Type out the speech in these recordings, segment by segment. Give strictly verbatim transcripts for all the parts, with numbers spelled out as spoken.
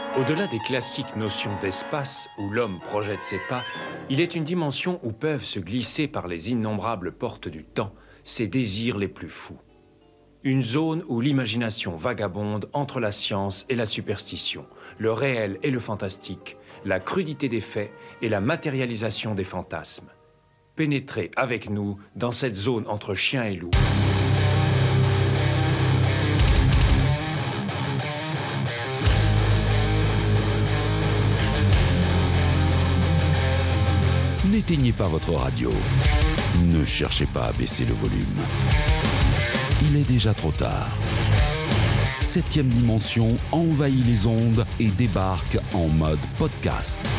Au-delà des classiques notions d'espace où l'homme projette ses pas, il est une dimension où peuvent se glisser par les innombrables portes du temps ses désirs les plus fous. Une zone où l'imagination vagabonde entre la science et la superstition, le réel et le fantastique, la crudité des faits et la matérialisation des fantasmes. Pénétrez avec nous dans cette zone entre chien et loup. N'éteignez pas votre radio. Ne cherchez pas à baisser le volume. Il est déjà trop tard. Septième dimension envahit les ondes et débarque en mode podcast.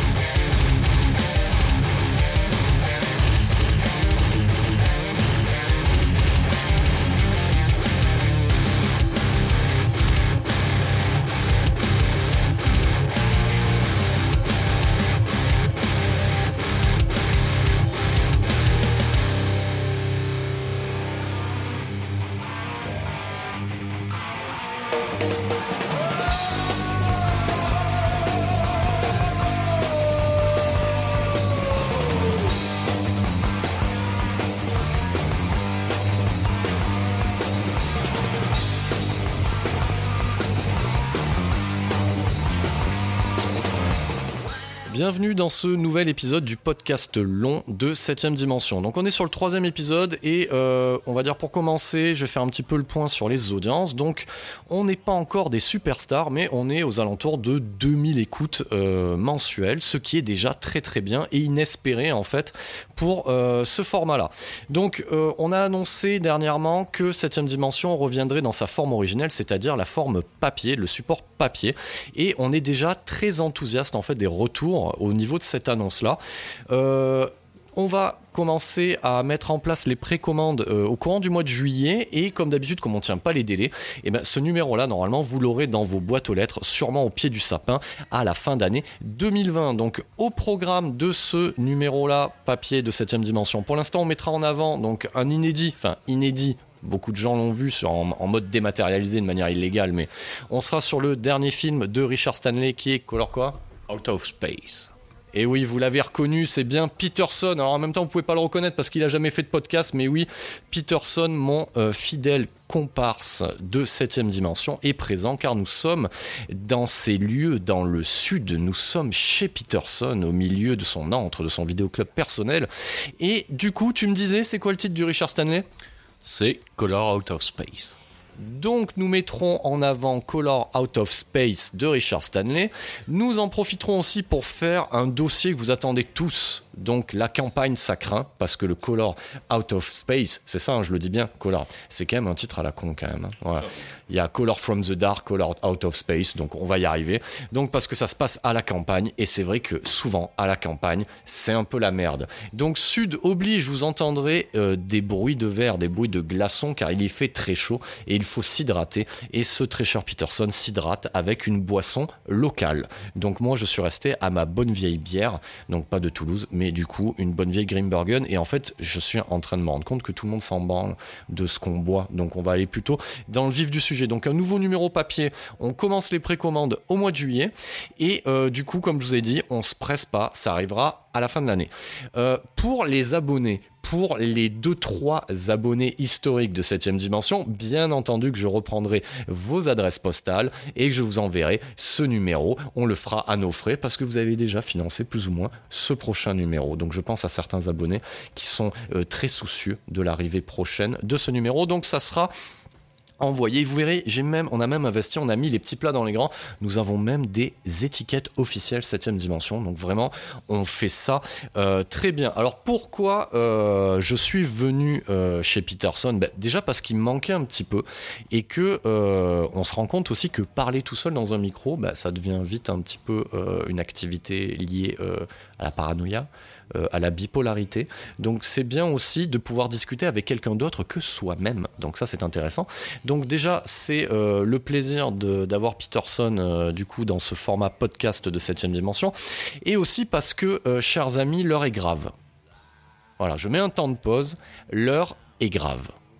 Bienvenue dans ce nouvel épisode du podcast long de septième dimension. Donc on est sur le troisième épisode et euh, on va dire pour commencer, je vais faire un petit peu le point sur les audiences. Donc on n'est pas encore des superstars, mais on est aux alentours de deux mille écoutes euh, mensuelles, ce qui est déjà très très bien et inespéré en fait pour euh, ce format-là. Donc euh, on a annoncé dernièrement que septième dimension reviendrait dans sa forme originelle, c'est-à-dire la forme papier, le support papier, et on est déjà très enthousiaste en fait des retours au niveau de cette annonce-là. Euh, on va commencer à mettre en place les précommandes euh, au courant du mois de juillet et comme d'habitude, comme on ne tient pas les délais, et ben, ce numéro-là, normalement, vous l'aurez dans vos boîtes aux lettres, sûrement au pied du sapin, à la fin d'année deux mille vingt. Donc, au programme de ce numéro-là, papier de septième dimension, pour l'instant, on mettra en avant donc, un inédit, enfin inédit, beaucoup de gens l'ont vu sur, en, en mode dématérialisé de manière illégale, mais on sera sur le dernier film de Richard Stanley qui est Color quoi ? Out of Space. Et oui, vous l'avez reconnu, c'est bien Peterson. Alors en même temps, vous pouvez pas le reconnaître parce qu'il a jamais fait de podcast, mais oui, Peterson, mon euh, fidèle comparse de septième dimension, est présent car nous sommes dans ces lieux dans le sud. Nous sommes chez Peterson, au milieu de son antre, de son vidéoclub personnel. Et du coup, tu me disais, c'est quoi le titre du Richard Stanley ? C'est Color Out of Space. Donc nous mettrons en avant Color Out of Space de Richard Stanley. Nous en profiterons aussi pour faire un dossier que vous attendez tous. Donc la campagne ça craint, parce que le Color Out of Space, c'est ça, hein, je le dis bien, Color, c'est quand même un titre à la con quand même. Hein. Voilà. Il y a Color from the Dark, Color Out of Space, donc on va y arriver. Donc parce que ça se passe à la campagne, et c'est vrai que souvent à la campagne, c'est un peu la merde. Donc Sud oblige, vous entendrez euh, des bruits de verre, des bruits de glaçons, car il y fait très chaud, et il faut s'hydrater. Et ce très cher Peterson s'hydrate avec une boisson locale. Donc moi je suis resté à ma bonne vieille bière, donc pas de Toulouse, mais du coup une bonne vieille Grimbergen, et en fait je suis en train de me rendre compte que tout le monde s'en branle de ce qu'on boit, donc on va aller plutôt dans le vif du sujet. Donc un nouveau numéro papier, on commence les précommandes au mois de juillet, et euh, du coup comme je vous ai dit, on se presse pas, ça arrivera à la fin de l'année. Euh, pour les abonnés, pour les deux trois abonnés historiques de septième dimension, bien entendu que je reprendrai vos adresses postales et que je vous enverrai ce numéro. On le fera à nos frais parce que vous avez déjà financé plus ou moins ce prochain numéro. Donc je pense à certains abonnés qui sont euh, très soucieux de l'arrivée prochaine de ce numéro. Donc ça sera envoyé. Vous verrez, j'ai même, on a même investi, on a mis les petits plats dans les grands. Nous avons même des étiquettes officielles septième dimension. Donc vraiment, on fait ça euh, très bien. Alors pourquoi euh, je suis venu euh, chez Peterson ? Ben, déjà parce qu'il me manquait un petit peu et que euh, on se rend compte aussi que parler tout seul dans un micro, ben, ça devient vite un petit peu euh, une activité liée euh, à la paranoïa. Euh, à la bipolarité. Donc c'est bien aussi de pouvoir discuter avec quelqu'un d'autre que soi-même. Donc ça c'est intéressant. Donc déjà c'est euh, le plaisir de, d'avoir Peterson euh, du coup dans ce format podcast de septième dimension, et aussi parce que euh, chers amis, l'heure est grave. Voilà, je mets un temps de pause, l'heure est grave.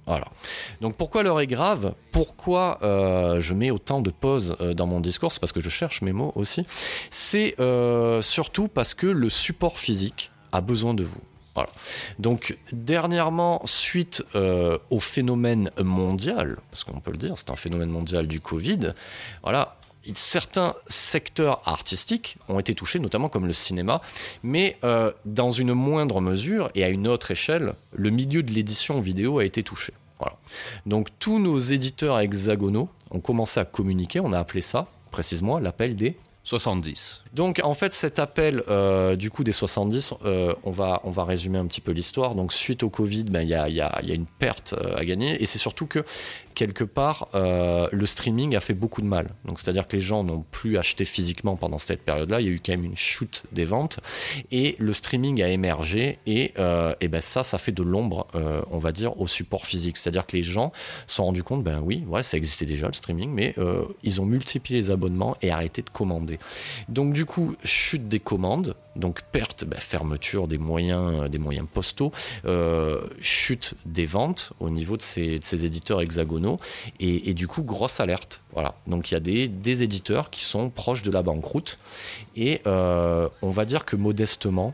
Voilà. Donc pourquoi l'heure est grave ? Pourquoi euh, je mets autant de pauses euh, dans mon discours ? C'est parce que je cherche mes mots aussi. C'est euh, surtout parce que le support physique a besoin de vous. Voilà. Donc dernièrement, suite euh, au phénomène mondial, parce qu'on peut le dire, c'est un phénomène mondial du Covid, voilà, certains secteurs artistiques ont été touchés, notamment comme le cinéma, mais euh, dans une moindre mesure et à une autre échelle, le milieu de l'édition vidéo a été touché. Voilà. Donc tous nos éditeurs hexagonaux ont commencé à communiquer, on a appelé ça précisément l'appel des soixante-dix. Donc en fait cet appel euh, du coup des soixante-dix, euh, on, va, on va résumer un petit peu l'histoire. Donc suite au Covid, ben, y a, y a, y a une perte euh, à gagner, et c'est surtout que quelque part euh, le streaming a fait beaucoup de mal. Donc c'est-à-dire que les gens n'ont plus acheté physiquement pendant cette période-là, il y a eu quand même une chute des ventes, et le streaming a émergé, et, euh, et ben ça, ça fait de l'ombre, euh, on va dire, au support physique. C'est-à-dire que les gens se sont rendus compte, ben oui, ouais, ça existait déjà le streaming, mais euh, ils ont multiplié les abonnements et arrêté de commander. Donc du coup, chute des commandes, donc perte, ben, fermeture des moyens, des moyens postaux, euh, chute des ventes au niveau de ces, de ces éditeurs hexagonaux, et, et du coup, grosse alerte. Voilà. Donc il y a des, des éditeurs qui sont proches de la banqueroute, et euh, on va dire que modestement,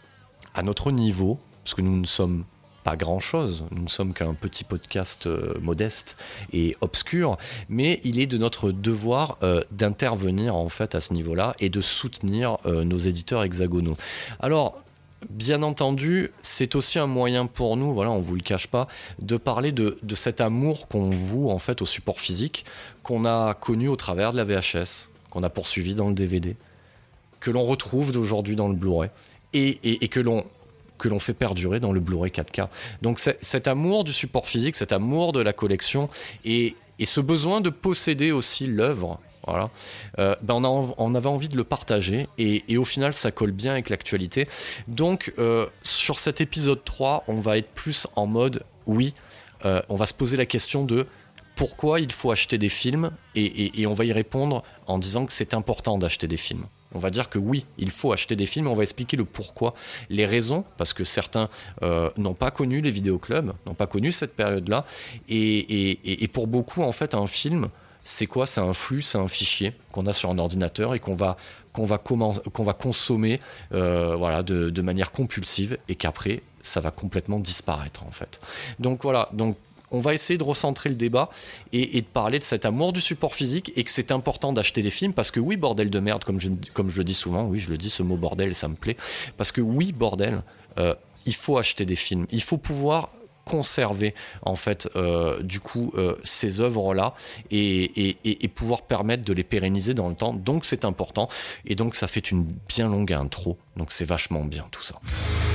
à notre niveau, parce que nous ne sommes pas grand-chose, nous ne sommes qu'un petit podcast euh, modeste et obscur, mais il est de notre devoir euh, d'intervenir en fait à ce niveau-là et de soutenir euh, nos éditeurs hexagonaux. Alors, bien entendu, c'est aussi un moyen pour nous, voilà, on vous le cache pas, de parler de, de cet amour qu'on voue en fait au support physique, qu'on a connu au travers de la V H S, qu'on a poursuivi dans le D V D, que l'on retrouve aujourd'hui dans le Blu-ray, et, et, et que l'on que l'on fait perdurer dans le Blu-ray quatre K. Donc c'est, cet amour du support physique, cet amour de la collection, et, et ce besoin de posséder aussi l'œuvre, voilà, euh, ben on, a, on avait envie de le partager, et, et au final ça colle bien avec l'actualité. Donc euh, sur cet épisode trois, on va être plus en mode, oui, euh, on va se poser la question de pourquoi il faut acheter des films, et, et, et on va y répondre en disant que c'est important d'acheter des films. On va dire que oui, il faut acheter des films, on va expliquer le pourquoi, les raisons, parce que certains euh, n'ont pas connu les vidéoclubs, n'ont pas connu cette période-là, et, et, et pour beaucoup, en fait, un film, c'est quoi ? C'est un flux, c'est un fichier qu'on a sur un ordinateur et qu'on va, qu'on va, commen- qu'on va consommer euh, voilà, de, de manière compulsive, et qu'après, ça va complètement disparaître, en fait. Donc voilà, donc on va essayer de recentrer le débat et, et de parler de cet amour du support physique, et que c'est important d'acheter des films, parce que oui, bordel de merde, comme je, comme je le dis souvent, oui, je le dis, ce mot bordel, ça me plaît, parce que oui, bordel, euh, il faut acheter des films, il faut pouvoir conserver en fait euh, du coup euh, ces œuvres-là, et, et, et, et pouvoir permettre de les pérenniser dans le temps, donc c'est important, et donc ça fait une bien longue intro, donc c'est vachement bien tout ça.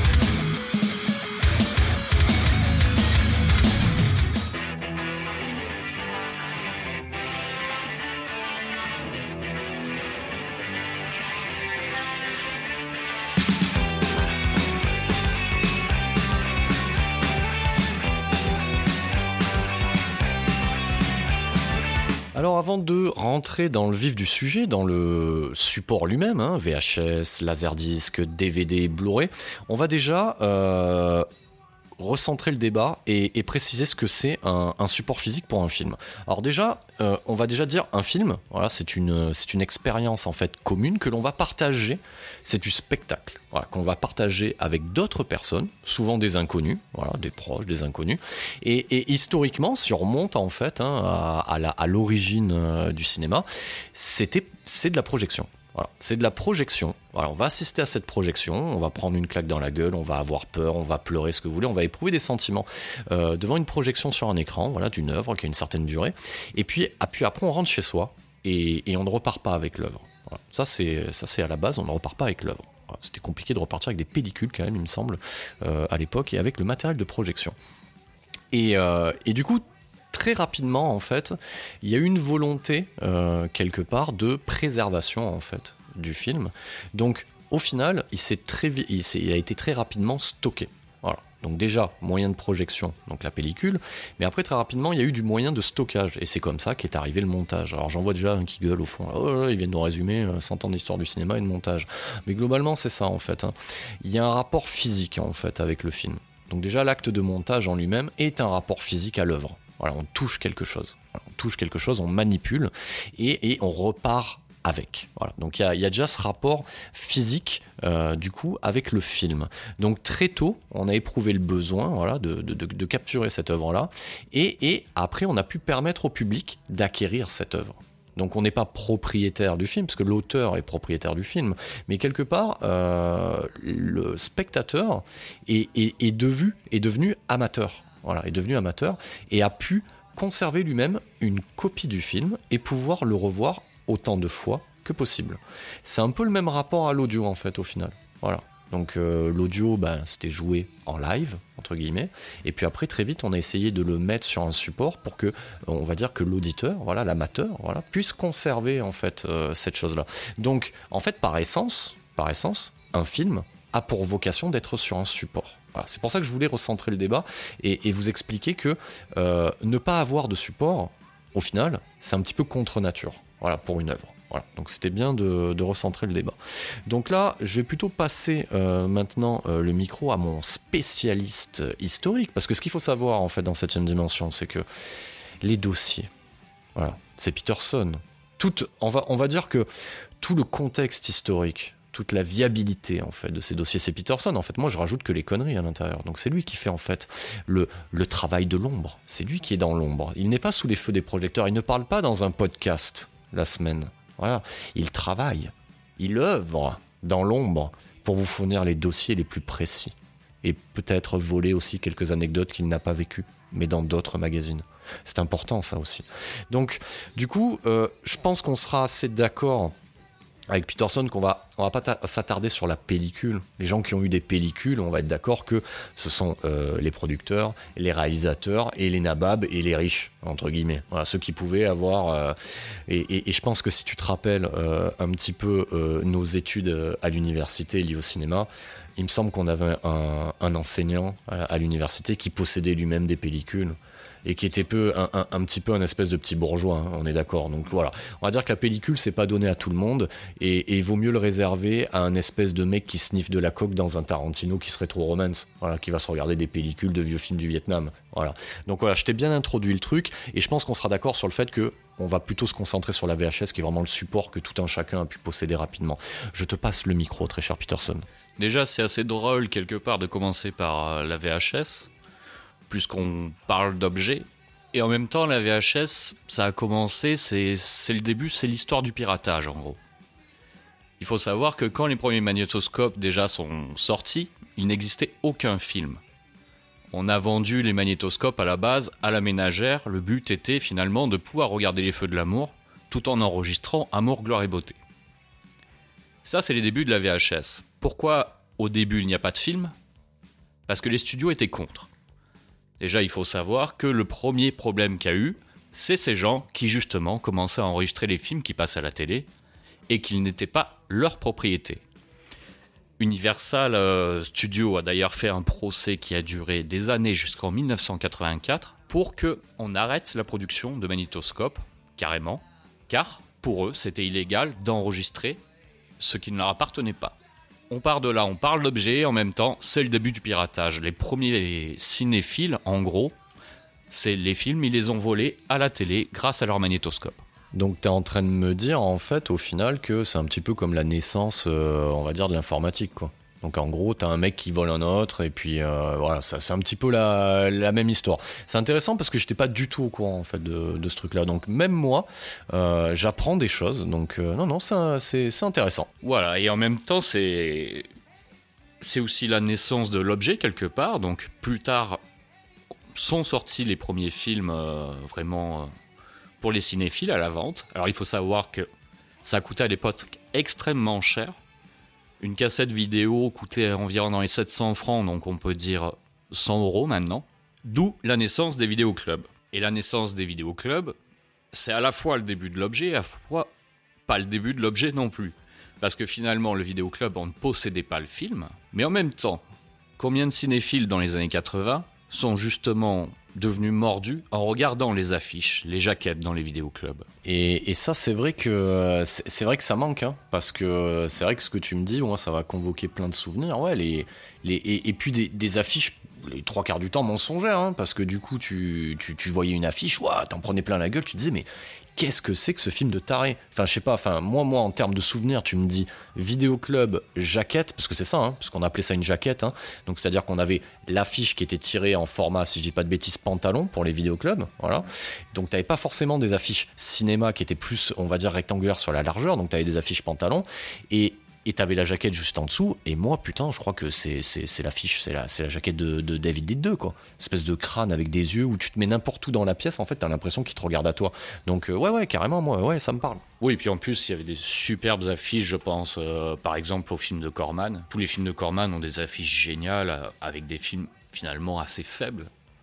Alors avant de rentrer dans le vif du sujet, dans le support lui-même, hein, V H S, Laserdisc, D V D, Blu-ray, on va déjà euh, recentrer le débat et, et préciser ce que c'est un, un support physique pour un film. Alors déjà, euh, on va déjà dire un film, voilà, c'est une, c'est une expérience en fait commune que l'on va partager, c'est du spectacle, voilà, qu'on va partager avec d'autres personnes, souvent des inconnus, voilà, des proches, des inconnus, et, et historiquement, si on remonte en fait hein, à, à, la, à l'origine euh, du cinéma, c'était, c'est de la projection. Voilà, c'est de la projection. Voilà, on va assister à cette projection, on va prendre une claque dans la gueule, on va avoir peur, on va pleurer, ce que vous voulez, on va éprouver des sentiments euh, devant une projection sur un écran, voilà, d'une œuvre qui a une certaine durée. Et puis, puis après, on rentre chez soi et, et on ne repart pas avec l'œuvre. Voilà, ça, c'est, ça, c'est à la base, on ne repart pas avec l'œuvre. Voilà, c'était compliqué de repartir avec des pellicules quand même, il me semble, euh, à l'époque, et avec le matériel de projection. Et, euh, et du coup, très rapidement, en fait, il y a eu une volonté, euh, quelque part, de préservation, en fait, du film. Donc, au final, il, s'est très, il, s'est, il a été très rapidement stocké. Voilà. Donc déjà, moyen de projection, donc la pellicule, mais après, très rapidement, il y a eu du moyen de stockage, et c'est comme ça qu'est arrivé le montage. Alors, j'en vois déjà un qui gueule au fond, oh, ils viennent nous résumer cent ans d'histoire du cinéma et de montage. Mais globalement, c'est ça, en fait. Hein. Il y a un rapport physique, en fait, avec le film. Donc déjà, l'acte de montage en lui-même est un rapport physique à l'œuvre. Voilà, on touche quelque chose. Voilà, on touche quelque chose, on manipule et, et on repart avec. Voilà. Donc il y, y a déjà ce rapport physique euh, du coup avec le film. Donc très tôt, on a éprouvé le besoin voilà, de, de, de, de capturer cette œuvre-là et, et après on a pu permettre au public d'acquérir cette œuvre. Donc on n'est pas propriétaire du film, parce que l'auteur est propriétaire du film, mais quelque part, euh, le spectateur est, est, est, devenu, est devenu amateur. Voilà, est devenu amateur et a pu conserver lui-même une copie du film et pouvoir le revoir autant de fois que possible. C'est un peu le même rapport à l'audio en fait au final. Voilà. Donc euh, l'audio, ben, c'était joué en live entre guillemets, et puis après très vite on a essayé de le mettre sur un support pour que, on va dire que l'auditeur, voilà, l'amateur, voilà, puisse conserver en fait euh, cette chose-là. Donc en fait par essence, par essence, un film a pour vocation d'être sur un support. Voilà, c'est pour ça que je voulais recentrer le débat et, et vous expliquer que euh, ne pas avoir de support, au final, c'est un petit peu contre nature. Voilà, pour une œuvre. Voilà. Donc c'était bien de, de recentrer le débat. Donc là, je vais plutôt passer euh, maintenant euh, le micro à mon spécialiste historique, parce que ce qu'il faut savoir en fait dans septième dimension, c'est que les dossiers, voilà, c'est Peterson. Tout, on va, on va dire que tout le contexte historique, toute la viabilité en fait de ces dossiers, c'est Peterson. En fait, moi, je rajoute que les conneries à l'intérieur. Donc c'est lui qui fait en fait le, le travail de l'ombre. C'est lui qui est dans l'ombre. Il n'est pas sous les feux des projecteurs. Il ne parle pas dans un podcast la semaine. Voilà, il travaille, il œuvre dans l'ombre pour vous fournir les dossiers les plus précis et peut-être voler aussi quelques anecdotes qu'il n'a pas vécues, mais dans d'autres magazines. C'est important ça aussi. Donc du coup, euh, je pense qu'on sera assez d'accord avec Peterson qu'on va, on va pas ta- s'attarder sur la pellicule. Les gens qui ont eu des pellicules, on va être d'accord que ce sont euh, les producteurs, les réalisateurs et les nababs et les riches, entre guillemets. Voilà, ceux qui pouvaient avoir... Euh, et, et, et je pense que si tu te rappelles euh, un petit peu euh, nos études à l'université liées au cinéma, il me semble qu'on avait un, un enseignant à, à l'université qui possédait lui-même des pellicules et qui était peu, un, un, un petit peu un espèce de petit bourgeois, hein, on est d'accord. Donc voilà, on va dire que la pellicule, c'est pas donné à tout le monde, et, et il vaut mieux le réserver à un espèce de mec qui sniffe de la coke dans un Tarantino qui serait trop romance, voilà, qui va se regarder des pellicules de vieux films du Vietnam. Voilà. Donc voilà, je t'ai bien introduit le truc, et je pense qu'on sera d'accord sur le fait que on va plutôt se concentrer sur la V H S, qui est vraiment le support que tout un chacun a pu posséder rapidement. Je te passe le micro, très cher Peterson. Déjà, c'est assez drôle quelque part de commencer par la V H S, puisqu'on parle d'objets. Et en même temps, la V H S, ça a commencé, c'est, c'est le début, c'est l'histoire du piratage en gros. Il faut savoir que quand les premiers magnétoscopes déjà sont sortis, il n'existait aucun film. On a vendu les magnétoscopes à la base à la ménagère. Le but était finalement de pouvoir regarder les feux de l'amour tout en enregistrant Amour, gloire et beauté. Ça, c'est les débuts de la V H S. Pourquoi au début il n'y a pas de film ? Parce que les studios étaient contre. Déjà, il faut savoir que le premier problème qu'il y a eu, c'est ces gens qui justement commençaient à enregistrer les films qui passent à la télé et qu'ils n'étaient pas leur propriété. Universal euh, Studios a d'ailleurs fait un procès qui a duré des années jusqu'en dix-neuf cent quatre-vingt-quatre pour qu'on arrête la production de magnétoscopes, carrément, car pour eux, c'était illégal d'enregistrer ce qui ne leur appartenait pas. On part de là, on parle d'objets, en même temps, c'est le début du piratage. Les premiers cinéphiles, en gros, c'est les films, ils les ont volés à la télé grâce à leur magnétoscope. Donc tu es en train de me dire, en fait, au final, que c'est un petit peu comme la naissance, euh, on va dire, de l'informatique, quoi. Donc en gros, t'as un mec qui vole un autre, et puis euh, voilà, ça, c'est un petit peu la, la même histoire. C'est intéressant parce que j'étais pas du tout au courant en fait de, de ce truc-là. Donc même moi, euh, j'apprends des choses. Donc euh, non, non, c'est, c'est, c'est intéressant. Voilà, et en même temps, c'est c'est aussi la naissance de l'objet quelque part. Donc plus tard, sont sortis les premiers films euh, vraiment euh, pour les cinéphiles à la vente. Alors il faut savoir que ça coûtait à l'époque extrêmement cher. Une cassette vidéo coûtait environ dans les sept cents francs, donc on peut dire cent euros maintenant. D'où la naissance des vidéoclubs. Et la naissance des vidéoclubs, c'est à la fois le début de l'objet, à la fois pas le début de l'objet non plus. Parce que finalement, le vidéoclub, on ne possédait pas le film. Mais en même temps, combien de cinéphiles dans les années quatre-vingts sont justement devenus mordus en regardant les affiches, les jaquettes dans les vidéoclubs. Et, et ça, c'est vrai que c'est, c'est vrai que ça manque, hein, parce que c'est vrai que ce que tu me dis, moi, ça va convoquer plein de souvenirs. Ouais, les, les, et, et puis des, des affiches, les trois quarts du temps mensonger, hein, parce que du coup, tu, tu, tu voyais une affiche, ouah, t'en prenais plein la gueule, tu te disais, mais qu'est-ce que c'est que ce film de taré? Enfin, je sais pas, enfin, moi, moi, en termes de souvenirs, tu me dis vidéoclub, jaquette, parce que c'est ça, hein, parce qu'on appelait ça une jaquette, hein, donc c'est-à-dire qu'on avait l'affiche qui était tirée en format, si je dis pas de bêtises, pantalon pour les vidéoclubs, voilà. Donc t'avais pas forcément des affiches cinéma qui étaient plus, on va dire, rectangulaires sur la largeur, donc t'avais des affiches pantalon, et Et t'avais la jaquette juste en dessous, et moi, putain, je crois que c'est, c'est, c'est l'affiche, c'est la, c'est la jaquette de, de David Lead deux, quoi. Espèce de crâne avec des yeux où tu te mets n'importe où dans la pièce, en fait, t'as l'impression qu'il te regarde à toi. Donc, euh, ouais, ouais, carrément, moi, ouais, ça me parle. Oui, et puis en plus, il y avait des superbes affiches, je pense, euh, par exemple, au film de Corman. Tous les films de Corman ont des affiches géniales, euh, avec des films finalement assez faibles.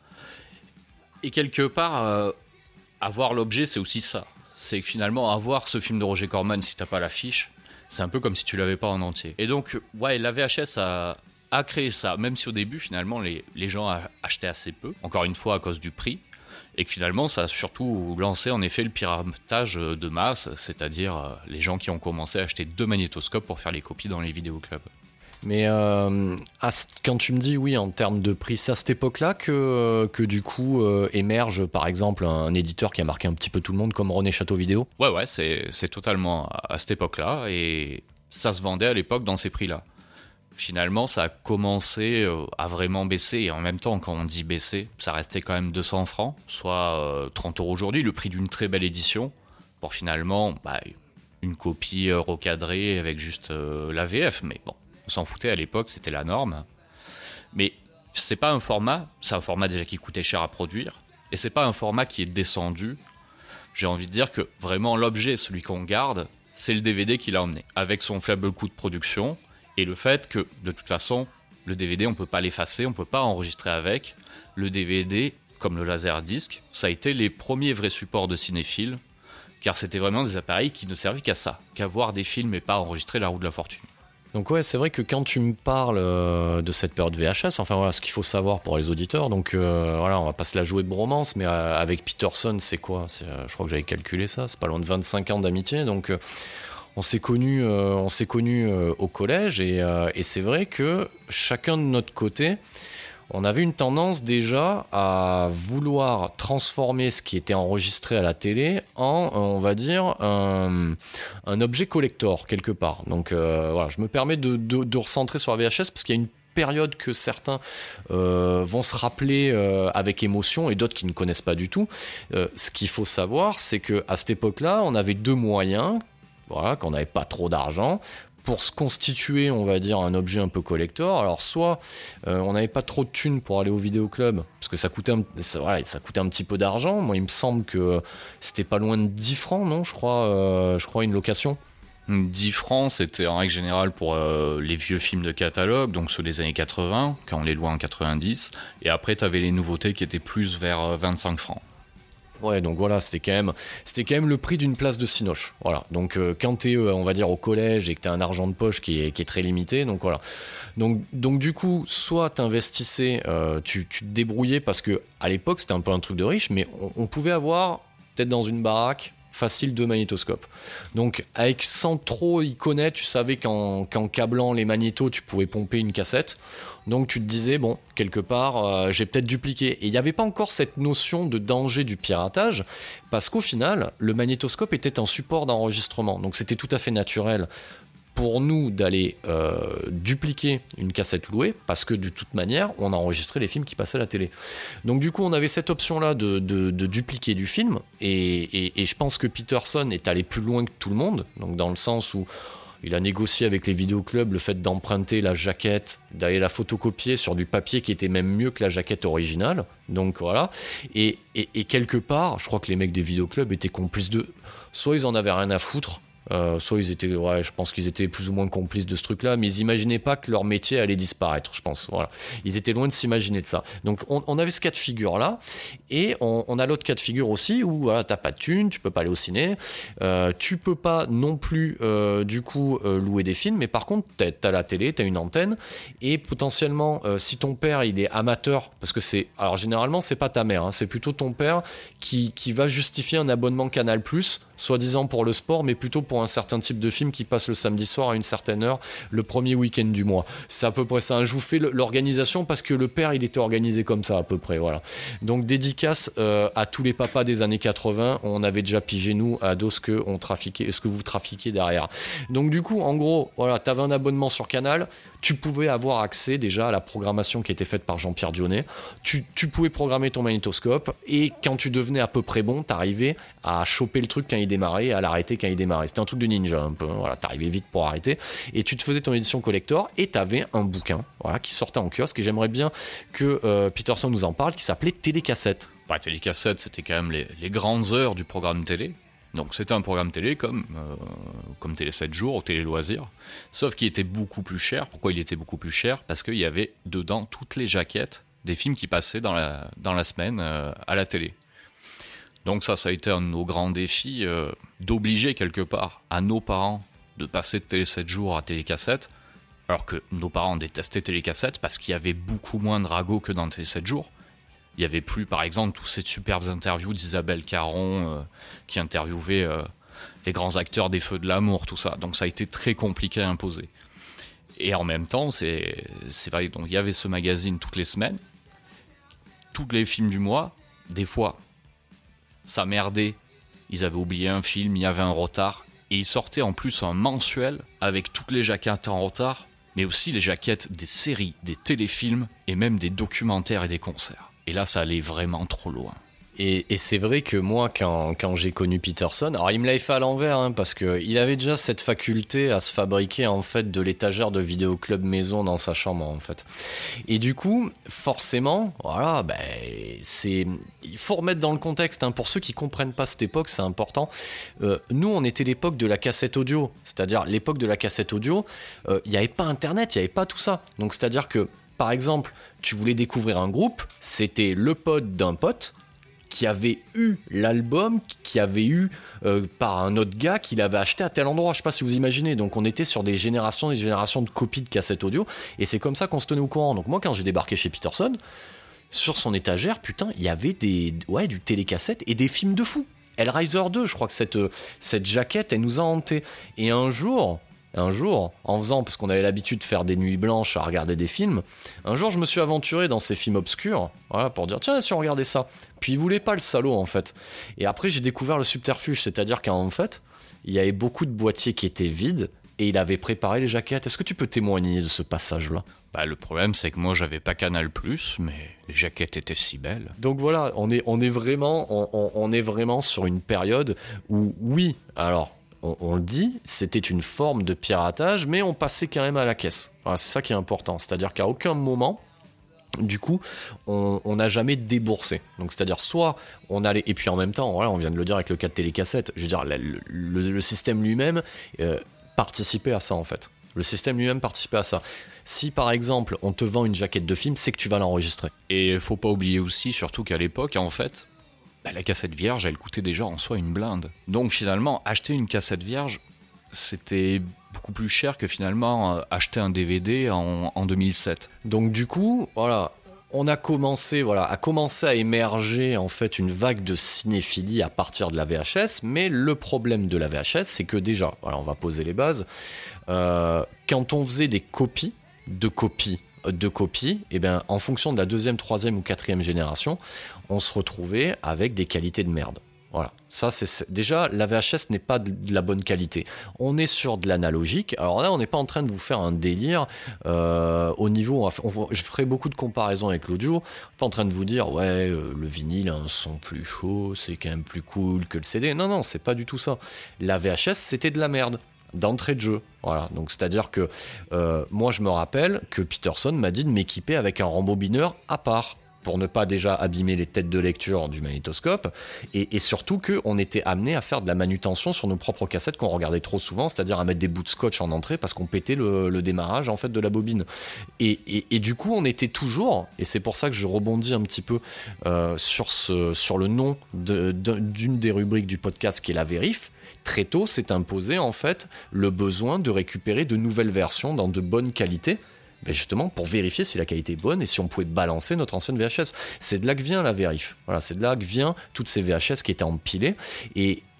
Et quelque part, euh, avoir l'objet, c'est aussi ça. C'est que finalement, avoir ce film de Roger Corman, si t'as pas l'affiche, c'est un peu comme si tu l'avais pas en entier. Et donc, ouais, la V H S a, a créé ça, même si au début, finalement, les, les gens a, achetaient assez peu, encore une fois à cause du prix, et que finalement, ça a surtout lancé en effet le piratage de masse, c'est-à-dire les gens qui ont commencé à acheter deux magnétoscopes pour faire les copies dans les vidéoclubs. Mais euh, à, quand tu me dis oui en termes de prix, c'est à cette époque-là que, que du coup euh, émerge par exemple un, un éditeur qui a marqué un petit peu tout le monde comme René Château Vidéo. Ouais ouais, c'est, c'est totalement à cette époque-là et ça se vendait à l'époque dans ces prix-là. Finalement ça a commencé à vraiment baisser et en même temps quand on dit baisser, ça restait quand même deux cents francs, soit euh, trente euros aujourd'hui, le prix d'une très belle édition pour finalement bah, une copie recadrée avec juste euh, la V F, mais bon. On s'en foutait à l'époque, c'était la norme. Mais c'est pas un format, c'est un format déjà qui coûtait cher à produire, et c'est pas un format qui est descendu. J'ai envie de dire que vraiment l'objet, celui qu'on garde, c'est le D V D qui l'a emmené, avec son faible coût de production, et le fait que, de toute façon, le D V D, on peut pas l'effacer, on peut pas enregistrer avec. Le D V D, comme le laserdisc, ça a été les premiers vrais supports de cinéphiles, car c'était vraiment des appareils qui ne servaient qu'à ça, qu'à voir des films et pas enregistrer La Roue de la Fortune. Donc ouais, c'est vrai que quand tu me parles euh, de cette période V H S, enfin voilà, ce qu'il faut savoir pour les auditeurs, donc euh, voilà, on va pas se la jouer de bromance, mais euh, avec Peterson, c'est quoi c'est, euh, je crois que j'avais calculé ça, c'est pas loin de vingt-cinq ans d'amitié, donc euh, on s'est connus euh, on s'est connus euh, au collège, et, euh, et c'est vrai que chacun de notre côté, on avait une tendance déjà à vouloir transformer ce qui était enregistré à la télé en, on va dire, un, un objet collector quelque part. Donc euh, voilà, je me permets de, de, de recentrer sur la V H S parce qu'il y a une période que certains euh, vont se rappeler euh, avec émotion et d'autres qui ne connaissent pas du tout. Euh, ce qu'il faut savoir, c'est qu'à cette époque-là, on avait deux moyens, voilà, qu'on n'avait pas trop d'argent, pour se constituer, on va dire, un objet un peu collector. Alors soit euh, on n'avait pas trop de thunes pour aller au vidéoclub, parce que ça coûtait, un, ça, voilà, ça coûtait un petit peu d'argent. Moi, il me semble que c'était pas loin de dix francs, non, je crois, euh, je crois une location. dix francs, c'était en règle générale pour euh, les vieux films de catalogue, donc ceux des années quatre-vingts, quand on les louait en quatre-vingt-dix. Et après, tu avais les nouveautés qui étaient plus vers vingt-cinq francs. Ouais, donc voilà, c'était quand même, c'était quand même le prix d'une place de cinoche. Voilà. Donc euh, quand t'es, euh, on va dire, au collège et que t'as un argent de poche qui est, qui est très limité, donc voilà. Donc, donc du coup, soit t'investissais, euh, tu, tu te débrouillais parce que à l'époque c'était un peu un truc de riche, mais on, on pouvait avoir peut-être dans une baraque facile deux magnétoscopes. Donc avec sans trop y connaître, tu savais qu'en, qu'en câblant les magnétos, tu pouvais pomper une cassette. Donc tu te disais, bon, quelque part, euh, j'ai peut-être dupliqué. Et il n'y avait pas encore cette notion de danger du piratage, parce qu'au final, le magnétoscope était un support d'enregistrement. Donc c'était tout à fait naturel pour nous d'aller euh, dupliquer une cassette louée, parce que de toute manière, on enregistrait les films qui passaient à la télé. Donc du coup, on avait cette option-là de, de, de dupliquer du film, et, et, et je pense que Peterson est allé plus loin que tout le monde, donc dans le sens où il a négocié avec les vidéoclubs le fait d'emprunter la jaquette, d'aller la photocopier sur du papier qui était même mieux que la jaquette originale. Donc voilà. Et, et, et quelque part, je crois que les mecs des vidéoclubs étaient complices de... Soit ils en avaient rien à foutre, Euh, soit ils étaient, ouais, je pense qu'ils étaient plus ou moins complices de ce truc-là, mais ils imaginaient pas que leur métier allait disparaître, je pense. Voilà, ils étaient loin de s'imaginer de ça. Donc on, on avait ce cas de figure-là, et on, on a l'autre cas de figure aussi où voilà, t'as pas de thunes, tu peux pas aller au ciné, euh, tu peux pas non plus euh, du coup euh, louer des films, mais par contre t'as, t'as la télé, t'as une antenne, et potentiellement euh, si ton père il est amateur, parce que c'est, alors généralement c'est pas ta mère, hein, c'est plutôt ton père qui qui va justifier un abonnement Canal+, soi-disant pour le sport, mais plutôt pour pour un certain type de film qui passe le samedi soir à une certaine heure, le premier week-end du mois. C'est à peu près ça. Je vous fais l'organisation parce que le père, il était organisé comme ça à peu près. Voilà. Donc dédicace euh, à tous les papas des années quatre-vingts. On avait déjà pigé nous à dos ce que on trafiquait, ce que vous trafiquiez derrière. Donc du coup, en gros, voilà, t'avais un abonnement sur Canal. Tu pouvais avoir accès déjà à la programmation qui était faite par Jean-Pierre Dionnet. Tu, tu pouvais programmer ton magnétoscope et quand tu devenais à peu près bon, t'arrivais à choper le truc quand il démarrait et à l'arrêter quand il démarrait. C'était un truc de ninja un peu. Voilà, t'arrivais vite pour arrêter et tu te faisais ton édition collector et t'avais un bouquin, voilà, qui sortait en kiosque et j'aimerais bien que euh, Peterson nous en parle, qui s'appelait Télécassette. Bah, Télécassette, c'était quand même les, les grandes heures du programme télé. Donc c'était un programme télé comme, euh, comme Télé sept jours ou Télé Loisirs, sauf qu'il était beaucoup plus cher. Pourquoi il était beaucoup plus cher ? Parce qu'il y avait dedans toutes les jaquettes des films qui passaient dans la, dans la semaine euh, à la télé. Donc ça, ça a été un de nos grands défis, euh, d'obliger quelque part à nos parents de passer de Télé sept jours à Télécassette, alors que nos parents détestaient Télécassette parce qu'il y avait beaucoup moins de ragots que dans Télé sept jours. Il n'y avait plus, par exemple, toutes ces superbes interviews d'Isabelle Caron euh, qui interviewait euh, les grands acteurs des Feux de l'amour, tout ça. Donc ça a été très compliqué à imposer. Et en même temps, c'est, c'est vrai, donc il y avait ce magazine toutes les semaines, tous les films du mois. Des fois, ça merdait, ils avaient oublié un film, il y avait un retard. Et ils sortaient en plus un mensuel avec toutes les jaquettes en retard, mais aussi les jaquettes des séries, des téléfilms et même des documentaires et des concerts. Et là, ça allait vraiment trop loin. Et, et c'est vrai que moi, quand, quand j'ai connu Peterson, alors il me l'avait fait à l'envers, hein, parce qu'il avait déjà cette faculté à se fabriquer en fait de l'étagère de vidéoclub maison dans sa chambre en fait. Et du coup, forcément, voilà, ben c'est, il faut remettre dans le contexte. Hein, pour ceux qui comprennent pas cette époque, c'est important. Euh, nous, on était l'époque de la cassette audio, c'est-à-dire l'époque de la cassette audio. Il euh, n'y avait pas Internet, il n'y avait pas tout ça. Donc c'est-à-dire que par exemple, tu voulais découvrir un groupe, c'était le pote d'un pote qui avait eu l'album, qui avait eu euh, par un autre gars qui l'avait acheté à tel endroit. Je sais pas si vous imaginez. Donc on était sur des générations, des générations de copies de cassettes audio, et c'est comme ça qu'on se tenait au courant. Donc moi, quand j'ai débarqué chez Peterson, sur son étagère, putain, il y avait des, ouais, du télécassette et des films de fou. Hellraiser deux, je crois que cette, cette jaquette, elle nous a hantés. Et un jour... Un jour, en faisant, parce qu'on avait l'habitude de faire des nuits blanches à regarder des films, un jour je me suis aventuré dans ces films obscurs, voilà, pour dire tiens, si on regardait ça. Puis il voulait pas le salaud en fait. Et après j'ai découvert le subterfuge, c'est-à-dire qu'en fait, il y avait beaucoup de boîtiers qui étaient vides et il avait préparé les jaquettes. Est-ce que tu peux témoigner de ce passage-là ? Bah, le problème, c'est que moi, j'avais pas Canal plus, mais les jaquettes étaient si belles. Donc voilà, on est, on est, vraiment, on, on est vraiment sur une période où, oui, alors... On, on le dit, c'était une forme de piratage, mais on passait quand même à la caisse. Voilà, c'est ça qui est important. C'est-à-dire qu'à aucun moment, du coup, on n'a jamais déboursé. Donc, c'est-à-dire, soit on allait... Et puis en même temps, voilà, on vient de le dire avec le cas de Télécassette, je veux dire, le, le, le système lui-même euh, participait à ça, en fait. Le système lui-même participait à ça. Si, par exemple, on te vend une jaquette de film, c'est que tu vas l'enregistrer. Et faut pas oublier aussi, surtout qu'à l'époque, en fait... Bah, la cassette vierge, elle coûtait déjà en soi une blinde. Donc finalement, acheter une cassette vierge, c'était beaucoup plus cher que finalement euh, acheter un D V D en, en deux mille sept. Donc du coup, voilà, on a commencé, voilà, a commencé à émerger en fait une vague de cinéphilie à partir de la V H S. Mais le problème de la V H S, c'est que déjà, voilà, on va poser les bases. Euh, quand on faisait des copies de copies de copies, et ben en fonction de la deuxième, troisième ou quatrième génération, on se retrouvait avec des qualités de merde. Voilà, ça c'est, c'est déjà la V H S n'est pas de, de la bonne qualité. On est sur de l'analogique. Alors là, on n'est pas en train de vous faire un délire euh, au niveau. On va, on, je ferai beaucoup de comparaisons avec l'audio. On n'est pas en train de vous dire ouais, euh, le vinyle a un son plus chaud, c'est quand même plus cool que le C D. Non, non, c'est pas du tout ça. La V H S, c'était de la merde. D'entrée de jeu, voilà. Donc c'est à dire que euh, moi je me rappelle que Peterson m'a dit de m'équiper avec un rembobineur à part pour ne pas déjà abîmer les têtes de lecture du magnétoscope et, et surtout qu'on était amené à faire de la manutention sur nos propres cassettes qu'on regardait trop souvent, c'est-à-dire à mettre des bouts de scotch en entrée parce qu'on pétait le, le démarrage en fait de la bobine et, et, et du coup on était toujours, et c'est pour ça que je rebondis un petit peu euh, sur, ce, sur le nom de, de, d'une des rubriques du podcast qui est la vérif. Très tôt s'est imposé en fait le besoin de récupérer de nouvelles versions dans de bonnes qualités, ben justement pour vérifier si la qualité est bonne et si on pouvait balancer notre ancienne V H S. C'est de là que vient la vérif. Voilà, c'est de là que vient toutes ces V H S qui étaient empilées et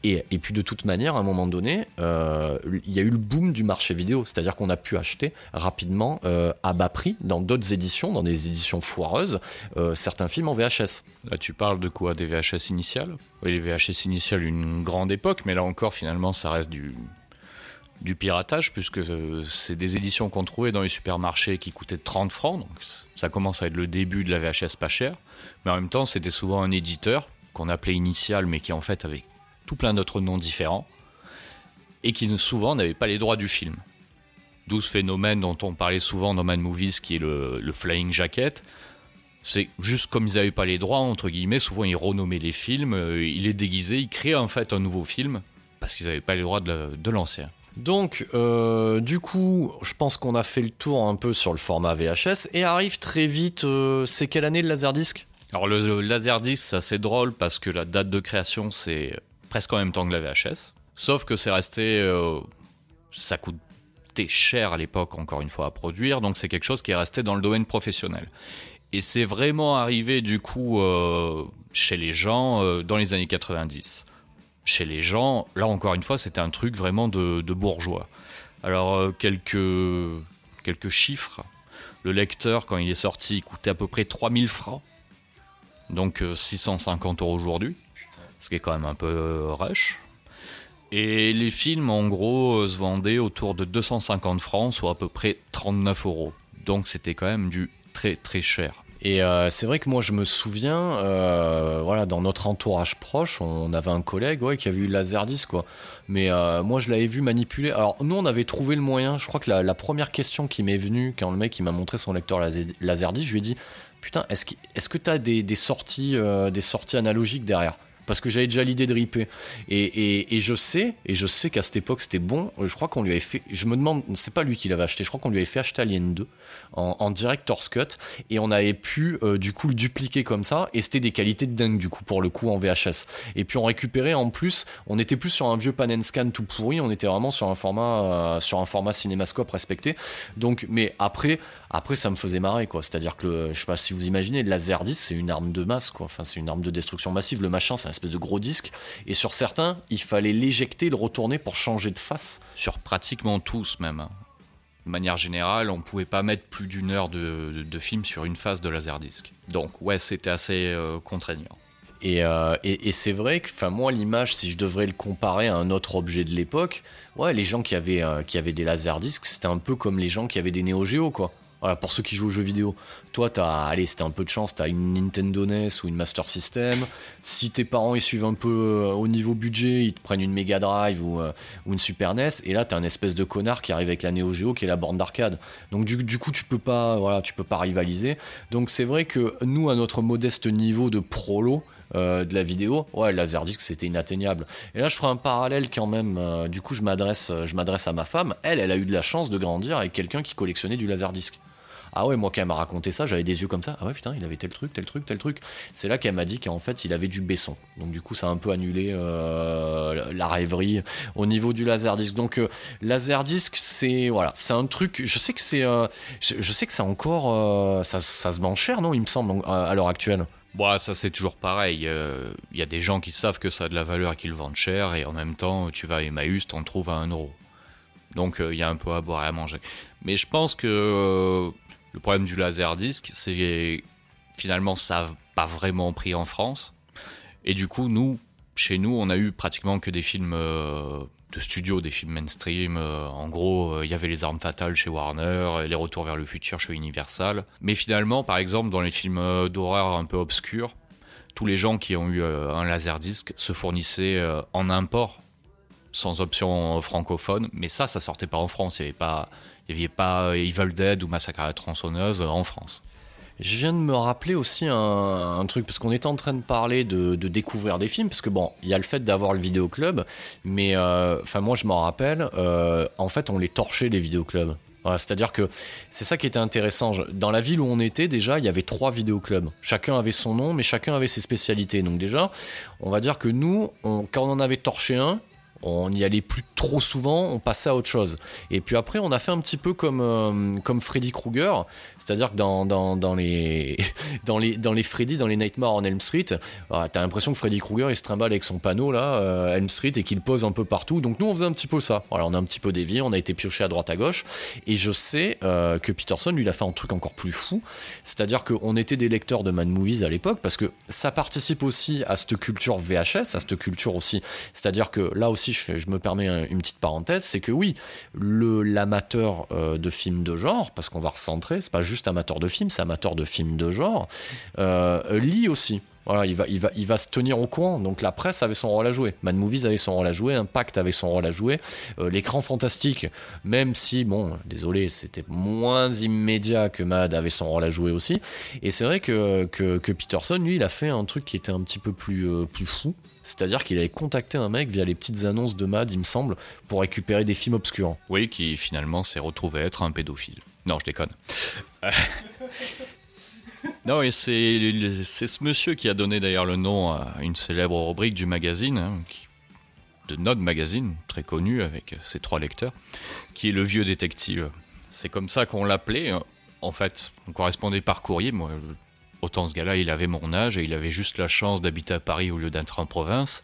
Et, et puis de toute manière, à un moment donné, euh, il y a eu le boom du marché vidéo, c'est-à-dire qu'on a pu acheter rapidement euh, à bas prix, dans d'autres éditions, dans des éditions foireuses, euh, certains films en V H S. Là, tu parles de quoi? Des V H S initiales? Oui, les V H S initiales, une grande époque, mais là encore, finalement, ça reste du, du piratage, puisque euh, c'est des éditions qu'on trouvait dans les supermarchés qui coûtaient trente francs, donc ça commence à être le début de la V H S pas chère, mais en même temps, c'était souvent un éditeur qu'on appelait Initial, mais qui en fait avait tout plein d'autres noms différents, et qui souvent n'avaient pas les droits du film. D'où ce phénomène dont on parlait souvent dans Mad Movies, qui est le, le Flying Jacket. C'est juste comme ils n'avaient pas les droits, entre guillemets, souvent ils renommaient les films, euh, ils les déguisaient, ils créaient en fait un nouveau film, parce qu'ils n'avaient pas les droits de, la, de l'ancien. Donc, euh, du coup, je pense qu'on a fait le tour un peu sur le format V H S, et arrive très vite, euh, c'est quelle année le Laserdisc ? Alors le, le Laserdisc, c'est assez drôle, parce que la date de création, c'est presque en même temps que la V H S. Sauf que c'est resté... Euh, ça coûtait cher à l'époque, encore une fois, à produire, donc c'est quelque chose qui est resté dans le domaine professionnel. Et c'est vraiment arrivé, du coup, euh, chez les gens euh, dans les années quatre-vingt-dix. Chez les gens, là, encore une fois, c'était un truc vraiment de, de bourgeois. Alors, euh, quelques, quelques chiffres. Le lecteur, quand il est sorti, il coûtait à peu près trois mille francs. Donc, euh, six cent cinquante euros aujourd'hui. Ce qui est quand même un peu euh, rush. Et les films, en gros, euh, se vendaient autour de deux cent cinquante francs, soit à peu près trente-neuf euros. Donc c'était quand même du très très cher. Et euh, c'est vrai que moi je me souviens, euh, voilà, dans notre entourage proche, on avait un collègue ouais, qui avait eu le Laserdisc, quoi. Mais euh, moi je l'avais vu manipuler. Alors nous on avait trouvé le moyen, je crois que la, la première question qui m'est venue quand le mec il m'a montré son lecteur Laserdisc, je lui ai dit putain, est-ce, qu', est-ce que t'as des, des, sorties, euh, des sorties analogiques derrière ? Parce que j'avais déjà l'idée de ripper. Et, et, et je sais, et je sais qu'à cette époque c'était bon. Je crois qu'on lui avait fait. Je me demande, c'est pas lui qui l'avait acheté. Je crois qu'on lui avait fait acheter Alien deux en, en Director's Cut. Et on avait pu euh, du coup le dupliquer comme ça. Et c'était des qualités de dingue du coup pour le coup en V H S. Et puis on récupérait en plus. On était plus sur un vieux pan and scan tout pourri. On était vraiment sur un format, euh, sur un format cinémascope respecté. Donc, mais après. Après, ça me faisait marrer, quoi. C'est-à-dire que, le, je sais pas si vous imaginez, le Laserdisc, c'est une arme de masse, quoi. Enfin, c'est une arme de destruction massive. Le machin, c'est un espèce de gros disque. Et sur certains, il fallait l'éjecter, le retourner pour changer de face. Sur pratiquement tous, même. De manière générale, on pouvait pas mettre plus d'une heure de, de, de film sur une face de Laserdisc. Donc, ouais, c'était assez euh, contraignant. Et, euh, et, et c'est vrai que, enfin, moi, l'image, si je devrais le comparer à un autre objet de l'époque, ouais, les gens qui avaient, euh, qui avaient des Laserdiscs, c'était un peu comme les gens qui avaient des Neo Geo, quoi. Voilà, pour ceux qui jouent aux jeux vidéo, toi, t'as, allez, c'était un peu de chance, t'as une Nintendo N E S ou une Master System. Si tes parents ils suivent un peu euh, au niveau budget, ils te prennent une Mega Drive ou, euh, ou une Super N E S. Et là, t'as un espèce de connard qui arrive avec la Neo Geo, qui est la borne d'arcade. Donc du, du coup, tu peux pas, voilà, tu peux pas rivaliser. Donc c'est vrai que nous, à notre modeste niveau de prolo. Euh, de la vidéo, ouais, le Laserdisc c'était inatteignable. Et là je ferai un parallèle quand même, euh, du coup je m'adresse, je m'adresse à ma femme, elle, elle a eu de la chance de grandir avec quelqu'un qui collectionnait du Laserdisc. Ah ouais, moi quand elle m'a raconté ça, j'avais des yeux comme ça, ah ouais putain il avait tel truc, tel truc, tel truc. C'est là qu'elle m'a dit qu'en fait il avait du Besson. Donc du coup ça a un peu annulé euh, la rêverie au niveau du Laserdisc. Donc euh, Laserdisc c'est, voilà, c'est un truc, je sais que c'est, euh, je, je sais que c'est encore, euh, ça, ça se vend cher non il me semble donc, à, à l'heure actuelle. Bon, ça c'est toujours pareil, il euh, y a des gens qui savent que ça a de la valeur et qui le vendent cher, et en même temps tu vas à Emmaüs, t'en trouves à un euro. Donc il euh, y a un peu à boire et à manger. Mais je pense que euh, le problème du Laserdisc, c'est que finalement ça n'a pas vraiment pris en France, et du coup nous, chez nous, on a eu pratiquement que des films euh, de studio, des films mainstream. Euh, en gros, il euh, y avait Les Armes Fatales chez Warner, Les Retours vers le futur chez Universal. Mais finalement, par exemple, dans les films euh, d'horreur un peu obscurs, tous les gens qui ont eu euh, un Laserdisc se fournissaient euh, en import, sans option francophone. Mais ça, ça sortait pas en France. Il n'y avait pas, il y avait pas Evil Dead ou Massacre à la tronçonneuse en France. Je viens de me rappeler aussi un, un truc, parce qu'on était en train de parler de, de découvrir des films, parce que bon, il y a le fait d'avoir le vidéoclub, mais enfin euh, moi je m'en rappelle, euh, en fait on les torchait les vidéoclubs. Voilà, c'est-à-dire que c'est ça qui était intéressant. Dans la ville où on était, déjà, il y avait trois vidéoclubs. Chacun avait son nom, mais chacun avait ses spécialités. Donc déjà, on va dire que nous, on, quand on en avait torché un, on n'y allait plus trop trop souvent, on passait à autre chose. Et puis après, on a fait un petit peu comme, euh, comme Freddy Krueger, c'est-à-dire que dans, dans, dans, les, dans, les, dans les Freddy, dans les Nightmare on Elm Street, euh, t'as l'impression que Freddy Krueger, il se trimballe avec son panneau, là, euh, Elm Street, et qu'il pose un peu partout. Donc nous, on faisait un petit peu ça. Voilà, on a un petit peu dévié, on a été pioché à droite à gauche. Et je sais euh, que Peterson, lui, il a fait un truc encore plus fou, c'est-à-dire qu'on était des lecteurs de Mad Movies à l'époque, parce que ça participe aussi à cette culture V H S, à cette culture aussi. C'est-à-dire que là aussi, je, fais, je me permets une petite parenthèse, c'est que oui, le, l'amateur euh, de films de genre, parce qu'on va recentrer, c'est pas juste amateur de films, c'est amateur de films de genre, euh, lit aussi. Voilà, il va, il, va, il va se tenir au courant. Donc la presse avait son rôle à jouer, Mad Movies avait son rôle à jouer, Impact avait son rôle à jouer, euh, l'écran fantastique, même si, bon, désolé, c'était moins immédiat que Mad, avait son rôle à jouer aussi. Et c'est vrai que, que, que Peterson, lui, il a fait un truc qui était un petit peu plus, euh, plus fou. C'est-à-dire qu'il avait contacté un mec via les petites annonces de Mad, il me semble, pour récupérer des films obscurs. Oui, qui finalement s'est retrouvé être un pédophile. Non, je déconne. Non, et c'est, c'est ce monsieur qui a donné d'ailleurs le nom à une célèbre rubrique du magazine, hein, qui, de Nod Magazine, très connu avec ses trois lecteurs, qui est le vieux détective. C'est comme ça qu'on l'appelait. En fait, on correspondait par courrier. Moi, autant ce gars-là, il avait mon âge et il avait juste la chance d'habiter à Paris au lieu d'être en province.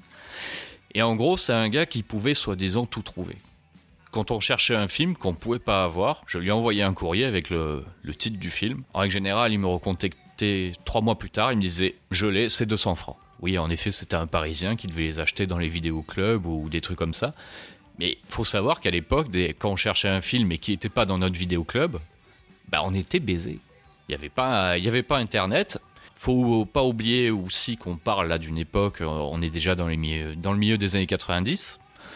Et en gros, c'est un gars qui pouvait soi-disant tout trouver. Quand on cherchait un film qu'on ne pouvait pas avoir, je lui envoyais un courrier avec le, le titre du film. En règle générale, il me recontactait trois mois plus tard, il me disait « Je l'ai, c'est deux cents francs ». Oui, en effet, c'était un Parisien qui devait les acheter dans les vidéoclubs ou des trucs comme ça. Mais il faut savoir qu'à l'époque, des, quand on cherchait un film et qui n'était pas dans notre vidéoclub, bah on était baisés. Il n'y avait pas, il n'y avait pas Internet. Faut pas oublier aussi qu'on parle là d'une époque, on est déjà dans, les milieux, dans le milieu des années quatre-vingt-dix,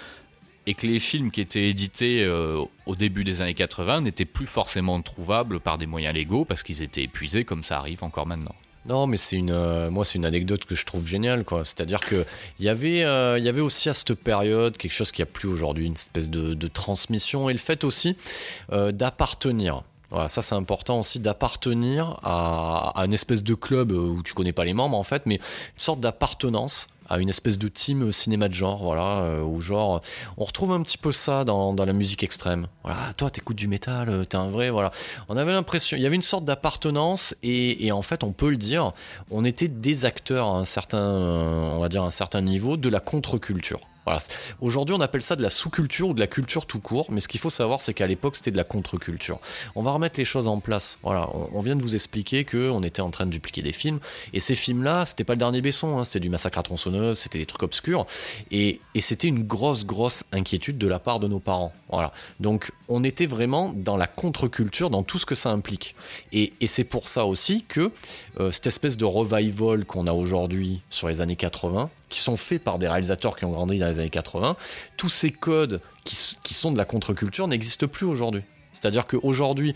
et que les films qui étaient édités euh, au début des années quatre-vingts n'étaient plus forcément trouvables par des moyens légaux parce qu'ils étaient épuisés, comme ça arrive encore maintenant. Non, mais c'est une, euh, moi c'est une anecdote que je trouve géniale, quoi. C'est-à-dire que il y avait, euh, il y avait aussi à cette période quelque chose qui a plus aujourd'hui, une espèce de, de transmission et le fait aussi euh, d'appartenir. Voilà, ça c'est important aussi d'appartenir à, à une espèce de club où tu connais pas les membres en fait, mais une sorte d'appartenance à une espèce de team cinéma de genre, voilà, euh, où genre on retrouve un petit peu ça dans, dans la musique extrême. Voilà, toi t'écoutes du métal, t'es un vrai, voilà. On avait l'impression, il y avait une sorte d'appartenance et, et en fait on peut le dire, on était des acteurs à un certain, on va dire à un certain niveau de la contre-culture. Voilà. Aujourd'hui, on appelle ça de la sous-culture ou de la culture tout court, mais ce qu'il faut savoir, c'est qu'à l'époque, c'était de la contre-culture. On va remettre les choses en place. Voilà, on, on vient de vous expliquer qu'on était en train de dupliquer des films, et ces films-là, c'était pas le dernier Besson, hein, c'était du Massacre à tronçonneuse, c'était des trucs obscurs, et, et c'était une grosse, grosse inquiétude de la part de nos parents. Voilà. Donc, on était vraiment dans la contre-culture, dans tout ce que ça implique. Et, et c'est pour ça aussi que euh, cette espèce de revival qu'on a aujourd'hui sur les années quatre-vingts, qui sont faits par des réalisateurs qui ont grandi dans les années quatre-vingts, tous ces codes qui, qui sont de la contre-culture n'existent plus aujourd'hui. C'est-à-dire qu'aujourd'hui,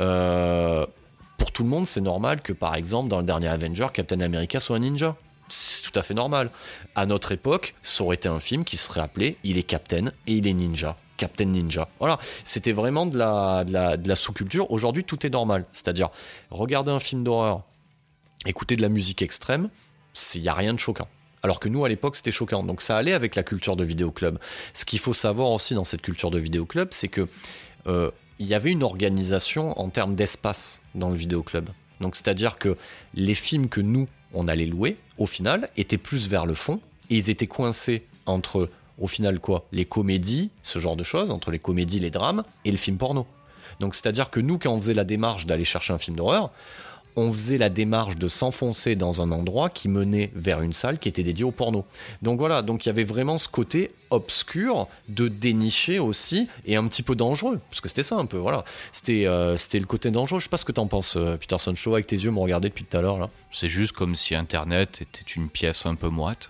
euh, pour tout le monde, c'est normal que, par exemple, dans le dernier Avenger, Captain America soit un ninja. C'est tout à fait normal. À notre époque, ça aurait été un film qui serait appelé « Il est Captain et il est ninja ». Captain Ninja. Voilà, c'était vraiment de la, de la, de la sous-culture. Aujourd'hui, tout est normal. C'est-à-dire, regarder un film d'horreur, écouter de la musique extrême, il n'y a rien de choquant. Alors que nous, à l'époque, c'était choquant. Donc ça allait avec la culture de vidéoclub. Ce qu'il faut savoir aussi dans cette culture de vidéoclub, c'est que euh, il y avait une organisation en termes d'espace dans le vidéoclub. Donc c'est-à-dire que les films que nous, on allait louer, au final, étaient plus vers le fond. Et ils étaient coincés entre, au final, quoi ? Les comédies, ce genre de choses, entre les comédies, les drames, et le film porno. Donc c'est-à-dire que nous, quand on faisait la démarche d'aller chercher un film d'horreur, on faisait la démarche de s'enfoncer dans un endroit qui menait vers une salle qui était dédiée au porno. Donc voilà, donc il y avait vraiment ce côté obscur de dénicher aussi et un petit peu dangereux, parce que c'était ça un peu, voilà. C'était, euh, c'était le côté dangereux. Je sais pas ce que t'en penses, euh, Peterson. Je te vois avec tes yeux me regarder depuis tout à l'heure là. C'est juste comme si Internet était une pièce un peu moite.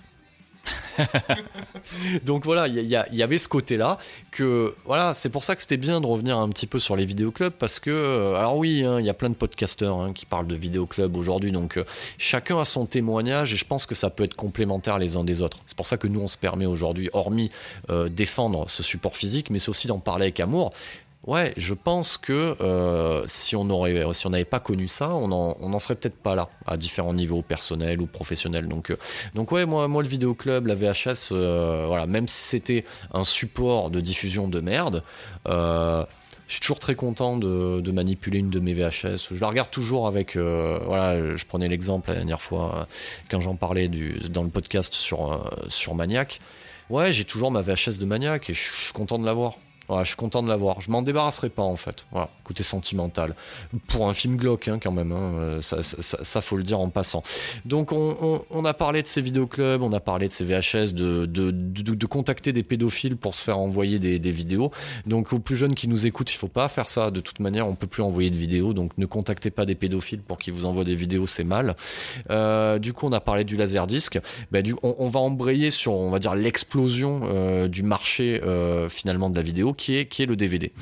Donc voilà, il y, y, y avait ce côté-là que voilà, c'est pour ça que c'était bien de revenir un petit peu sur les vidéoclubs parce que euh, alors oui, il hein, y a plein de podcasteurs hein, qui parlent de vidéoclubs aujourd'hui, donc euh, chacun a son témoignage et je pense que ça peut être complémentaire les uns des autres. C'est pour ça que nous on se permet aujourd'hui, hormis euh, défendre ce support physique, mais c'est aussi d'en parler avec amour. Ouais, je pense que euh, si on aurait, si on n'avait pas connu ça, on en, on en serait peut-être pas là, à différents niveaux, personnels ou professionnels. Donc, euh, donc ouais, moi, moi le vidéoclub, la V H S, euh, voilà, même si c'était un support de diffusion de merde, euh, je suis toujours très content de, de manipuler une de mes V H S. Je la regarde toujours avec, euh, voilà, je prenais l'exemple la dernière fois euh, quand j'en parlais du, dans le podcast sur euh, sur Maniac. Ouais, j'ai toujours ma V H S de Maniac et je suis content de l'avoir. Ouais, je suis content de l'avoir. Je m'en débarrasserai pas en fait. Voilà, côté sentimental. Pour un film glauque hein, quand même. Hein. Ça, ça, ça, ça faut le dire en passant. Donc on, on, on a parlé de ces vidéoclubs, on a parlé de ces V H S, de, de, de, de contacter des pédophiles pour se faire envoyer des, des vidéos. Donc aux plus jeunes qui nous écoutent, il faut pas faire ça. De toute manière, on peut plus envoyer de vidéos. Donc ne contactez pas des pédophiles pour qu'ils vous envoient des vidéos, c'est mal. Euh, du coup, on a parlé du laserdisc. Ben, du, on, on va embrayer sur, on va dire, l'explosion euh, du marché euh, finalement de la vidéo. Qui est, qui est le D V D.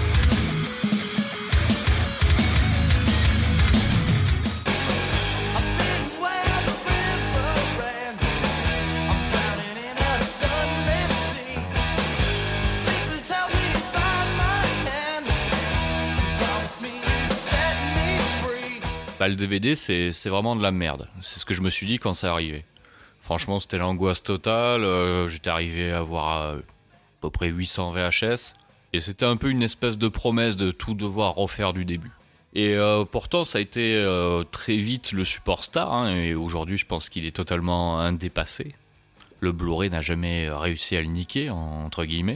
Bah, le D V D, c'est, c'est vraiment de la merde. C'est ce que je me suis dit quand ça arrivait. Franchement, c'était l'angoisse totale. Euh, j'étais arrivé à avoir euh, à peu près huit cents V H S. Et c'était un peu une espèce de promesse de tout devoir refaire du début. Et euh, pourtant, ça a été euh, très vite le support star. Hein, et aujourd'hui, je pense qu'il est totalement indépassé. Le Blu-ray n'a jamais réussi à le niquer, entre guillemets.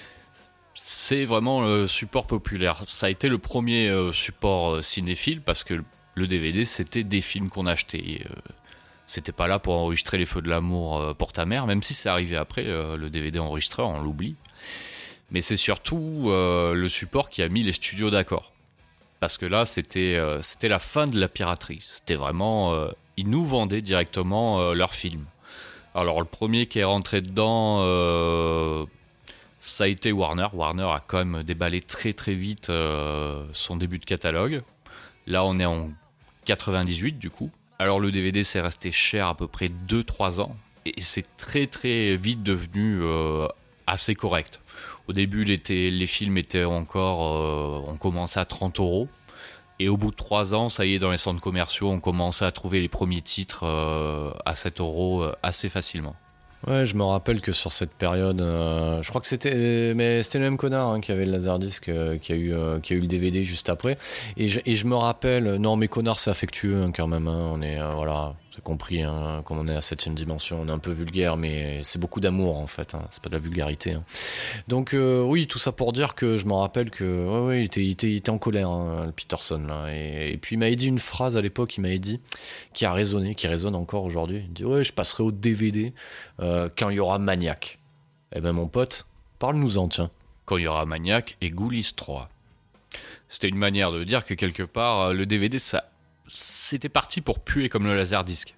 C'est vraiment le support populaire. Ça a été le premier euh, support euh, cinéphile parce que le D V D, c'était des films qu'on achetait. Et, euh, c'était pas là pour enregistrer Les Feux de l'amour euh, pour ta mère, même si c'est arrivé après, euh, le D V D enregistreur, on l'oublie. Mais c'est surtout euh, le support qui a mis les studios d'accord. Parce que là, c'était, euh, c'était la fin de la piraterie. C'était vraiment... Euh, ils nous vendaient directement euh, leurs films. Alors, le premier qui est rentré dedans, euh, ça a été Warner. Warner a quand même déballé très très vite euh, son début de catalogue. Là, on est en quatre-vingt-dix-huit, du coup. Alors, le D V D, c'est resté cher à peu près deux à trois ans. Et c'est très très vite devenu euh, assez correct. Au début, les, les films étaient encore... Euh, on commençait à trente euros. Et au bout de trois ans, ça y est, dans les centres commerciaux, on commençait à trouver les premiers titres euh, à sept euros euh, assez facilement. Ouais, je me rappelle que sur cette période, euh, je crois que c'était, mais c'était le même connard hein, qui avait le laserdisc, euh, qui a eu, euh, qui a eu le D V D juste après. Et je, et je me rappelle, non mais connard c'est affectueux hein, quand même. Hein, on est, euh, voilà, c'est compris. Hein, comme on est à septième dimension, on est un peu vulgaire, mais c'est beaucoup d'amour en fait. Hein, c'est pas de la vulgarité. Hein. Donc euh, oui, tout ça pour dire que je me rappelle que, ouais, ouais, il était, il était, il était en colère, hein, le Peterson là. Et, et puis il m'avait dit une phrase à l'époque, il m'avait dit, qui a résonné, qui résonne encore aujourd'hui. Il dit ouais, je passerai au D V D. Euh, quand il y aura Maniac. Eh ben mon pote, parle-nous-en, tiens. Quand il y aura Maniac et Ghoulies trois. C'était une manière de dire que quelque part, le D V D, ça, c'était parti pour puer comme le laserdisc.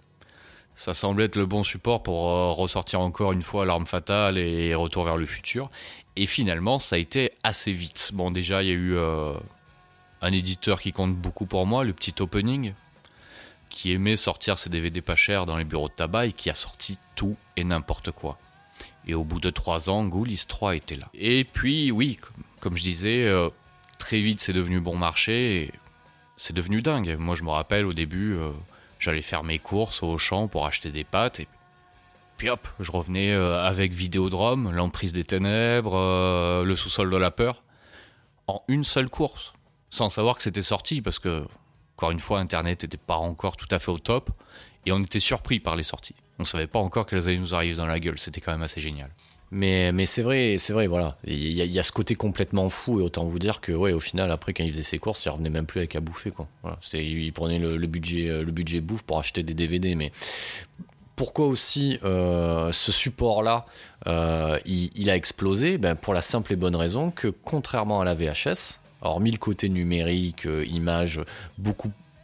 Ça semblait être le bon support pour euh, ressortir encore une fois L'Arme Fatale et Retour vers le futur. Et finalement, ça a été assez vite. Bon, déjà, il y a eu euh, un éditeur qui compte beaucoup pour moi, le petit Opening, qui aimait sortir ses D V D pas chers dans les bureaux de tabac et qui a sorti tout et n'importe quoi. Et au bout de trois ans, Ghoulies trois était là. Et puis, oui, comme, comme je disais, euh, très vite c'est devenu bon marché et c'est devenu dingue. Moi, je me rappelle au début, euh, j'allais faire mes courses au Auchan pour acheter des pâtes et puis hop, je revenais euh, avec Vidéodrome, L'Emprise des Ténèbres, euh, Le Sous-sol de la peur, en une seule course, sans savoir que c'était sorti parce que encore une fois, Internet n'était pas encore tout à fait au top et on était surpris par les sorties. On ne savait pas encore qu'elles allaient nous arriver dans la gueule. C'était quand même assez génial. Mais, mais c'est vrai, c'est vrai, voilà. Il y, a, il y a ce côté complètement fou et autant vous dire que, ouais, au final, après, quand il faisait ses courses, il revenait même plus avec à bouffer, quoi. Voilà. C'était, il prenait le, le budget, le budget bouffe pour acheter des D V D. Mais pourquoi aussi euh, ce support-là, euh, il, il a explosé? Ben, pour la simple et bonne raison que, contrairement à la V H S, hormis le côté numérique, euh, image beaucoup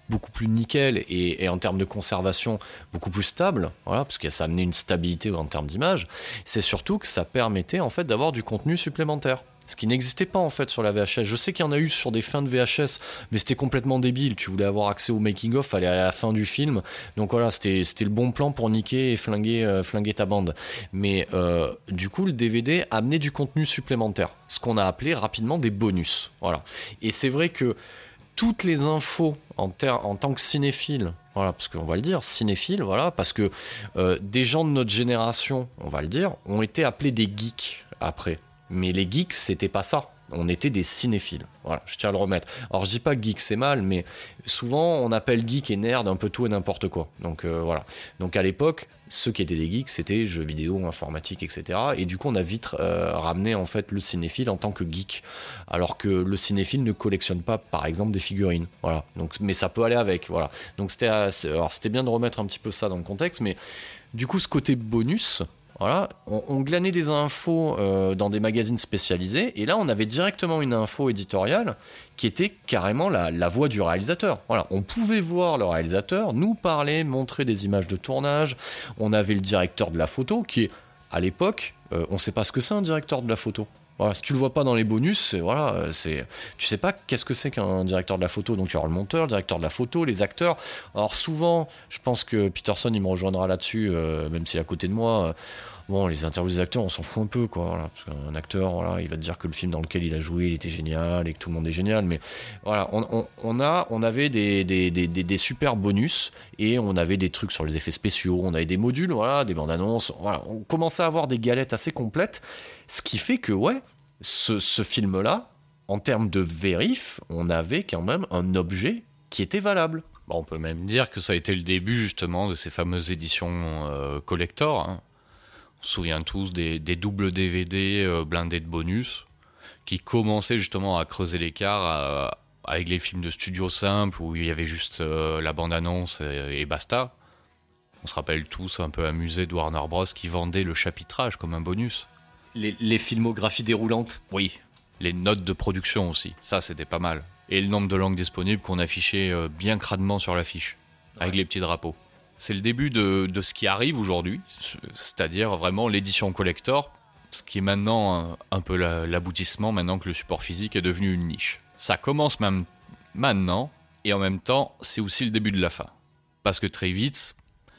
beaucoup plus nickel et, et en termes de conservation beaucoup plus stable, voilà, parce que ça amenait une stabilité en termes d'image. C'est surtout que ça permettait en fait d'avoir du contenu supplémentaire. Ce qui n'existait pas en fait sur la V H S. Je sais qu'il y en a eu sur des fins de V H S, mais c'était complètement débile. Tu voulais avoir accès au making-of, fallait aller à la fin du film. Donc voilà, c'était, c'était le bon plan pour niquer et flinguer, euh, flinguer ta bande. Mais euh, du coup, le D V D amenait du contenu supplémentaire, ce qu'on a appelé rapidement des bonus. Voilà. Et c'est vrai que toutes les infos en, ter- en tant que cinéphile, voilà, parce qu'on va le dire, cinéphile, voilà, parce que euh, des gens de notre génération, on va le dire, ont été appelés des geeks après. Mais les geeks, c'était pas ça. On était des cinéphiles. Voilà, je tiens à le remettre. Alors, je dis pas que geek, c'est mal, mais souvent, on appelle geek et nerd un peu tout et n'importe quoi. Donc, euh, voilà. Donc, à l'époque, ceux qui étaient des geeks, c'était jeux vidéo, informatique, et cetera. Et du coup, on a vite euh, ramené, en fait, le cinéphile en tant que geek. Alors que le cinéphile ne collectionne pas, par exemple, des figurines. Voilà. Donc, mais ça peut aller avec. Voilà. Donc, c'était, alors, c'était bien de remettre un petit peu ça dans le contexte. Mais du coup, ce côté bonus... Voilà, on, on glanait des infos euh, dans des magazines spécialisés, et là on avait directement une info éditoriale qui était carrément la, la voix du réalisateur. Voilà, on pouvait voir le réalisateur nous parler, montrer des images de tournage. On avait le directeur de la photo qui est, à l'époque, euh, on ne sait pas ce que c'est un directeur de la photo. Voilà, si tu le vois pas dans les bonus, c'est, voilà, c'est, tu sais pas qu'est-ce que c'est qu'un directeur de la photo. Donc il y aura le monteur, le directeur de la photo, les acteurs. Alors souvent, je pense que Peterson il me rejoindra là-dessus, euh, même s'il est à côté de moi. Euh, bon, les interviews des acteurs, on s'en fout un peu, quoi. Voilà, parce qu'un acteur, voilà, il va te dire que le film dans lequel il a joué, il était génial et que tout le monde est génial. Mais voilà, on, on, on a, on avait des, des, des, des, des super bonus et on avait des trucs sur les effets spéciaux. On avait des modules, voilà, des bandes annonces. Voilà, on commençait à avoir des galettes assez complètes. Ce qui fait que, ouais, ce, ce film-là, en termes de vérif, on avait quand même un objet qui était valable. Bon, on peut même dire que ça a été le début, justement, de ces fameuses éditions euh, collector. Hein. On se souvient tous des, des doubles D V D euh, blindés de bonus, qui commençaient justement à creuser l'écart euh, avec les films de studio simples, où il y avait juste euh, la bande-annonce et, et basta. On se rappelle tous un peu amusés de Warner Bros. Qui vendait le chapitrage comme un bonus. Les, les filmographies déroulantes. Oui, les notes de production aussi, ça c'était pas mal. Et le nombre de langues disponibles qu'on affichait euh, bien crânement sur l'affiche, ouais. Avec les petits drapeaux. C'est le début de, de ce qui arrive aujourd'hui, c'est-à-dire vraiment l'édition collector, ce qui est maintenant un, un peu la, l'aboutissement, maintenant que le support physique est devenu une niche. Ça commence même maintenant, et en même temps, c'est aussi le début de la fin. Parce que très vite,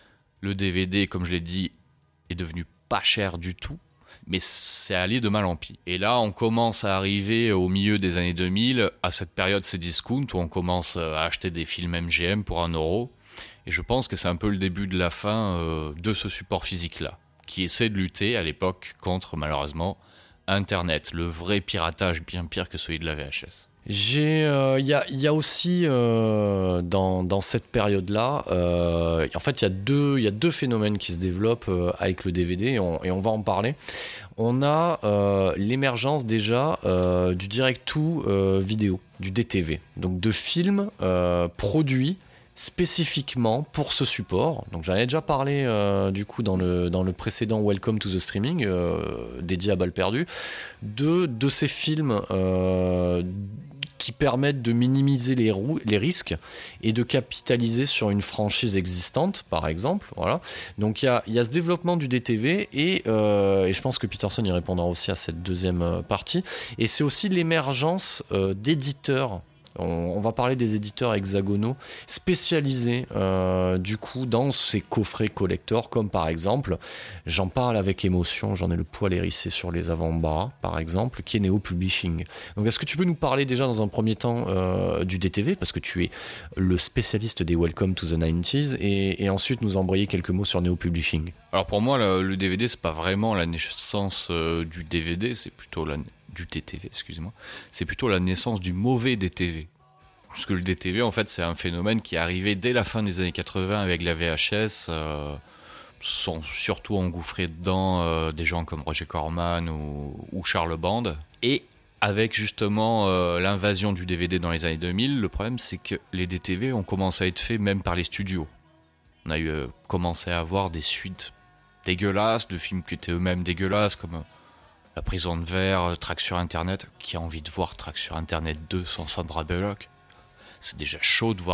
le D V D, comme je l'ai dit, est devenu pas cher du tout, mais c'est allé de mal en pis. Et là, on commence à arriver au milieu des années deux mille, à cette période c'est discount, où on commence à acheter des films M G M pour un euro. Et je pense que c'est un peu le début de la fin euh, de ce support physique-là, qui essaie de lutter à l'époque contre, malheureusement, Internet, le vrai piratage bien pire que celui de la V H S. J'ai, il euh, y, a, y a aussi euh, dans, dans cette période-là, euh, en fait, il y a deux, il y a deux phénomènes qui se développent euh, avec le D V D et on, et on va en parler. On a euh, l'émergence déjà euh, du direct-to euh, vidéo, du D T V, donc de films euh, produits spécifiquement pour ce support. Donc j'en ai déjà parlé euh, du coup dans le, dans le précédent Welcome to the Streaming euh, dédié à Balles Perdues, de, de ces films euh, qui permettent de minimiser les, rou- les risques et de capitaliser sur une franchise existante, par exemple. Voilà. Donc il y a, y a ce développement du D T V et, euh, et je pense que Peterson y répondra aussi à cette deuxième partie. Et c'est aussi l'émergence euh, d'éditeurs. On va parler des éditeurs hexagonaux spécialisés euh, du coup dans ces coffrets collector, comme par exemple, j'en parle avec émotion, j'en ai le poil hérissé sur les avant-bras par exemple, qui est Neo Publishing. Donc est-ce que tu peux nous parler déjà dans un premier temps euh, du D T V, parce que tu es le spécialiste des Welcome to the nineties, et, et ensuite nous embrayer quelques mots sur Neo Publishing. Alors pour moi, le, le D V D, c'est pas vraiment la naissance euh, du D V D, c'est plutôt la du D T V, excusez-moi, c'est plutôt la naissance du mauvais D T V. Parce que le D T V, en fait, c'est un phénomène qui est arrivé dès la fin des années quatre-vingts avec la V H S, euh, sont surtout engouffrés dedans euh, des gens comme Roger Corman ou, ou Charles Band. Et avec justement euh, l'invasion du D V D dans les années deux mille, le problème c'est que les D T V ont commencé à être faits même par les studios. On a eu euh, commencé à avoir des suites dégueulasses, de films qui étaient eux-mêmes dégueulasses, comme... Euh, La Prison de Verre, Track sur Internet. Qui a envie de voir Track sur Internet deux sans Sandra Bullock? C'est déjà chaud de voir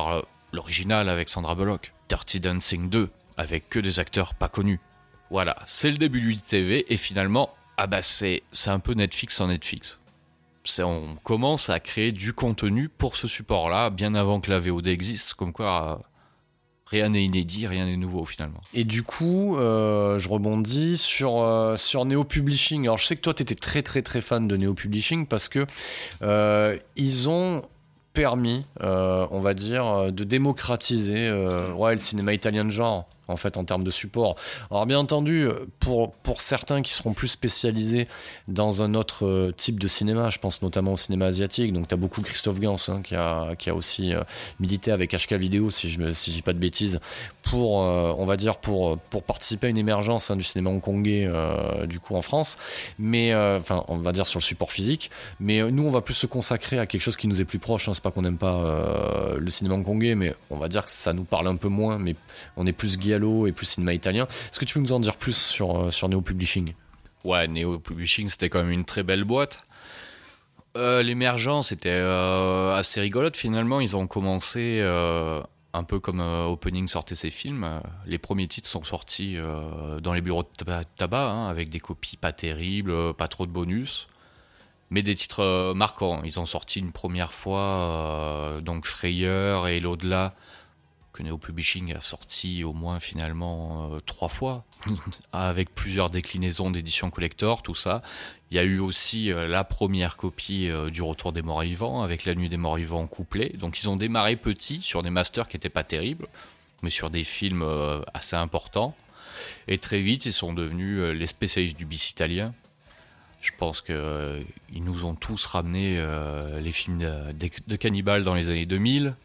l'original avec Sandra Bullock. Dirty Dancing deux, avec que des acteurs pas connus. Voilà, c'est le début du T V, et finalement, ah bah c'est, c'est un peu Netflix en Netflix. C'est, on commence à créer du contenu pour ce support-là, bien avant que la V O D existe, comme quoi... Rien n'est inédit, rien n'est nouveau finalement. Et du coup, euh, je rebondis sur, euh, sur Neo Publishing. Alors je sais que toi, tu étais très très très fan de Neo Publishing parce que euh, ils ont permis, euh, on va dire, de démocratiser euh, ouais, le cinéma italien de genre, en fait, en termes de support. Alors bien entendu, pour, pour certains qui seront plus spécialisés dans un autre euh, type de cinéma, je pense notamment au cinéma asiatique, donc tu as beaucoup Christophe Gans hein, qui, a, qui a aussi euh, milité avec H K Vidéo, si je ne si dis pas de bêtises, pour, euh, on va dire, pour, pour participer à une émergence hein, du cinéma hongkongais, euh, du coup, en France, mais, enfin, euh, on va dire sur le support physique, mais euh, nous, on va plus se consacrer à quelque chose qui nous est plus proche, hein, c'est pas qu'on n'aime pas euh, le cinéma hongkongais, mais on va dire que ça nous parle un peu moins, mais on est plus giallo et plus cinéma italien. Est-ce que tu peux nous en dire plus sur, sur Neo Publishing ? Ouais, Neo Publishing, c'était quand même une très belle boîte. Euh, l'émergence était euh, assez rigolote finalement. Ils ont commencé euh, un peu comme euh, Opening sortait ses films. Les premiers titres sont sortis euh, dans les bureaux de tabac, tabac hein, avec des copies pas terribles, pas trop de bonus, mais des titres euh, marquants. Ils ont sorti une première fois euh, donc Frayeur et l'au-delà, que Neo Publishing a sorti au moins finalement euh, trois fois, avec plusieurs déclinaisons d'éditions collector, tout ça. Il y a eu aussi euh, la première copie euh, du Retour des Morts Vivants, avec La Nuit des Morts Vivants couplée. Donc ils ont démarré petits, sur des masters qui n'étaient pas terribles, mais sur des films euh, assez importants. Et très vite, ils sont devenus euh, les spécialistes du bis italien. Je pense qu'ils euh, nous ont tous ramené euh, les films de, de, de cannibales dans les années deux mille.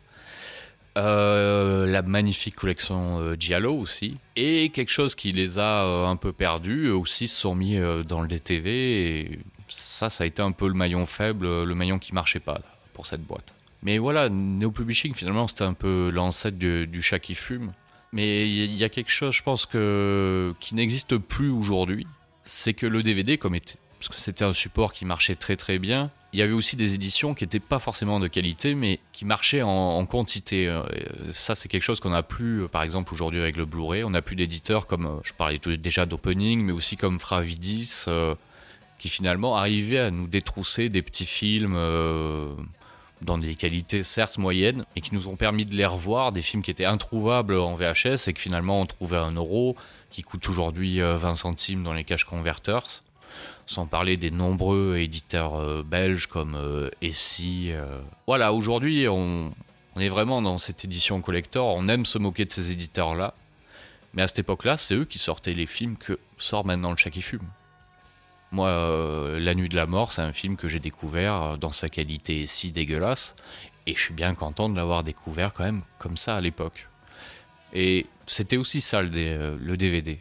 Euh, la magnifique collection euh, Giallo aussi, et quelque chose qui les a euh, un peu perdus, eux aussi se sont mis euh, dans le D T V, et ça, ça a été un peu le maillon faible, le maillon qui marchait pas pour cette boîte. Mais voilà, Neo Publishing finalement c'était un peu l'ancêtre du, du chat qui fume, mais il y a quelque chose, je pense, que, qui n'existe plus aujourd'hui, c'est que le D V D, comme était, parce que c'était un support qui marchait très très bien, il y avait aussi des éditions qui n'étaient pas forcément de qualité, mais qui marchaient en, en quantité. Ça, c'est quelque chose qu'on n'a plus, par exemple, aujourd'hui avec le Blu-ray. On n'a plus d'éditeurs comme, je parlais déjà d'Opening, mais aussi comme Fravidis, euh, qui finalement arrivaient à nous détrousser des petits films euh, dans des qualités certes moyennes, et qui nous ont permis de les revoir, des films qui étaient introuvables en V H S, et que finalement on trouvait à un euro, qui coûte aujourd'hui vingt centimes dans les cash converters. Sans parler des nombreux éditeurs euh, belges comme euh, Essie. Euh. Voilà, aujourd'hui, on, on est vraiment dans cette édition collector. On aime se moquer de ces éditeurs-là. Mais à cette époque-là, c'est eux qui sortaient les films que sort maintenant le chat qui fume. Moi, euh, La Nuit de la Mort, c'est un film que j'ai découvert dans sa qualité si dégueulasse. Et je suis bien content de l'avoir découvert quand même comme ça à l'époque. Et c'était aussi ça le, le D V D.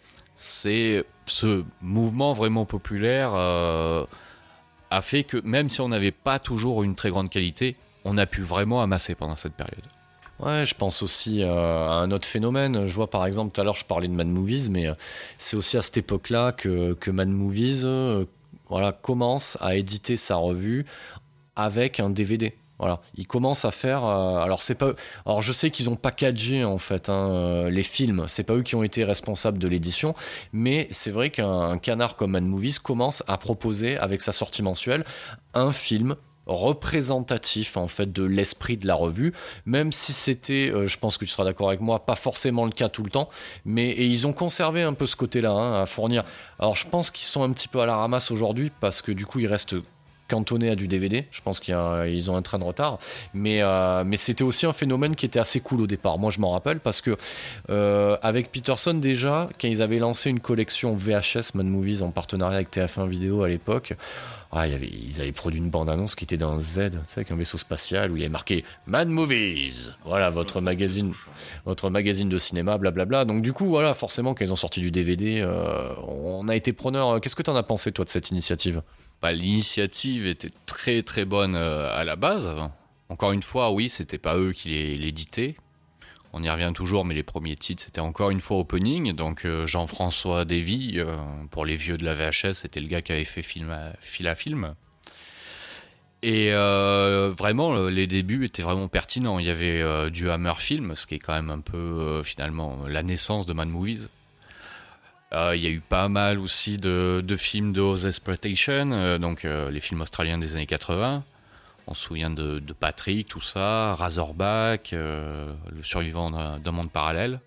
C'est ce mouvement vraiment populaire euh, a fait que même si on n'avait pas toujours une très grande qualité, on a pu vraiment amasser pendant cette période. Ouais, je pense aussi euh, à un autre phénomène. Je vois par exemple, tout à l'heure je parlais de Mad Movies, mais euh, c'est aussi à cette époque-là que, que Mad Movies euh, voilà, commence à éditer sa revue avec un D V D. Voilà, ils commencent à faire. Euh, alors c'est pas. Alors je sais qu'ils ont packagé en fait hein, euh, les films. C'est pas eux qui ont été responsables de l'édition, mais c'est vrai qu'un canard comme Mad Movies commence à proposer avec sa sortie mensuelle un film représentatif en fait de l'esprit de la revue, même si c'était, euh, je pense que tu seras d'accord avec moi, pas forcément le cas tout le temps, mais et ils ont conservé un peu ce côté-là hein, à fournir. Alors je pense qu'ils sont un petit peu à la ramasse aujourd'hui parce que du coup ils restent cantonné à du D V D, je pense qu'ils ont un train de retard, mais, euh, mais c'était aussi un phénomène qui était assez cool au départ. Moi je m'en rappelle parce que euh, avec Peterson déjà, quand ils avaient lancé une collection V H S Mad Movies en partenariat avec T F un Vidéo à l'époque, ah, il y avait, ils avaient produit une bande-annonce qui était d'un Z, tu sais, avec un vaisseau spatial où il y avait marqué Mad Movies, voilà votre magazine, votre magazine de cinéma, blablabla. Donc du coup voilà, forcément quand ils ont sorti du D V D, euh, on a été preneur. Qu'est-ce que t'en as pensé toi de cette initiative ? Bah, l'initiative était très très bonne euh, à la base. Encore une fois, oui, c'était pas eux qui l'éditaient. On y revient toujours, mais les premiers titres, c'était encore une fois Opening. Donc euh, Jean-François Davy, euh, pour les vieux de la V H S, c'était le gars qui avait fait film à, fil à film. Et euh, vraiment, les débuts étaient vraiment pertinents. Il y avait euh, du Hammer Film, ce qui est quand même un peu, euh, finalement, la naissance de Mad Movies. Euh, il y a eu pas mal aussi de, de films de Oz Exploitation, euh, donc euh, les films australiens des années quatre-vingts. On se souvient de, de Patrick, tout ça, Razorback, euh, le survivant d'un, d'un monde parallèle.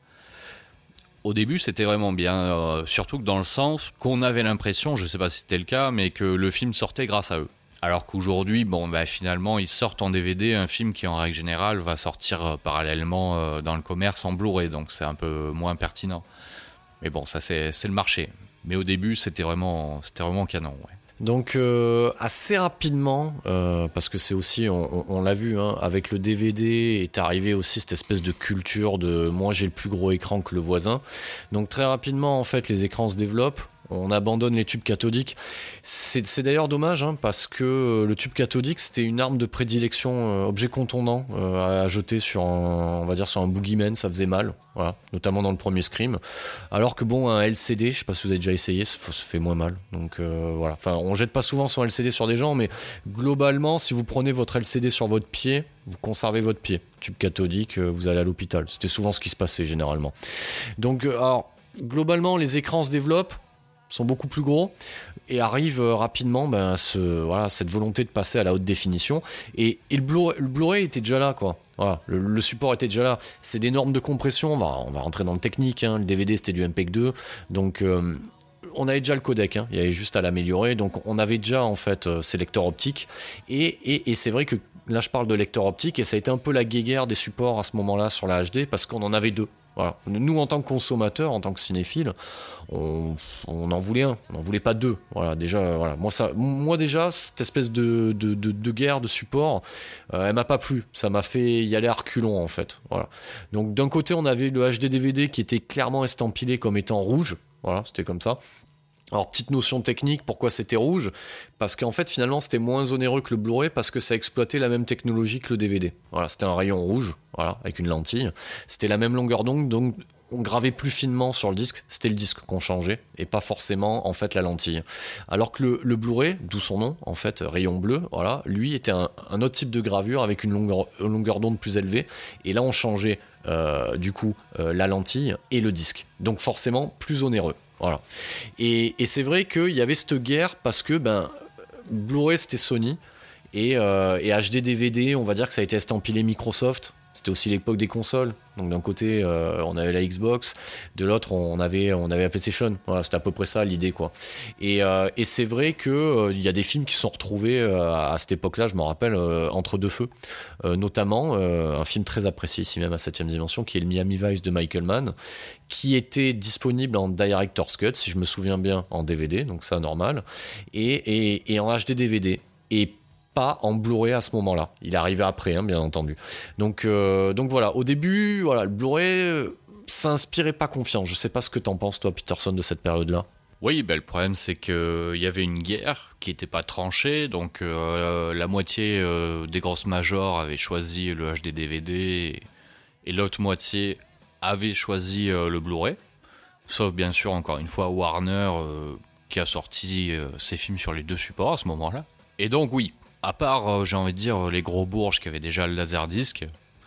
Au début, c'était vraiment bien, euh, surtout que dans le sens qu'on avait l'impression, je sais pas si c'était le cas, mais que le film sortait grâce à eux. Alors qu'aujourd'hui, bon, bah, finalement, ils sortent en D V D un film qui, en règle générale, va sortir euh, parallèlement euh, dans le commerce en Blu-ray, donc c'est un peu moins pertinent. Mais bon, ça, c'est, c'est le marché. Mais au début, c'était vraiment, c'était vraiment canon, ouais. Donc euh, assez rapidement, euh, parce que c'est aussi, on, on, on l'a vu, hein, avec le D V D est arrivé aussi cette espèce de culture de moi j'ai le plus gros écran que le voisin. Donc très rapidement en fait les écrans se développent. On abandonne les tubes cathodiques. C'est, c'est d'ailleurs dommage, hein, parce que le tube cathodique, c'était une arme de prédilection, euh, objet contondant euh, à jeter sur un, on va dire sur un boogeyman, ça faisait mal, voilà, notamment dans le premier Scream. Alors que bon, un L C D, je sais pas si vous avez déjà essayé, ça, ça fait moins mal. Donc euh, voilà. Enfin, on jette pas souvent son L C D sur des gens, mais globalement, si vous prenez votre L C D sur votre pied, vous conservez votre pied. Tube cathodique, euh, vous allez à l'hôpital. C'était souvent ce qui se passait généralement. Donc, euh, alors globalement, les écrans se développent, sont beaucoup plus gros et arrivent euh, rapidement ben, ce, voilà, cette volonté de passer à la haute définition et, et le, Blu- le Blu-ray était déjà là quoi. Voilà, le, le support était déjà là, c'est des normes de compression, on va, on va rentrer dans le technique, hein. Le D V D c'était du M P E G deux donc euh, on avait déjà le codec, hein. Il y avait juste à l'améliorer, donc on avait déjà en fait euh, ces lecteurs optiques et, et, et c'est vrai que là je parle de lecteur optique et ça a été un peu la guéguerre des supports à ce moment-là sur la H D parce qu'on en avait deux. Voilà. Nous, en tant que consommateurs, en tant que cinéphiles, on, on en voulait un, on n'en voulait pas deux. Voilà, déjà, voilà. Moi, ça, moi déjà, cette espèce de, de, de, de guerre de support, euh, elle m'a pas plu. Ça m'a fait y aller à reculons, en fait. Voilà. Donc, d'un côté, on avait le H D D V D qui était clairement estampillé comme étant rouge. Voilà, c'était comme ça. Alors, petite notion technique, pourquoi c'était rouge ? Parce qu'en fait, finalement, c'était moins onéreux que le Blu-ray parce que ça exploitait la même technologie que le D V D. Voilà, c'était un rayon rouge, voilà, avec une lentille. C'était la même longueur d'onde, donc on gravait plus finement sur le disque. C'était le disque qu'on changeait et pas forcément, en fait, la lentille. Alors que le, le Blu-ray, d'où son nom, en fait, rayon bleu, voilà, lui était un, un autre type de gravure avec une longueur, une longueur d'onde plus élevée. Et là, on changeait, euh, du coup, euh, la lentille et le disque. Donc, forcément, plus onéreux. Voilà. Et, et c'est vrai qu'il y avait cette guerre parce que ben, Blu-ray c'était Sony et, euh, et H D D V D, on va dire que ça a été estampillé Microsoft. C'était aussi l'époque des consoles. Donc d'un côté, euh, on avait la Xbox, de l'autre, on avait, on avait la PlayStation. Voilà, c'était à peu près ça l'idée, quoi. Et, euh, et c'est vrai qu'il euh, y a des films qui sont retrouvés euh, à cette époque-là, je me rappelle, euh, entre deux feux. Euh, notamment euh, un film très apprécié ici même à septième dimension, qui est le Miami Vice de Michael Mann, qui était disponible en Director's Cut, si je me souviens bien, en D V D, donc ça, normal, et, et, et en H D D V D. Et pas en Blu-ray à ce moment-là. Il est arrivé après, hein, bien entendu. Donc, euh, donc voilà, au début, voilà, le Blu-ray, euh, ça inspirait pas confiance. Je sais pas ce que t'en penses, toi, Peterson, de cette période-là. Oui, ben, le problème, c'est qu'il y avait une guerre qui n'était pas tranchée, donc euh, la moitié euh, des grosses majors avaient choisi le H D D V D et, et l'autre moitié avait choisi euh, le Blu-ray. Sauf, bien sûr, encore une fois, Warner, euh, qui a sorti euh, ses films sur les deux supports à ce moment-là. Et donc, oui, à part, euh, j'ai envie de dire, les gros bourges qui avaient déjà le Laserdisc,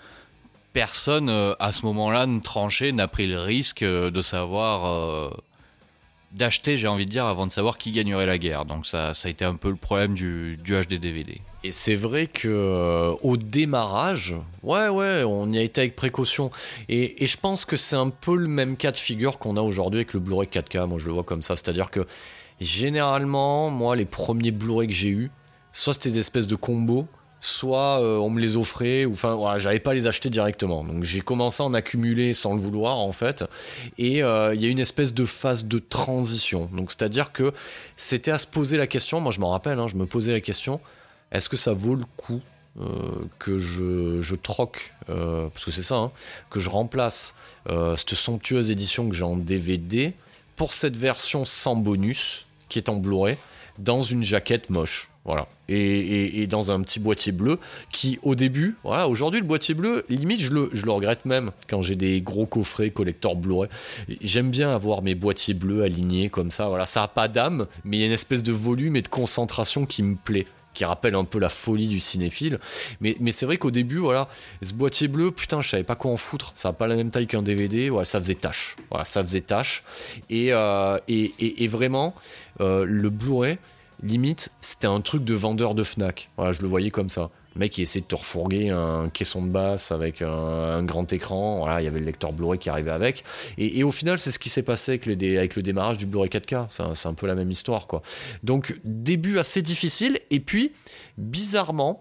personne, euh, à ce moment-là, ne tranchait, n'a pris le risque euh, de savoir... Euh, d'acheter, j'ai envie de dire, avant de savoir qui gagnerait la guerre. Donc ça, ça a été un peu le problème du, du H D D V D. Et c'est vrai que euh, au démarrage, ouais, ouais, on y a été avec précaution. Et, et je pense que c'est un peu le même cas de figure qu'on a aujourd'hui avec le Blu-ray quatre K. Moi, je le vois comme ça. C'est-à-dire que généralement, moi, les premiers Blu-ray que j'ai eus, soit c'était des espèces de combos, soit euh, on me les offrait, ou enfin voilà, j'avais pas à les acheter directement. Donc j'ai commencé à en accumuler sans le vouloir en fait. Et il euh, y a une espèce de phase de transition. Donc c'est-à-dire que c'était à se poser la question, moi je m'en rappelle, hein, je me posais la question, est-ce que ça vaut le coup euh, que je, je troque, euh, parce que c'est ça, hein, que je remplace euh, cette somptueuse édition que j'ai en D V D pour cette version sans bonus qui est en Blu-ray dans une jaquette moche. Voilà. Et, et, et dans un petit boîtier bleu qui, au début, voilà, aujourd'hui, le boîtier bleu, limite, je le, je le regrette même quand j'ai des gros coffrets collector Blu-ray. J'aime bien avoir mes boîtiers bleus alignés comme ça. Voilà, ça n'a pas d'âme, mais il y a une espèce de volume et de concentration qui me plaît, qui rappelle un peu la folie du cinéphile. Mais, mais c'est vrai qu'au début, voilà, ce boîtier bleu, putain, je savais pas quoi en foutre. Ça n'a pas la même taille qu'un D V D. Voilà, ça faisait tâche. Voilà, ça faisait tâche. Et, euh, et, et, et vraiment, euh, le Blu-ray, limite, c'était un truc de vendeur de Fnac. Voilà, je le voyais comme ça. Le mec, il essayait de te refourguer un caisson de basse avec un, un grand écran. Voilà, il y avait le lecteur Blu-ray qui arrivait avec. Et, et au final, c'est ce qui s'est passé avec, les, avec le démarrage du Blu-ray quatre K. C'est un, c'est un peu la même histoire, quoi. Donc, début assez difficile. Et puis, bizarrement,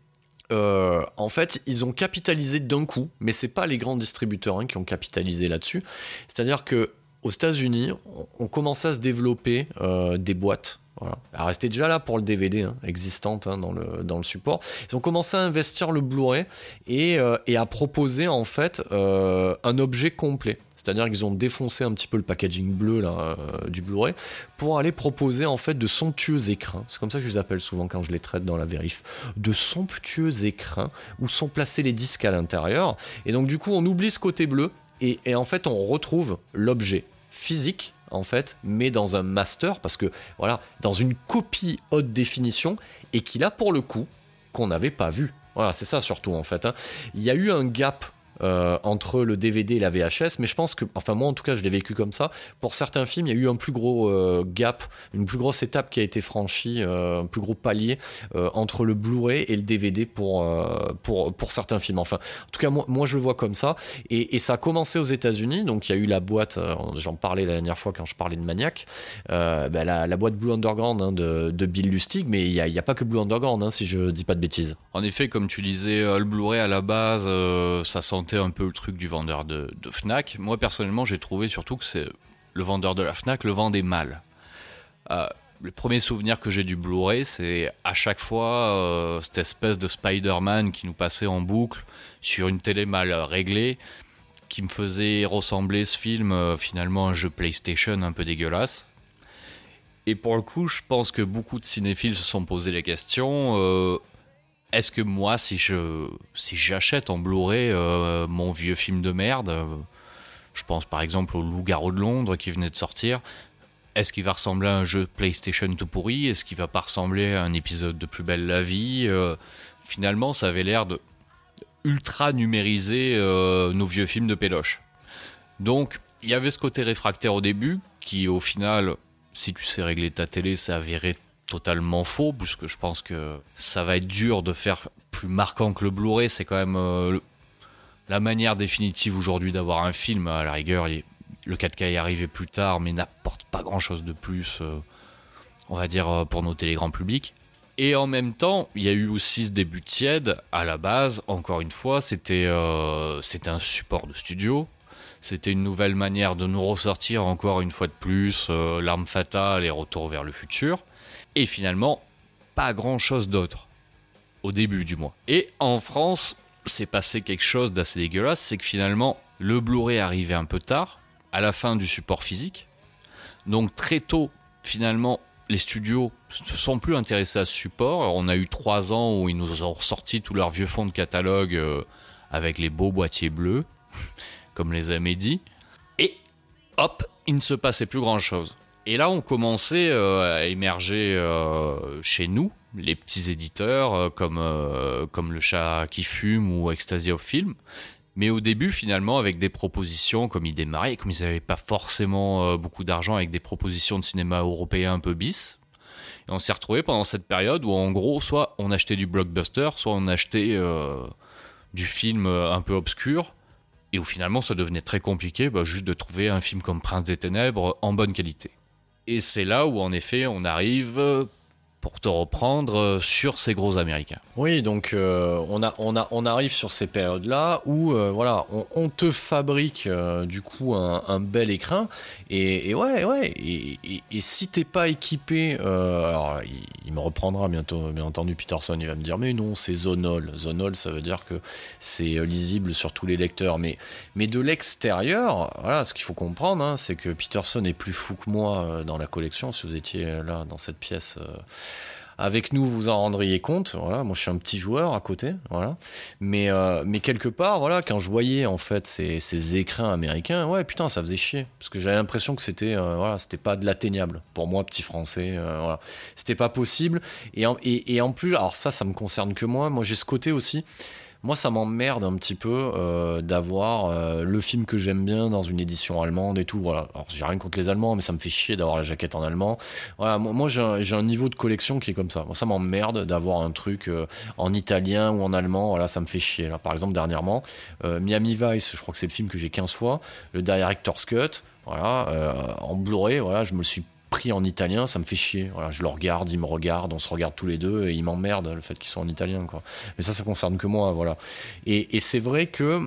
euh, en fait, ils ont capitalisé d'un coup. Mais c'est pas les grands distributeurs hein, qui ont capitalisé là-dessus. C'est-à-dire que aux États-Unis, on, on commençait à se développer euh, des boîtes. Voilà. Elle restait déjà là pour le D V D, hein, existante hein, dans, le, dans le support. Ils ont commencé à investir le Blu-ray et, euh, et à proposer en fait euh, un objet complet. C'est-à-dire qu'ils ont défoncé un petit peu le packaging bleu là, euh, du Blu-ray pour aller proposer en fait de somptueux écrins. C'est comme ça que je les appelle souvent quand je les traite dans la vérif. De somptueux écrins où sont placés les disques à l'intérieur. Et donc du coup on oublie ce côté bleu et, et en fait on retrouve l'objet physique en fait, mais dans un master, parce que voilà, dans une copie haute définition, et qui là pour le coup, qu'on n'avait pas vu. Voilà, c'est ça surtout en fait. Hein. Il y a eu un gap euh, entre le D V D et la V H S, mais je pense que, enfin moi en tout cas je l'ai vécu comme ça, pour certains films il y a eu un plus gros euh, gap, une plus grosse étape qui a été franchie, euh, un plus gros palier euh, entre le Blu-ray et le D V D pour, euh, pour, pour certains films. Enfin, en tout cas moi, moi je le vois comme ça, et, et ça a commencé aux États-Unis, donc il y a eu la boîte, euh, j'en parlais la dernière fois quand je parlais de Maniac, euh, bah, la, la boîte Blue Underground hein, de, de Bill Lustig, mais il n'y a, a pas que Blue Underground hein, si je dis pas de bêtises. En effet, comme tu disais, euh, le Blu-ray à la base, euh, ça sentait un peu le truc du vendeur de, de Fnac. Moi personnellement j'ai trouvé surtout que c'est le vendeur de la Fnac le vendait mal. Euh, le premier souvenir que j'ai du Blu-ray, c'est à chaque fois euh, cette espèce de Spider-Man qui nous passait en boucle sur une télé mal réglée, qui me faisait ressembler ce film euh, finalement à un jeu PlayStation un peu dégueulasse. Et pour le coup, je pense que beaucoup de cinéphiles se sont posé les questions. Euh, Est-ce que moi, si je si j'achète en Blu-ray euh, mon vieux film de merde, euh, je pense par exemple au Loup-garou de Londres qui venait de sortir, est-ce qu'il va ressembler à un jeu PlayStation tout pourri ? Est-ce qu'il va pas ressembler à un épisode de Plus belle la vie ? euh, Finalement, ça avait l'air de ultra numériser euh, nos vieux films de péloche. Donc, il y avait ce côté réfractaire au début, qui au final, si tu sais régler ta télé, ça avérait totalement faux, puisque je pense que ça va être dur de faire plus marquant que le Blu-ray. C'est quand même euh, la manière définitive aujourd'hui d'avoir un film. À la rigueur, le quatre K est arrivé plus tard, mais n'apporte pas grand-chose de plus, euh, on va dire, pour nos télé grand public. Et en même temps, il y a eu aussi ce début tiède. À la base, encore une fois, c'était, euh, c'était un support de studio. C'était une nouvelle manière de nous ressortir, encore une fois de plus, euh, L'Arme Fatale et Retour vers le futur. Et finalement, pas grand-chose d'autre. Au début, du moins. Et en France, c'est passé quelque chose d'assez dégueulasse, c'est que finalement, le Blu-ray arrivait un peu tard, à la fin du support physique. Donc très tôt, finalement, les studios ne se sont plus intéressés à ce support. Alors, on a eu trois ans où ils nous ont ressorti tous leurs vieux fonds de catalogue euh, avec les beaux boîtiers bleus, comme les amis dit. Et hop, il ne se passait plus grand-chose. Et là, on commençait euh, à émerger euh, chez nous, les petits éditeurs euh, comme, euh, comme Le Chat qui fume ou Ecstasy of Film. Mais au début, finalement, avec des propositions, comme ils démarraient, comme ils n'avaient pas forcément euh, beaucoup d'argent, avec des propositions de cinéma européen un peu bis. Et on s'est retrouvé pendant cette période où, en gros, soit on achetait du blockbuster, soit on achetait euh, du film un peu obscur. Et où finalement, ça devenait très compliqué bah, juste de trouver un film comme Prince des Ténèbres en bonne qualité. Et c'est là où, en effet, on arrive, pour te reprendre, sur ces gros Américains. Oui, donc euh, on, a, on, a, on arrive sur ces périodes-là où euh, voilà, on, on te fabrique euh, du coup un, un bel écrin. Et, et ouais, ouais. Et, et, et si t'es pas équipé, euh, alors il, il me reprendra bientôt, bien entendu, Peterson, il va me dire mais non, c'est Zonol. Zonol, ça veut dire que c'est lisible sur tous les lecteurs. Mais, mais de l'extérieur, voilà, ce qu'il faut comprendre, hein, c'est que Peterson est plus fou que moi euh, dans la collection. Si vous étiez là dans cette pièce. Euh, Avec nous, vous en rendriez compte. Voilà, moi, je suis un petit joueur à côté. Voilà, mais euh, mais quelque part, voilà, quand je voyais en fait ces, ces écrins américains, ouais, putain, ça faisait chier parce que j'avais l'impression que c'était, euh, voilà, c'était pas de l'atteignable pour moi, petit français. Euh, voilà, c'était pas possible. Et en, et, et en plus, alors ça, ça me concerne que moi. Moi, j'ai ce côté aussi. Moi, ça m'emmerde un petit peu euh, d'avoir euh, le film que j'aime bien dans une édition allemande et tout. Voilà. Alors, j'ai rien contre les Allemands, mais ça me fait chier d'avoir la jaquette en allemand. Voilà, moi, moi j'ai, un, j'ai un niveau de collection qui est comme ça. Moi, ça m'emmerde d'avoir un truc euh, en italien ou en allemand. Voilà, ça me fait chier. Là, par exemple, dernièrement, euh, Miami Vice, je crois que c'est le film que j'ai quinze fois. Le Director's Cut, voilà, euh, en Blu-ray, voilà, je me le suis pris en italien, ça me fait chier. Voilà, je le regarde, il me regarde, on se regarde tous les deux et il m'emmerde le fait qu'ils soient en italien, quoi. Mais ça, ça concerne que moi, voilà. Et, et c'est vrai que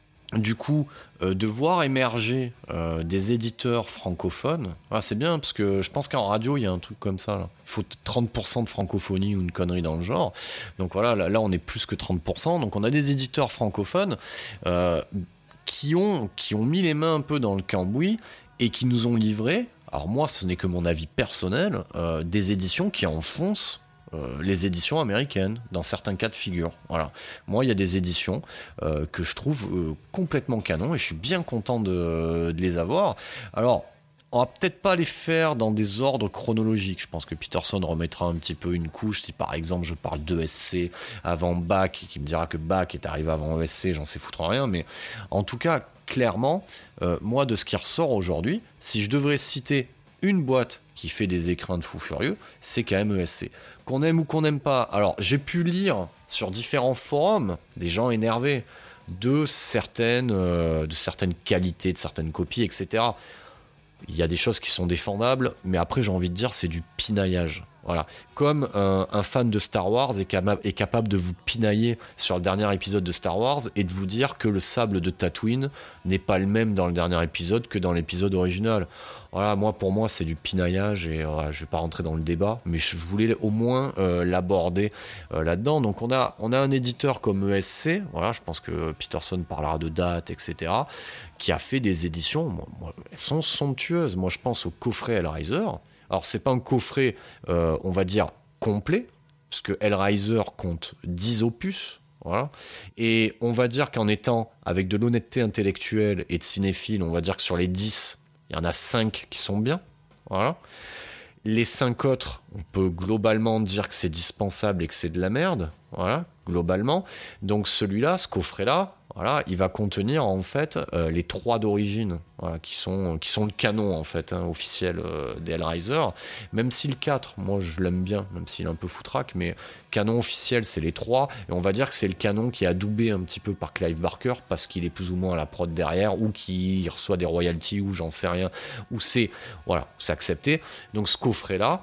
du coup, euh, de voir émerger euh, des éditeurs francophones, ah, c'est bien parce que je pense qu'en radio il y a un truc comme ça. Là. Il faut trente pour cent de francophonie ou une connerie dans le genre. Donc voilà, là, là on est plus que trente pour cent. Donc on a des éditeurs francophones euh, qui ont qui ont mis les mains un peu dans le cambouis et qui nous ont livré. Alors moi, ce n'est que mon avis personnel, euh, des éditions qui enfoncent euh, les éditions américaines, dans certains cas de figure. Voilà. Moi, il y a des éditions euh, que je trouve euh, complètement canon et je suis bien content de, de les avoir. Alors, on va peut-être pas les faire dans des ordres chronologiques. Je pense que Peterson remettra un petit peu une couche. Si par exemple je parle d'E S C avant Bach, qui me dira que Bach est arrivé avant E S C, j'en sais foutre rien. Mais en tout cas, clairement, euh, moi, de ce qui ressort aujourd'hui, si je devrais citer une boîte qui fait des écrins de fous furieux, c'est quand même E S C. Qu'on aime ou qu'on n'aime pas. Alors, j'ai pu lire sur différents forums des gens énervés de certaines, euh, de certaines qualités, de certaines copies, et cetera. Il y a des choses qui sont défendables, mais après, j'ai envie de dire, c'est du pinaillage. Voilà. Comme un, un fan de Star Wars est, cama- est capable de vous pinailler sur le dernier épisode de Star Wars et de vous dire que le sable de Tatooine n'est pas le même dans le dernier épisode que dans l'épisode original. Voilà, moi, pour moi, c'est du pinaillage et euh, je vais pas rentrer dans le débat, mais je voulais au moins euh, l'aborder euh, là-dedans. Donc, on a, on a un éditeur comme E S C, voilà, je pense que Peterson parlera de date, et cetera, qui a fait des éditions, moi, moi, elles sont somptueuses. Moi, je pense au coffret Hellraiser. Alors, c'est pas un coffret, euh, on va dire, complet, parce que Hellraiser compte dix opus, voilà. Et on va dire qu'en étant avec de l'honnêteté intellectuelle et de cinéphile, on va dire que sur les dix, il y en a cinq qui sont bien, voilà. Les cinq autres, on peut globalement dire que c'est dispensable et que c'est de la merde, voilà, globalement. Donc celui-là, ce coffret-là, voilà, il va contenir en fait euh, les trois d'origine, voilà, qui sont qui sont le canon en fait hein, officiel euh, des Hellraiser. Même si le quatre, moi je l'aime bien, même s'il est un peu foutraque, mais canon officiel c'est les trois. Et on va dire que c'est le canon qui est adoubé un petit peu par Clive Barker parce qu'il est plus ou moins à la prod derrière ou qu'il reçoit des royalties ou j'en sais rien, ou c'est voilà, c'est accepté. Donc ce coffret-là,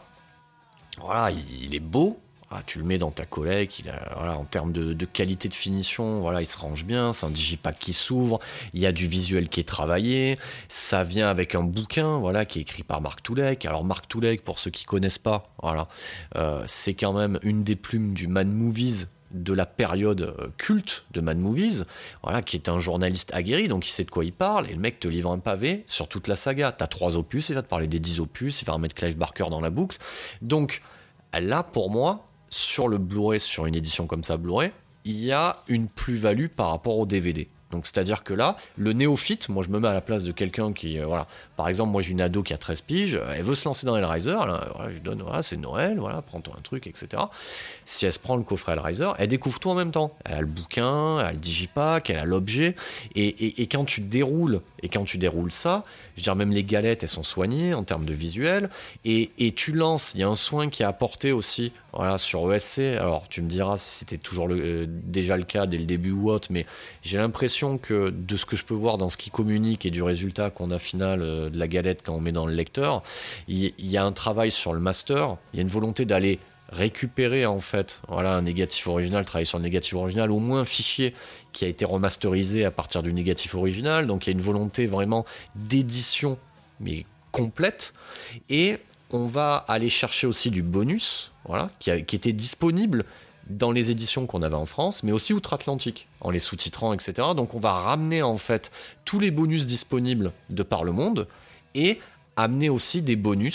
voilà, il, il est beau. Ah, tu le mets dans ta collecte, il a, voilà, en termes de, de qualité de finition, voilà, il se range bien, c'est un digipack qui s'ouvre, il y a du visuel qui est travaillé, ça vient avec un bouquin, voilà, qui est écrit par Mark Toulek. Alors Mark Toulek, pour ceux qui connaissent pas, voilà, euh, c'est quand même une des plumes du Mad Movies de la période culte de Mad Movies, voilà, qui est un journaliste aguerri, donc il sait de quoi il parle, et le mec te livre un pavé sur toute la saga. T'as trois opus, il va te parler des dix opus, il va remettre Clive Barker dans la boucle. Donc là, pour moi, sur le Blu-ray, sur une édition comme ça Blu-ray, il y a une plus-value par rapport au D V D. Donc c'est-à-dire que là, le néophyte, moi je me mets à la place de quelqu'un qui, euh, voilà, par exemple, moi j'ai une ado qui a treize piges, elle veut se lancer dans Hellraiser, là, voilà, je lui donne, voilà, c'est Noël, voilà, prends-toi un truc, et cetera. Si elle se prend le coffret Hellraiser, elle découvre tout en même temps. Elle a le bouquin, elle a le digipack, elle a l'objet, et, et, et quand tu déroules, et quand tu déroules ça, je veux dire, même les galettes, elles sont soignées en termes de visuel, et, et tu lances, il y a un soin qui est apporté aussi, voilà, sur E S C. Alors tu me diras si c'était toujours le, euh, déjà le cas dès le début ou autre, mais j'ai l'impression que de ce que je peux voir dans ce qui communique et du résultat qu'on a final euh, de la galette quand on met dans le lecteur, il y, y a un travail sur le master, il y a une volonté d'aller récupérer en fait, voilà, un négatif original, travailler sur le négatif original, au moins un fichier qui a été remasterisé à partir du négatif original. Donc il y a une volonté vraiment d'édition mais complète, et on va aller chercher aussi du bonus, voilà, qui, a, qui était disponible dans les éditions qu'on avait en France, mais aussi outre-Atlantique, en les sous-titrant, et cetera. Donc on va ramener en fait tous les bonus disponibles de par le monde et amener aussi des bonus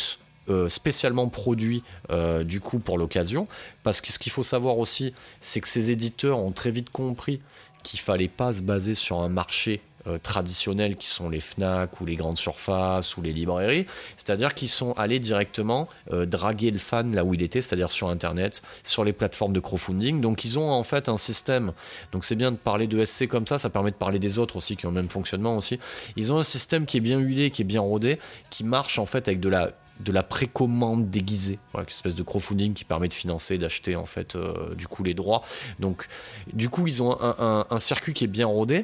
euh, spécialement produits euh, du coup pour l'occasion, parce que ce qu'il faut savoir aussi, c'est que ces éditeurs ont très vite compris qu'il fallait pas se baser sur un marché euh, traditionnels qui sont les Fnac ou les grandes surfaces ou les librairies, c'est-à-dire qu'ils sont allés directement euh, draguer le fan là où il était, c'est-à-dire sur internet, sur les plateformes de crowdfunding. Donc ils ont en fait un système, donc c'est bien de parler de S C comme ça, ça permet de parler des autres aussi qui ont le même fonctionnement aussi. Ils ont un système qui est bien huilé, qui est bien rodé, qui marche en fait avec de la de la précommande déguisée, voilà, une espèce de crowdfunding qui permet de financer, d'acheter en fait euh, du coup les droits. Donc du coup ils ont un, un, un circuit qui est bien rodé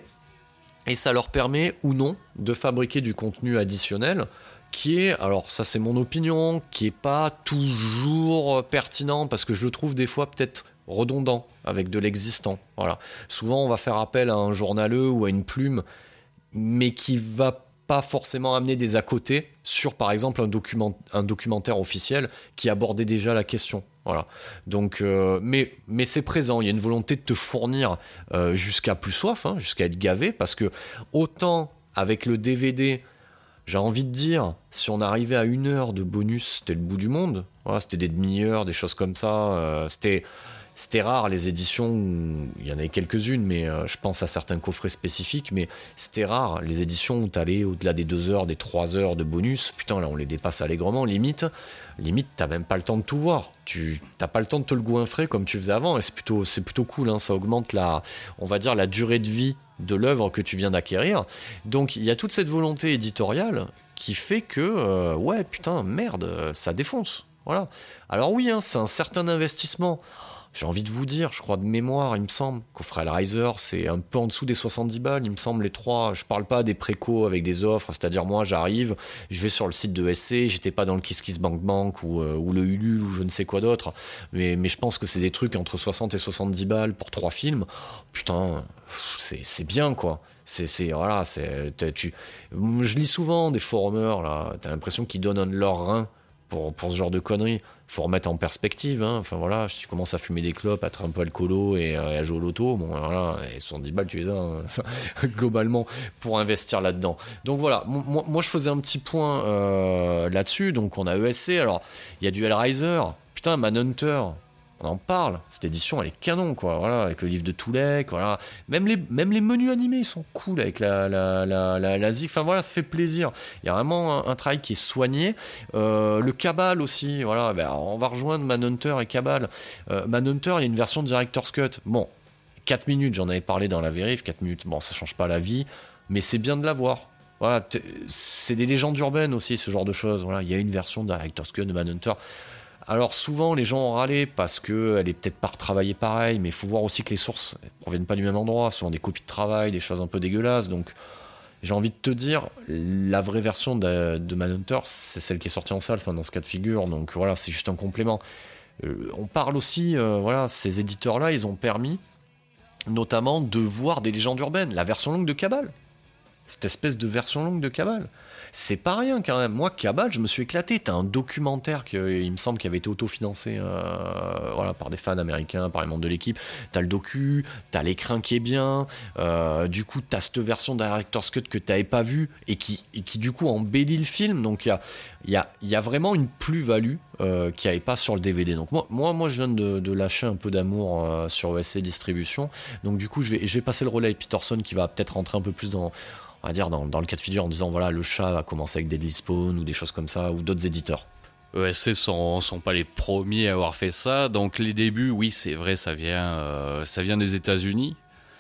et ça leur permet ou non de fabriquer du contenu additionnel qui est, alors ça c'est mon opinion, qui est pas toujours pertinent parce que je le trouve des fois peut-être redondant avec de l'existant. Voilà. Souvent on va faire appel à un journaleux ou à une plume mais qui va pas forcément amener des à côté sur par exemple un, document, un documentaire officiel qui abordait déjà la question. Voilà. Donc, euh, mais, mais c'est présent, il y a une volonté de te fournir euh, jusqu'à plus soif, hein, jusqu'à être gavé, parce que autant avec le D V D, j'ai envie de dire, si on arrivait à une heure de bonus, c'était le bout du monde. Voilà, c'était des demi-heures, des choses comme ça. Euh, c'était... C'était rare les éditions, il y en avait quelques-unes, mais euh, je pense à certains coffrets spécifiques, mais c'était rare les éditions où t'allais au-delà des deux heures, des trois heures de bonus. Putain, là on les dépasse allègrement, limite. Limite, t'as même pas le temps de tout voir. Tu t'as pas le temps de te le goinfrer comme tu faisais avant, et c'est plutôt, c'est plutôt cool, hein, ça augmente la, on va dire, la durée de vie de l'œuvre que tu viens d'acquérir. Donc il y a toute cette volonté éditoriale qui fait que, euh, ouais, putain, merde, ça défonce. Voilà. Alors oui, hein, c'est un certain investissement. J'ai envie de vous dire, je crois de mémoire, il me semble, Coffret Riser, c'est un peu en dessous des soixante-dix balles, il me semble, les trois. Je parle pas des précos avec des offres, c'est-à-dire moi, j'arrive, je vais sur le site de S C, j'étais pas dans le KissKissBankBank ou, euh, ou le Ulule ou je ne sais quoi d'autre, mais, mais je pense que c'est des trucs entre soixante et soixante-dix balles pour trois films. Putain, c'est, c'est bien, quoi. C'est, c'est, voilà, c'est, tu, je lis souvent des forumers, là, t'as l'impression qu'ils donnent un de leurs reins pour, pour ce genre de conneries. Faut remettre en perspective, hein. Enfin voilà, si tu commences à fumer des clopes, à être un peu alcoolo et, euh, et à jouer au loto, bon voilà, et soixante-dix balles tu les as hein, globalement pour investir là-dedans. Donc voilà, moi, moi je faisais un petit point euh, là-dessus, donc on a E S C, alors il y a du Hellraiser, putain Manhunter, on en parle, cette édition elle est canon quoi, voilà, avec le livre de Toulek, voilà, même les, même les menus animés ils sont cool avec la, la, la, la, la zig, enfin voilà, ça fait plaisir, il y a vraiment un, un travail qui est soigné, euh, le Cabal aussi, voilà, ben, on va rejoindre Manhunter et Cabal, euh, Manhunter il y a une version Director's Cut, bon, quatre minutes, j'en avais parlé dans la vérif, quatre minutes, bon ça change pas la vie, mais c'est bien de l'avoir. Voilà, c'est des légendes urbaines aussi ce genre de choses, voilà, il y a une version Director's Cut de Manhunter. Alors souvent les gens ont râlé parce qu'elle est peut-être pas retravaillée pareil, mais il faut voir aussi que les sources ne proviennent pas du même endroit, souvent des copies de travail, des choses un peu dégueulasses, donc j'ai envie de te dire, la vraie version de, de Manhunter, c'est celle qui est sortie en salle, enfin, dans ce cas de figure, donc voilà, c'est juste un complément. Euh, on parle aussi, euh, voilà, ces éditeurs-là, ils ont permis notamment de voir des légendes urbaines, la version longue de Cabal, cette espèce de version longue de Cabal. C'est pas rien quand même. Moi, Cabal, je me suis éclaté. T'as un documentaire qui, il me semble, qui avait été autofinancé euh, voilà, par des fans américains, par les membres de l'équipe. T'as le docu, t'as l'écran qui est bien. Euh, du coup, t'as cette version Director's Cut que t'avais pas vue et qui, et qui du coup embellit le film. Donc il y a, y, a, y a vraiment une plus-value euh, qu'il n'y avait pas sur le D V D. Donc moi, moi, moi je viens de, de lâcher un peu d'amour euh, sur O S C Distribution. Donc du coup, je vais, je vais passer le relais à Peterson qui va peut-être rentrer un peu plus dans... on va dire dans, dans le cas de figure en disant voilà le chat va commencer avec Deadly Spawn ou des choses comme ça ou d'autres éditeurs. E S C sont, sont pas les premiers à avoir fait ça, donc les débuts, oui c'est vrai, ça vient, euh, ça vient des États-Unis,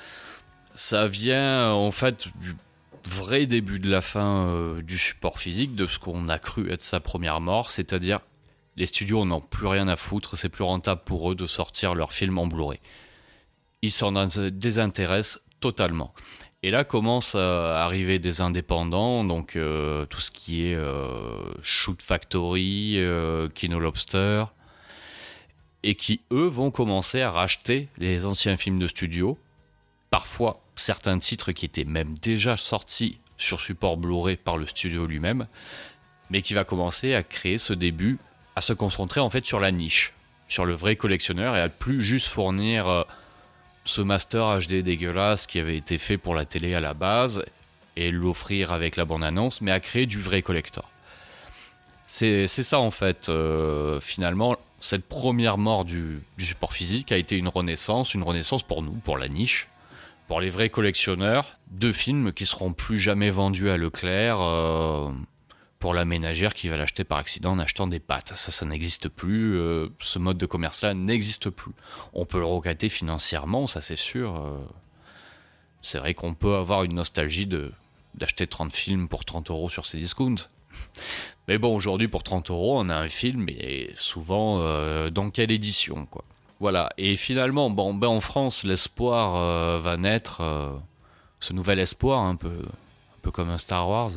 ça vient en fait du vrai début de la fin euh, du support physique, de ce qu'on a cru être sa première mort, c'est-à-dire les studios n'ont plus rien à foutre, c'est plus rentable pour eux de sortir leurs films en Blu-ray. Ils s'en désintéressent totalement. Et là commencent à arriver des indépendants, donc euh, tout ce qui est euh, Shoot Factory, euh, Kino Lobster, et qui, eux, vont commencer à racheter les anciens films de studio, parfois certains titres qui étaient même déjà sortis sur support Blu-ray par le studio lui-même, mais qui va commencer à créer ce début, à se concentrer en fait sur la niche, sur le vrai collectionneur, et à plus juste fournir... Euh, ce master H D dégueulasse qui avait été fait pour la télé à la base et l'offrir avec la bande-annonce, mais à créer du vrai collector. C'est, c'est ça en fait, euh, finalement, cette première mort du, du support physique a été une renaissance, une renaissance pour nous, pour la niche, pour les vrais collectionneurs, de films qui seront plus jamais vendus à Leclerc, euh, pour la ménagère qui va l'acheter par accident en achetant des pâtes. Ça, ça n'existe plus, euh, ce mode de commerce-là n'existe plus. On peut le regretter financièrement, ça c'est sûr. Euh, c'est vrai qu'on peut avoir une nostalgie de, d'acheter trente films pour trente euros sur ces discounts. Mais bon, aujourd'hui, pour trente euros, on a un film, et souvent, euh, dans quelle édition, quoi. Voilà. Et finalement, bon, ben, en France, l'espoir euh, va naître, euh, ce nouvel espoir, un peu, un peu comme un Star Wars,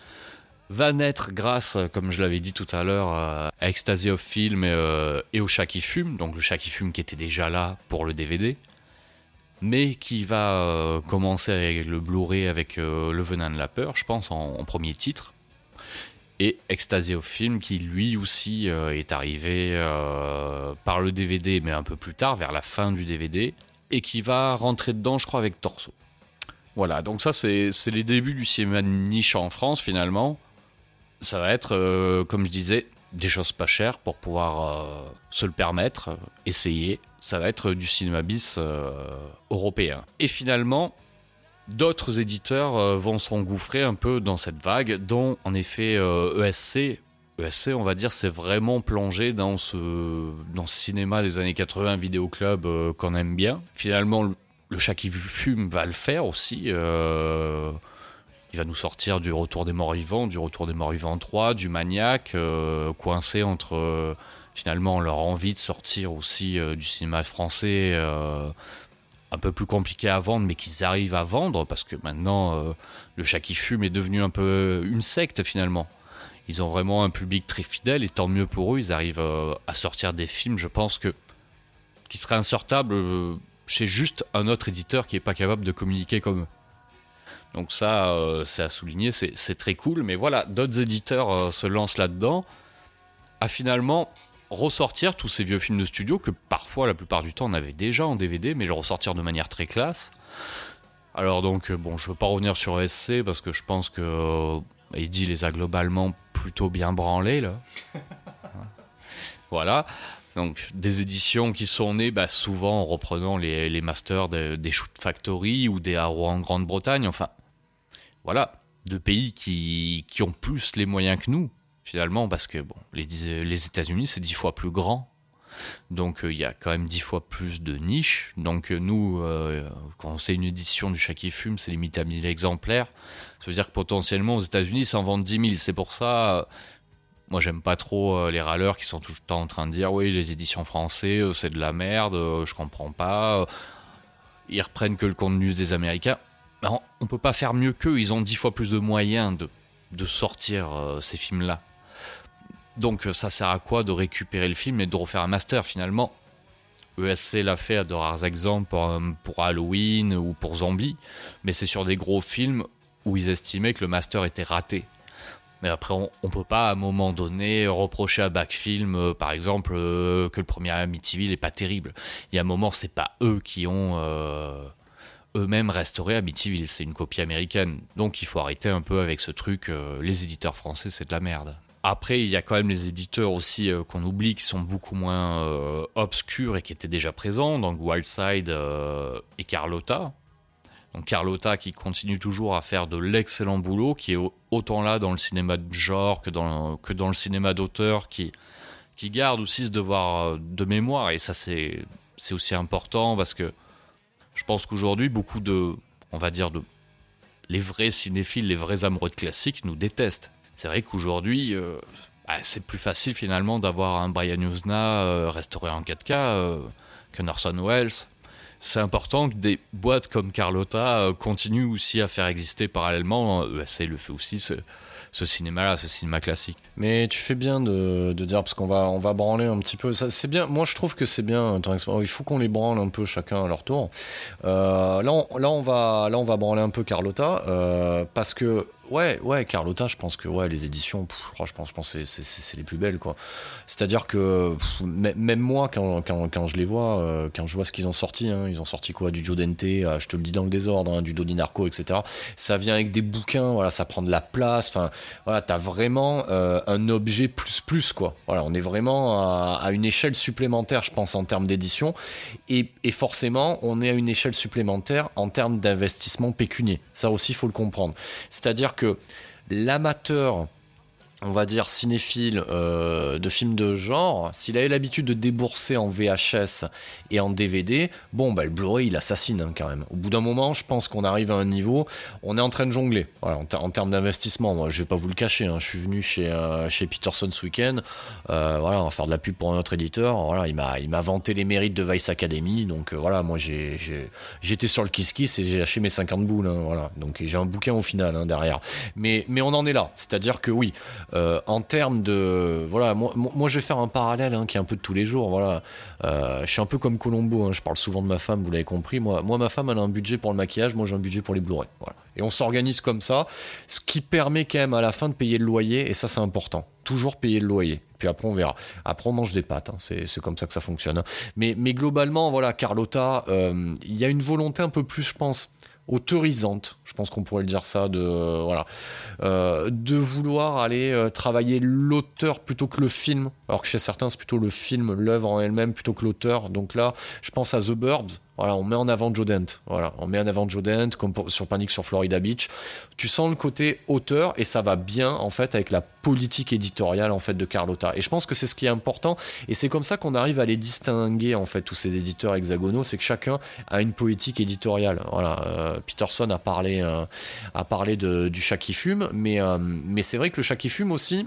va naître grâce, comme je l'avais dit tout à l'heure, à Ecstasy of Film et, euh, et au Chat qui fume. Donc le Chat qui fume qui était déjà là pour le D V D, mais qui va euh, commencer avec le Blu-ray avec euh, Le Venin de la Peur, je pense, en, en premier titre. Et Ecstasy of Film qui lui aussi euh, est arrivé euh, par le D V D, mais un peu plus tard, vers la fin du D V D, et qui va rentrer dedans, je crois, avec Torso. Voilà, donc ça c'est, c'est les débuts du cinéma de niche en France finalement. Ça va être, euh, comme je disais, des choses pas chères pour pouvoir euh, se le permettre, euh, essayer. Ça va être du cinéma bis euh, européen. Et finalement, d'autres éditeurs euh, vont s'engouffrer un peu dans cette vague, dont en effet euh, E S C. E S C, on va dire, c'est vraiment plongé dans ce, dans ce cinéma des années quatre-vingts, vidéoclub euh, qu'on aime bien. Finalement, le, le Chat qui fume va le faire aussi. Euh, il va nous sortir du Retour des Morts Vivants, du Retour des Morts Vivants trois, du Maniac, euh, coincé entre euh, finalement leur envie de sortir aussi euh, du cinéma français. Euh, un peu plus compliqué à vendre, mais qu'ils arrivent à vendre, parce que maintenant, euh, le Chat qui fume est devenu un peu une secte, finalement. Ils ont vraiment un public très fidèle, et tant mieux pour eux, ils arrivent euh, à sortir des films, je pense, que qui seraient insortables euh, chez juste un autre éditeur qui n'est pas capable de communiquer comme eux. Donc ça, euh, c'est à souligner, c'est, c'est très cool, mais voilà, d'autres éditeurs euh, se lancent là-dedans, à finalement ressortir tous ces vieux films de studio que parfois, la plupart du temps, on avait déjà en D V D, mais le ressortir de manière très classe. Alors donc, bon, je ne veux pas revenir sur E S C parce que je pense que euh, Eddie les a globalement plutôt bien branlés, là. Voilà. Donc, des éditions qui sont nées bah, souvent en reprenant les, les masters de, des Shoot Factory ou des Arrow en Grande-Bretagne. Enfin, voilà, de pays qui, qui ont plus les moyens que nous. Finalement, parce que bon, les, les États-Unis, c'est dix fois plus grand. Donc, il euh, y a quand même dix fois plus de niches. Donc, euh, nous, euh, quand on sait une édition du Chat qui fume, c'est limité à mille exemplaires. Ça veut dire que potentiellement, aux États-Unis, ça en vend dix mille. C'est pour ça, euh, moi, j'aime pas trop euh, les râleurs qui sont tout le temps en train de dire « Oui, les éditions françaises, euh, c'est de la merde, euh, je comprends pas. Euh, » Ils reprennent que le contenu des Américains. Non, on peut pas faire mieux qu'eux. Ils ont dix fois plus de moyens de, de sortir euh, ces films-là. Donc ça sert à quoi de récupérer le film et de refaire un master finalement? E S C l'a fait à de rares exemples pour, pour Halloween ou pour Zombie, mais c'est sur des gros films où ils estimaient que le master était raté. Mais après on, on peut pas à un moment donné reprocher à Backfilm euh, par exemple euh, que le premier Amityville est pas terrible. Il y a un moment c'est pas eux qui ont euh, eux-mêmes restauré Amityville, c'est une copie américaine. Donc il faut arrêter un peu avec ce truc, euh, les éditeurs français c'est de la merde. Après, il y a quand même les éditeurs aussi euh, qu'on oublie, qui sont beaucoup moins euh, obscurs et qui étaient déjà présents, donc Wildside euh, et Carlotta. Donc Carlotta qui continue toujours à faire de l'excellent boulot, qui est autant là dans le cinéma de genre que dans, que dans le cinéma d'auteur, qui, qui garde aussi ce devoir de mémoire. Et ça, c'est, c'est aussi important parce que je pense qu'aujourd'hui, beaucoup de, on va dire, de, les vrais cinéphiles, les vrais amoureux de classiques nous détestent. C'est vrai qu'aujourd'hui, euh, bah, c'est plus facile finalement d'avoir un Brian Yuzna euh, restauré en quatre K euh, qu'un Orson Welles. C'est important que des boîtes comme Carlotta euh, continuent aussi à faire exister parallèlement. E S C le fait aussi, ce, ce cinéma-là, ce cinéma classique. Mais tu fais bien de, de dire, parce qu'on va, on va branler un petit peu. Ça, c'est bien. Moi, je trouve que c'est bien. Il faut qu'on les branle un peu chacun à leur tour. Euh, là, on, là, on va, là, on va branler un peu Carlotta euh, parce que Ouais, ouais, Carlotta, je pense que ouais, les éditions, pff, je crois, je pense, je pense que c'est, c'est, c'est les plus belles, quoi. C'est-à-dire que pff, même moi, quand, quand, quand je les vois, euh, quand je vois ce qu'ils ont sorti, hein, ils ont sorti quoi, du Joe Dante, euh, je te le dis dans le désordre, hein, du Donnie Darko, et cetera. Ça vient avec des bouquins, voilà, ça prend de la place. Enfin, voilà, t'as vraiment euh, un objet plus plus, quoi. Voilà, on est vraiment à, à une échelle supplémentaire, je pense, en termes d'édition, et, et forcément, on est à une échelle supplémentaire en termes d'investissement pécunier. Ça aussi, il faut le comprendre. C'est-à-dire que l'amateur, on va dire cinéphile euh, de films de genre, s'il avait l'habitude de débourser en V H S et en D V D, bon bah le Blu-ray il assassine hein, quand même. Au bout d'un moment, je pense qu'on arrive à un niveau, on est en train de jongler. Voilà, en, ter- en termes d'investissement, moi je vais pas vous le cacher, hein, je suis venu chez euh, chez Peterson ce week-end, euh, voilà, on va faire de la pub pour un autre éditeur. Voilà, il m'a il m'a vanté les mérites de Vice Academy, donc euh, voilà, moi j'ai, j'ai j'étais sur le kiss kiss et j'ai lâché mes cinquante boules, hein, voilà, donc j'ai un bouquin au final hein, derrière. Mais mais on en est là, c'est-à-dire que oui. Euh, en termes de voilà moi, moi je vais faire un parallèle hein, qui est un peu de tous les jours voilà euh, je suis un peu comme Colombo hein, je parle souvent de ma femme, vous l'avez compris, moi, moi ma femme elle a un budget pour le maquillage, moi j'ai un budget pour les Blu-ray voilà. Et on s'organise comme ça, ce qui permet quand même à la fin de payer le loyer, et ça c'est important, toujours payer le loyer, puis après on verra, après on mange des pâtes hein. c'est, c'est comme ça que ça fonctionne hein. mais, mais globalement voilà, Carlotta, il euh, y a une volonté un peu plus, je pense, autorisante, je pense qu'on pourrait le dire ça, de euh, voilà, euh, de vouloir aller euh, travailler l'auteur plutôt que le film, alors que chez certains c'est plutôt le film, l'œuvre en elle-même plutôt que l'auteur. Donc là, je pense à The Birds. Voilà, on met en avant Joe Dante. Voilà, on met en avant Joe Dante, comme pour, sur Panic sur Florida Beach. Tu sens le côté auteur et ça va bien en fait avec la politique éditoriale en fait de Carlotta. Et je pense que c'est ce qui est important et c'est comme ça qu'on arrive à les distinguer en fait tous ces éditeurs hexagonaux, c'est que chacun a une politique éditoriale. Voilà, euh, Peterson a parlé euh, a parlé de, du chat qui fume, mais euh, mais c'est vrai que le chat qui fume aussi,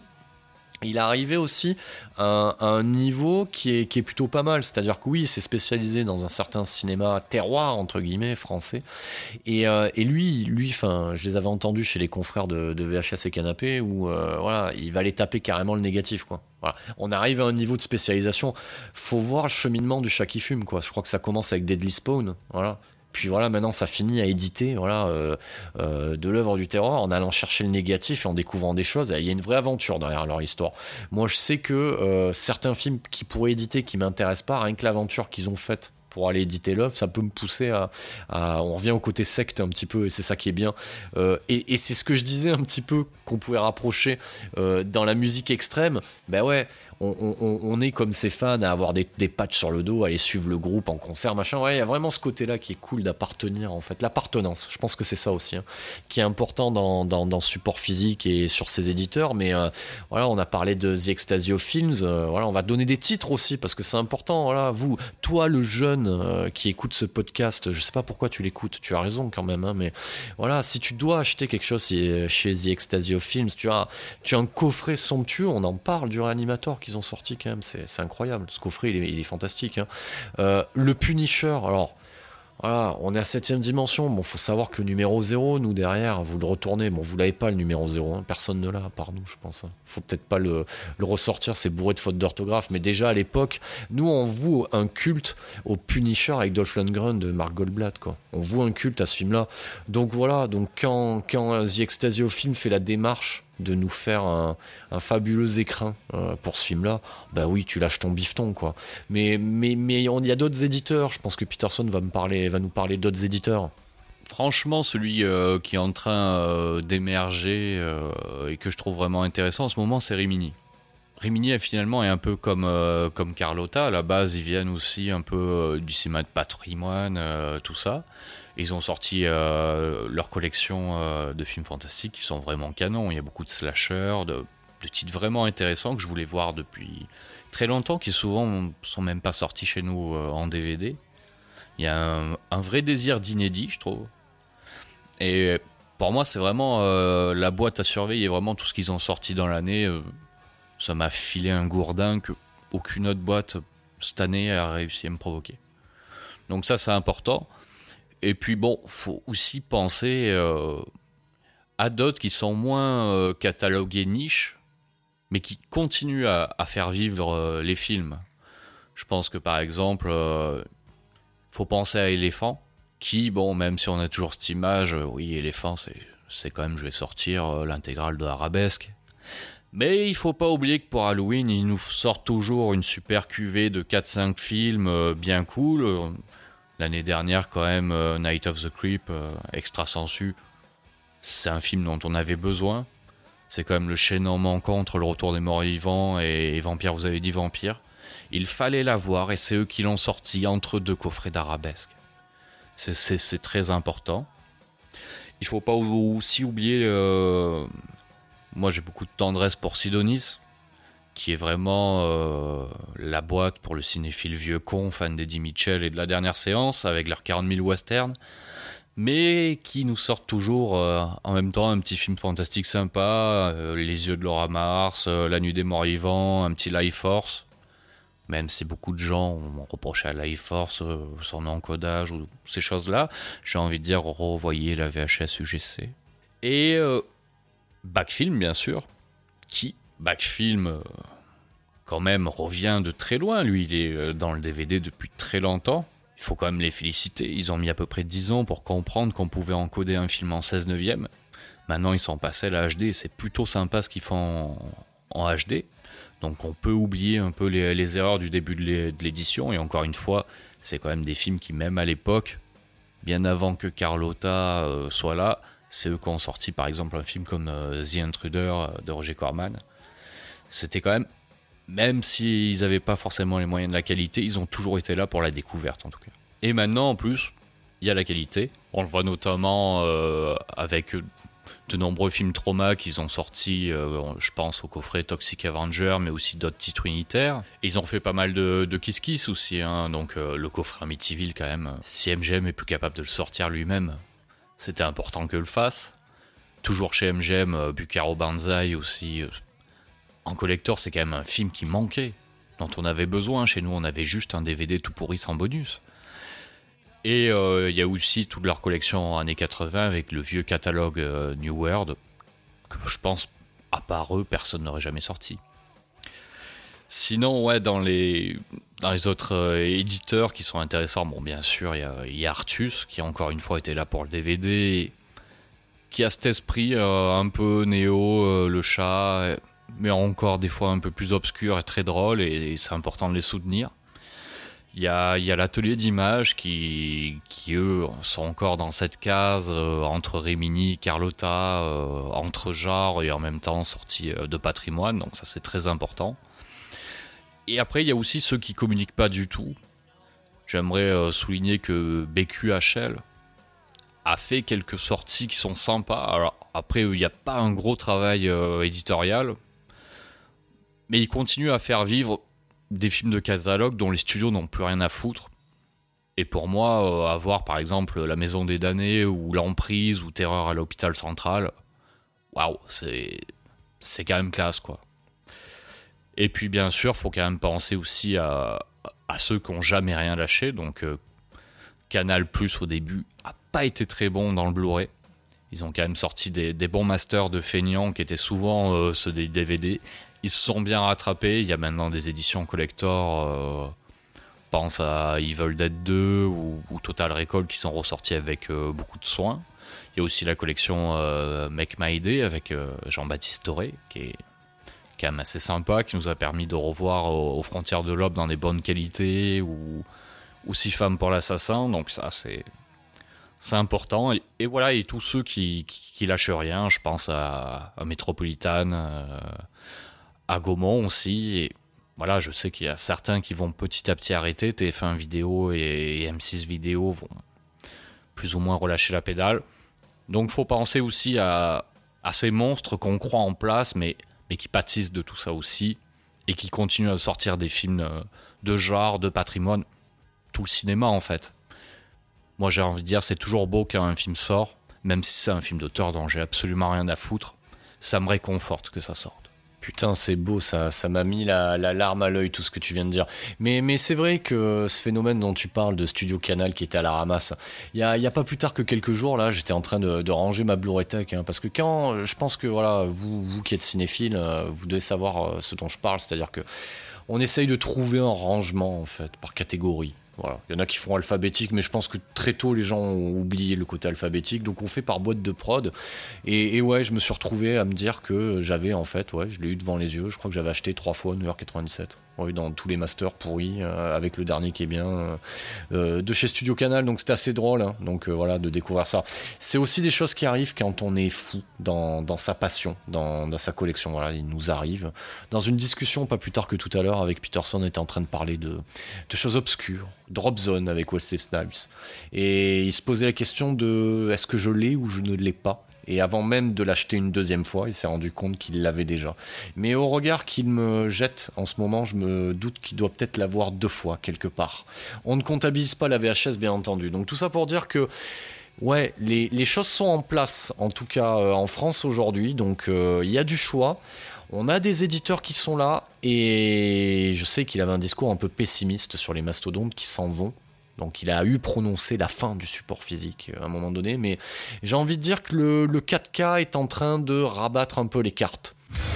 il est arrivé aussi à, à un niveau qui est, qui est plutôt pas mal. C'est-à-dire que oui, c'est spécialisé dans un certain cinéma terroir, entre guillemets, français. Et, euh, et lui, lui je les avais entendus chez les confrères de, de V H S et Canapé, où euh, voilà, il va aller taper carrément le négatif, quoi. Voilà. On arrive à un niveau de spécialisation. Faut voir le cheminement du chat qui fume, quoi. Je crois que ça commence avec Deadly Spawn, voilà. Puis voilà, maintenant ça finit à éditer voilà, euh, euh, de l'œuvre du terror en allant chercher le négatif et en découvrant des choses. Il y a une vraie aventure derrière leur histoire. Moi je sais que euh, certains films qui pourraient éditer, qui m'intéressent pas, rien que l'aventure qu'ils ont faite pour aller éditer l'œuvre, ça peut me pousser à, à... On revient au côté secte un petit peu, et c'est ça qui est bien. Euh, et, et c'est ce que je disais un petit peu, qu'on pouvait rapprocher euh, dans la musique extrême. Ben ouais, on, on, on est comme ces fans à avoir des, des patchs sur le dos, à aller suivre le groupe en concert, machin. Ouais, il y a vraiment ce côté-là qui est cool d'appartenir, en fait. L'appartenance, je pense que c'est ça aussi, hein, qui est important dans, dans, dans ce support physique et sur ces éditeurs. Mais euh, voilà, on a parlé de The Ecstasy of Films. Euh, voilà, on va donner des titres aussi, parce que c'est important. Voilà, vous, toi, le jeune euh, qui écoute ce podcast, je sais pas pourquoi tu l'écoutes, tu as raison quand même, hein, mais voilà, si tu dois acheter quelque chose chez The Ecstasy of Films, tu as, tu as un coffret somptueux, on en parle du Reanimator qu'ils ont sorti quand même, c'est, c'est incroyable, ce coffret il est, il est fantastique, hein. Euh, le Punisher, alors voilà, on est à septième dimension. Bon, faut savoir que le numéro zéro, nous derrière, vous le retournez. Bon, vous l'avez pas le numéro zéro, hein. Personne ne l'a à part nous, je pense. Hein. Faut peut-être pas le, le ressortir, c'est bourré de fautes d'orthographe. Mais déjà à l'époque, nous on voue un culte au Punisher avec Dolph Lundgren de Mark Goldblatt, quoi. On voue un culte à ce film-là. Donc voilà, donc quand, quand The Ecstasy of Film fait la démarche de nous faire un, un fabuleux écrin euh, pour ce film-là, bah oui, tu lâches ton bifton, quoi. Mais mais mais il y a d'autres éditeurs. Je pense que Peterson va me parler, va nous parler d'autres éditeurs. Franchement, celui euh, qui est en train euh, d'émerger euh, et que je trouve vraiment intéressant en ce moment, c'est Rimini. Rimini, finalement, est un peu comme euh, comme Carlotta. À la base, ils viennent aussi un peu euh, du cinéma de patrimoine, euh, tout ça. Ils ont sorti euh, leur collection euh, de films fantastiques qui sont vraiment canons. Il y a beaucoup de slashers, de, de titres vraiment intéressants que je voulais voir depuis très longtemps, qui souvent ne sont même pas sortis chez nous euh, en D V D. Il y a un, un vrai désir d'inédit, je trouve. Et pour moi, c'est vraiment euh, la boîte à surveiller, vraiment tout ce qu'ils ont sorti dans l'année. Euh, ça m'a filé un gourdin que aucune autre boîte cette année a réussi à me provoquer. Donc ça, c'est important. Et puis bon, faut aussi penser euh, à d'autres qui sont moins euh, catalogués niche, mais qui continuent à, à faire vivre euh, les films. Je pense que par exemple, euh, faut penser à Éléphant, qui, bon, même si on a toujours cette image, euh, oui, Éléphant, c'est, c'est quand même, je vais sortir euh, l'intégrale de Arabesque. Mais il faut pas oublier que pour Halloween, ils nous sortent toujours une super cuvée de quatre cinq films euh, bien cool. L'année dernière, quand même, euh, Night of the Creep, euh, extra sensu. C'est un film dont on avait besoin. C'est quand même le chaînon manquant entre Le Retour des Morts Vivants et, et Vampire, vous avez dit Vampire. Il fallait l'avoir et c'est eux qui l'ont sorti entre deux coffrets d'Arabesque. C'est, c'est, c'est très important. Il faut pas aussi oublier... Euh, moi j'ai beaucoup de tendresse pour Sidonis, qui est vraiment euh, la boîte pour le cinéphile vieux con, fan d'Eddie Mitchell et de La Dernière Séance, avec leurs quarante mille westerns, mais qui nous sortent toujours euh, en même temps un petit film fantastique sympa, euh, Les Yeux de Laura Mars, euh, La Nuit des Morts Vivants, un petit Life Force. Même si beaucoup de gens ont reproché à Life Force euh, son encodage ou ces choses-là, j'ai envie de dire revoyez la V H S U G C. Et euh, Backfilm, bien sûr, qui, Backfilm, euh, quand même, revient de très loin. Lui, il est euh, dans le D V D depuis très longtemps. Il faut quand même les féliciter. Ils ont mis à peu près dix ans pour comprendre qu'on pouvait encoder un film en seize neuvième. Maintenant, ils sont passés à la H D. C'est plutôt sympa ce qu'ils font en, en H D. Donc, on peut oublier un peu les, les erreurs du début de l'édition. Et encore une fois, c'est quand même des films qui, même à l'époque, bien avant que Carlotta euh, soit là, c'est eux qui ont sorti par exemple un film comme euh, The Intruder euh, de Roger Corman. C'était quand même, même s'ils n'avaient pas forcément les moyens de la qualité, ils ont toujours été là pour la découverte en tout cas. Et maintenant en plus, il y a la qualité. On le voit notamment euh, avec de nombreux films trauma qu'ils ont sortis, euh, je pense au coffret Toxic Avenger, mais aussi d'autres titres unitaires. Et ils ont fait pas mal de, de Kiss Kiss aussi, hein, donc euh, le coffret Amityville quand même. Si M G M est plus capable de le sortir lui-même, c'était important que le fasse. Toujours chez M G M, euh, Bucaro Banzai aussi. Euh, en collector, c'est quand même un film qui manquait, dont on avait besoin. Chez nous, on avait juste un D V D tout pourri sans bonus. Et il euh, y a aussi toute leur collection années quatre-vingts avec le vieux catalogue euh, New World, que je pense, à part eux, personne n'aurait jamais sorti. Sinon, ouais, dans les, dans les autres euh, éditeurs qui sont intéressants, bon, bien sûr, il y a, y a Artus, qui encore une fois était là pour le D V D, qui a cet esprit euh, un peu néo, euh, le chat, mais encore des fois un peu plus obscur et très drôle, et, et c'est important de les soutenir. Il y a, y a l'atelier d'images qui, qui, eux, sont encore dans cette case euh, entre Rimini, Carlotta, euh, entre genres et en même temps sortie euh, de patrimoine, donc ça c'est très important. Et après, il y a aussi ceux qui communiquent pas du tout. J'aimerais euh, souligner que B Q H L a fait quelques sorties qui sont sympas. Alors après, il n'y a pas un gros travail euh, éditorial, mais ils continuent à faire vivre des films de catalogue dont les studios n'ont plus rien à foutre. Et pour moi, euh, avoir par exemple La Maison des Damnés ou L'Emprise ou Terreur à l'Hôpital Central, waouh, c'est c'est quand même classe quoi. Et puis bien sûr, faut quand même penser aussi à, à ceux qui n'ont jamais rien lâché. Donc euh, Canal Plus au début a pas été très bon dans le Blu-ray. Ils ont quand même sorti des, des bons masters de feignants qui étaient souvent euh, ceux des D V D. Ils se sont bien rattrapés. Il y a maintenant des éditions collector. Euh, pense à Evil Dead deux ou, ou Total Recall qui sont ressortis avec euh, beaucoup de soin. Il y a aussi la collection euh, Make My Day avec euh, Jean-Baptiste Toré qui est quand même assez sympa, qui nous a permis de revoir aux, aux Frontières de l'Aube dans des bonnes qualités ou, ou Six Femmes pour l'Assassin. Donc ça c'est c'est important. Et, et voilà, et tous ceux qui, qui, qui lâchent rien, je pense à, à Metropolitan, euh, à Gaumont aussi. Et voilà, je sais qu'il y a certains qui vont petit à petit arrêter. T F un Vidéo et, et M six Vidéo vont plus ou moins relâcher la pédale. Donc faut penser aussi à, à ces monstres qu'on croit en place, mais, mais qui pâtissent de tout ça aussi, et qui continuent à sortir des films de genre, de patrimoine, tout le cinéma en fait. Moi j'ai envie de dire, c'est toujours beau quand un film sort, même si c'est un film d'auteur dont j'ai absolument rien à foutre, ça me réconforte que ça sorte. Putain, c'est beau, ça, ça m'a mis la, la larme à l'œil, tout ce que tu viens de dire. Mais, mais c'est vrai que ce phénomène dont tu parles de Studio Canal qui était à la ramasse, il y a, y a pas plus tard que quelques jours, là, j'étais en train de, de ranger ma Blu-ray Tech, hein, parce que quand, je pense que voilà, vous, vous qui êtes cinéphile, vous devez savoir ce dont je parle, c'est-à-dire que on essaye de trouver un rangement en fait par catégorie. Voilà. Il y en a qui font alphabétique, mais je pense que très tôt les gens ont oublié le côté alphabétique, donc on fait par boîte de prod. Et, et ouais, je me suis retrouvé à me dire que j'avais en fait, ouais, je l'ai eu devant les yeux. Je crois que j'avais acheté trois fois New York quatre-vingt-dix-sept. Ouais, dans tous les masters pourris, euh, avec le dernier qui est bien, euh, de chez Studio Canal. Donc c'était assez drôle, hein, donc euh, voilà, de découvrir ça. C'est aussi des choses qui arrivent quand on est fou dans, dans sa passion, dans, dans sa collection. Voilà, il nous arrive. Dans une discussion pas plus tard que tout à l'heure avec Peterson, on était en train de parler de, de choses obscures. Drop Zone avec Wesley Snipes. Et il se posait la question de est-ce que je l'ai ou je ne l'ai pas. Et avant même de l'acheter une deuxième fois, il s'est rendu compte qu'il l'avait déjà. Mais au regard qu'il me jette en ce moment, je me doute qu'il doit peut-être l'avoir deux fois quelque part. On ne comptabilise pas la V H S, bien entendu. Donc tout ça pour dire que ouais, les, les choses sont en place, en tout cas euh, en France aujourd'hui. Donc il euh, y a du choix. On a des éditeurs qui sont là. Et je sais qu'il avait un discours un peu pessimiste sur les mastodontes qui s'en vont. Donc il a eu prononcé la fin du support physique à un moment donné, mais j'ai envie de dire que le, le quatre K est en train de rabattre un peu les cartes.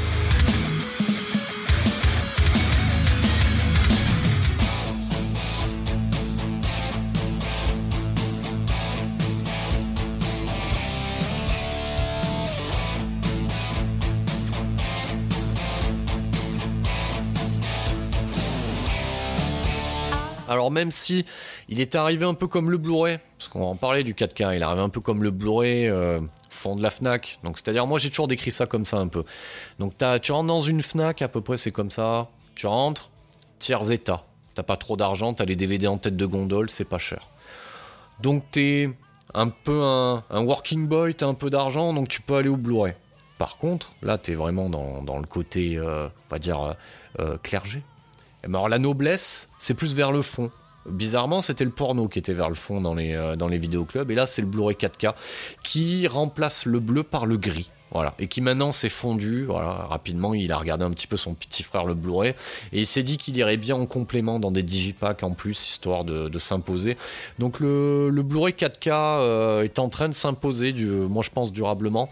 Alors même si il est arrivé un peu comme le Blu-ray, parce qu'on va en parler du quatre K, il est arrivé un peu comme le Blu-ray euh, fond de la Fnac. Donc c'est-à-dire moi j'ai toujours décrit ça comme ça un peu. Donc t'as, tu rentres dans une Fnac, à peu près c'est comme ça, tu rentres, tiers état. T'as pas trop d'argent, t'as les D V D en tête de gondole, c'est pas cher. Donc t'es un peu un, un working boy, t'as un peu d'argent, donc tu peux aller au Blu-ray. Par contre, là t'es vraiment dans, dans le côté, euh, on va dire, euh, clergé. Alors la noblesse, c'est plus vers le fond. Bizarrement, c'était le porno qui était vers le fond dans les, euh, dans les vidéoclubs. Et là, c'est le Blu-ray quatre K qui remplace le bleu par le gris. Voilà. Et qui maintenant s'est fondu. Voilà. Rapidement, il a regardé un petit peu son petit frère, le Blu-ray. Et il s'est dit qu'il irait bien en complément dans des digipacks en plus, histoire de, de s'imposer. Donc le, le Blu-ray quatre K euh, est en train de s'imposer, du, moi je pense durablement.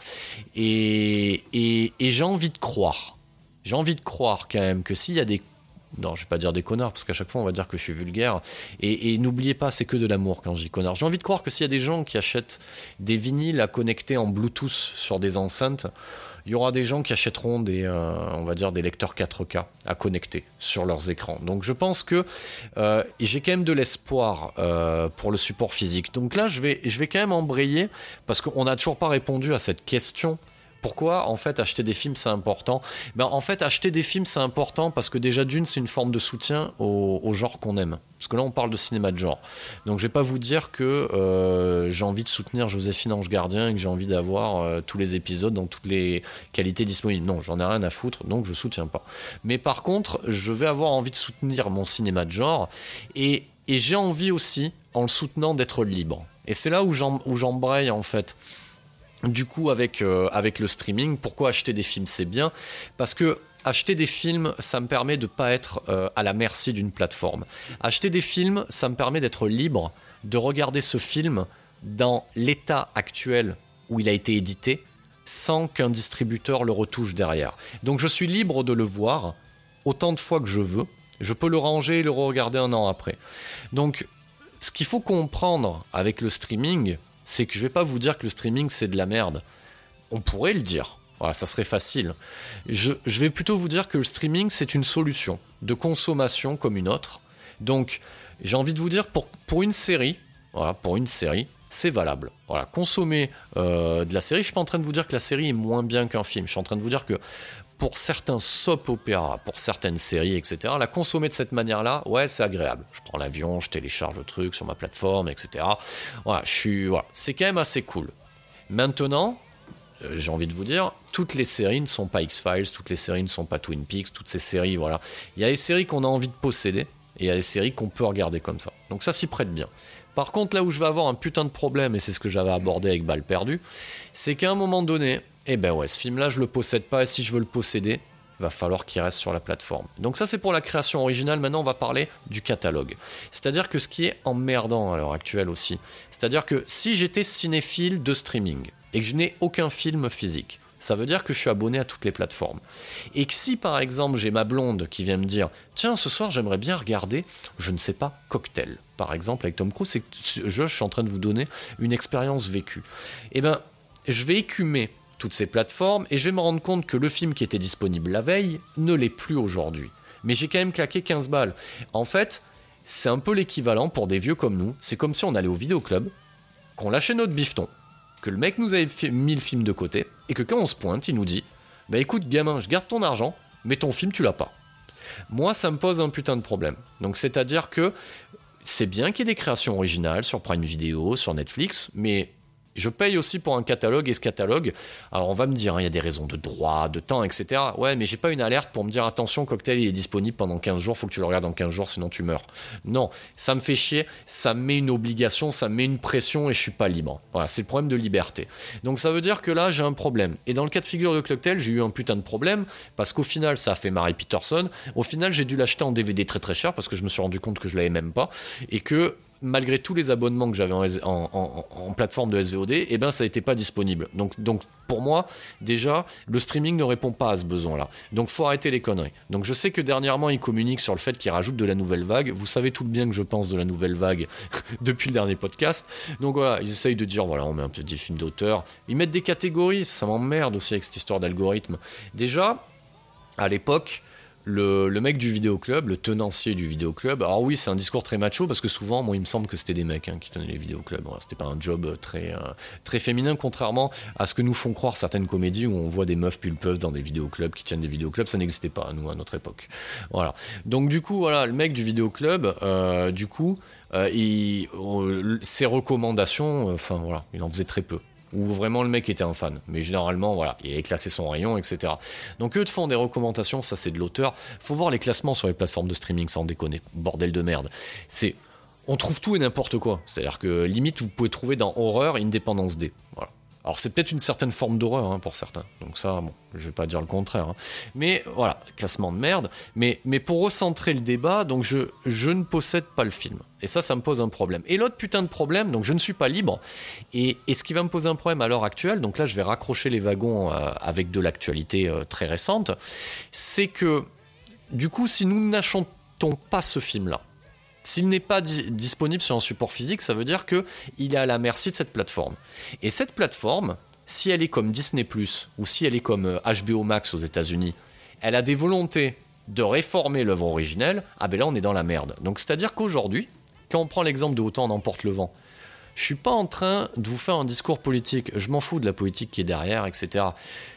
Et, et, et j'ai envie de croire. J'ai envie de croire quand même que s'il y a des... Non, je vais pas dire des connards, parce qu'à chaque fois on va dire que je suis vulgaire. Et, et n'oubliez pas, c'est que de l'amour quand je dis connard. J'ai envie de croire que s'il y a des gens qui achètent des vinyles à connecter en Bluetooth sur des enceintes, il y aura des gens qui achèteront des, euh, on va dire des lecteurs quatre K à connecter sur leurs écrans. Donc je pense que euh, j'ai quand même de l'espoir euh, pour le support physique. Donc là, je vais, je vais quand même embrayer, parce qu'on n'a toujours pas répondu à cette question. Pourquoi, en fait, acheter des films, c'est important ? Ben, en fait, acheter des films, c'est important parce que déjà, d'une, c'est une forme de soutien au, au genre qu'on aime. Parce que là, on parle de cinéma de genre. Donc, je vais pas vous dire que euh, j'ai envie de soutenir Joséphine Ange Gardien et que j'ai envie d'avoir euh, tous les épisodes dans toutes les qualités disponibles. Non, j'en ai rien à foutre, donc je soutiens pas. Mais par contre, je vais avoir envie de soutenir mon cinéma de genre et, et j'ai envie aussi, en le soutenant, d'être libre. Et c'est là où, j'em, où j'embraye, en fait. Du coup, avec, euh, avec le streaming, pourquoi acheter des films, c'est bien ? Parce que acheter des films, ça me permet de ne pas être euh, à la merci d'une plateforme. Acheter des films, ça me permet d'être libre, de regarder ce film dans l'état actuel où il a été édité, sans qu'un distributeur le retouche derrière. Donc je suis libre de le voir autant de fois que je veux. Je peux le ranger et le regarder un an après. Donc, ce qu'il faut comprendre avec le streaming, c'est que je vais pas vous dire que le streaming c'est de la merde. On pourrait le dire, voilà, ça serait facile. Je, je vais plutôt vous dire que le streaming c'est une solution de consommation comme une autre. Donc j'ai envie de vous dire pour, pour une série, voilà, pour une série, c'est valable. Voilà, consommer euh, de la série, je suis pas en train de vous dire que la série est moins bien qu'un film. Je suis en train de vous dire que pour certains soap-opéras, pour certaines séries, et cetera, la consommer de cette manière-là, ouais, c'est agréable. Je prends l'avion, je télécharge le truc sur ma plateforme, et cetera. Voilà, je suis, voilà, c'est quand même assez cool. Maintenant, euh, j'ai envie de vous dire, toutes les séries ne sont pas X-Files, toutes les séries ne sont pas Twin Peaks, toutes ces séries, voilà. Il y a les séries qu'on a envie de posséder, et il y a les séries qu'on peut regarder comme ça. Donc ça s'y prête bien. Par contre, là où je vais avoir un putain de problème, et c'est ce que j'avais abordé avec Balle Perdue, c'est qu'à un moment donné, eh ben ouais, ce film-là, je le possède pas, et si je veux le posséder, il va falloir qu'il reste sur la plateforme. Donc ça, c'est pour la création originale. Maintenant, on va parler du catalogue. C'est-à-dire que ce qui est emmerdant à l'heure actuelle aussi, c'est-à-dire que si j'étais cinéphile de streaming, et que je n'ai aucun film physique, ça veut dire que je suis abonné à toutes les plateformes. Et que si par exemple j'ai ma blonde qui vient me dire tiens ce soir j'aimerais bien regarder, je ne sais pas, Cocktail par exemple avec Tom Cruise, c'est que je, je suis en train de vous donner une expérience vécue, et ben je vais écumer toutes ces plateformes et je vais me rendre compte que le film qui était disponible la veille ne l'est plus aujourd'hui. Mais j'ai quand même claqué quinze balles. En fait, c'est un peu l'équivalent pour des vieux comme nous, c'est comme si on allait au vidéoclub, qu'on lâchait notre bifton, que le mec nous avait mis le film de côté, et que quand on se pointe, il nous dit « Bah écoute gamin, je garde ton argent, mais ton film tu l'as pas. » Moi, ça me pose un putain de problème. Donc c'est-à-dire que c'est bien qu'il y ait des créations originales sur Prime Video, sur Netflix, mais je paye aussi pour un catalogue, et ce catalogue, alors on va me dire, il hein, y a des raisons de droit, de temps, et cetera. Ouais, mais j'ai pas une alerte pour me dire, attention, Cocktail, il est disponible pendant quinze jours, faut que tu le regardes en quinze jours, sinon tu meurs. Non, ça me fait chier, ça me met une obligation, ça me met une pression, et je suis pas libre. Voilà, c'est le problème de liberté. Donc ça veut dire que là, j'ai un problème. Et dans le cas de figure de Cocktail, j'ai eu un putain de problème, parce qu'au final, ça a fait marrer Peterson. Au final, j'ai dû l'acheter en D V D très très cher, parce que je me suis rendu compte que je l'avais même pas, et que malgré tous les abonnements que j'avais en, en, en, en plateforme de S V O D, eh ben ça n'était pas disponible. Donc, donc pour moi, déjà, le streaming ne répond pas à ce besoin-là. Donc faut arrêter les conneries. Donc je sais que dernièrement, ils communiquent sur le fait qu'ils rajoutent de la nouvelle vague. Vous savez tout le bien que je pense de la nouvelle vague depuis le dernier podcast. Donc voilà, ils essayent de dire, voilà, on met un peu des films d'auteur. Ils mettent des catégories, ça m'emmerde aussi avec cette histoire d'algorithme. Déjà, à l'époque, Le, le mec du vidéoclub, le tenancier du vidéoclub, alors oui c'est un discours très macho parce que souvent moi il me semble que c'était des mecs hein, qui tenaient les vidéoclubs, voilà, c'était pas un job très, euh, très féminin contrairement à ce que nous font croire certaines comédies où on voit des meufs pulpeuses dans des vidéoclubs qui tiennent des vidéoclubs, ça n'existait pas à nous à notre époque. Voilà. Donc du coup voilà, le mec du vidéoclub, euh, du coup euh, il, euh, ses recommandations, enfin euh, voilà, il en faisait très peu. Où vraiment le mec était un fan, mais généralement voilà, il avait classé son rayon, et cetera. Donc eux te font des recommandations, ça c'est de l'auteur. Faut voir les classements sur les plateformes de streaming, sans déconner, bordel de merde. C'est, on trouve tout et n'importe quoi. C'est-à-dire que limite vous pouvez trouver dans horreur Independence Day. Voilà. Alors c'est peut-être une certaine forme d'horreur hein, pour certains, donc ça bon, je vais pas dire le contraire. Hein. Mais voilà, classement de merde. Mais mais pour recentrer le débat, donc je je ne possède pas le film. Et ça, ça me pose un problème. Et l'autre putain de problème, donc je ne suis pas libre. Et, et ce qui va me poser un problème à l'heure actuelle, donc là je vais raccrocher les wagons euh, avec de l'actualité euh, très récente, c'est que du coup, si nous n'achetons pas ce film-là, s'il n'est pas di- disponible sur un support physique, ça veut dire qu'il est à la merci de cette plateforme. Et cette plateforme, si elle est comme Disney plus, ou si elle est comme euh, H B O Max aux États-Unis, elle a des volontés de réformer l'œuvre originelle, ah ben là on est dans la merde. Donc c'est-à-dire qu'aujourd'hui, quand on prend l'exemple de Autant en emporte le vent, je suis pas en train de vous faire un discours politique, je m'en fous de la politique qui est derrière, et cetera.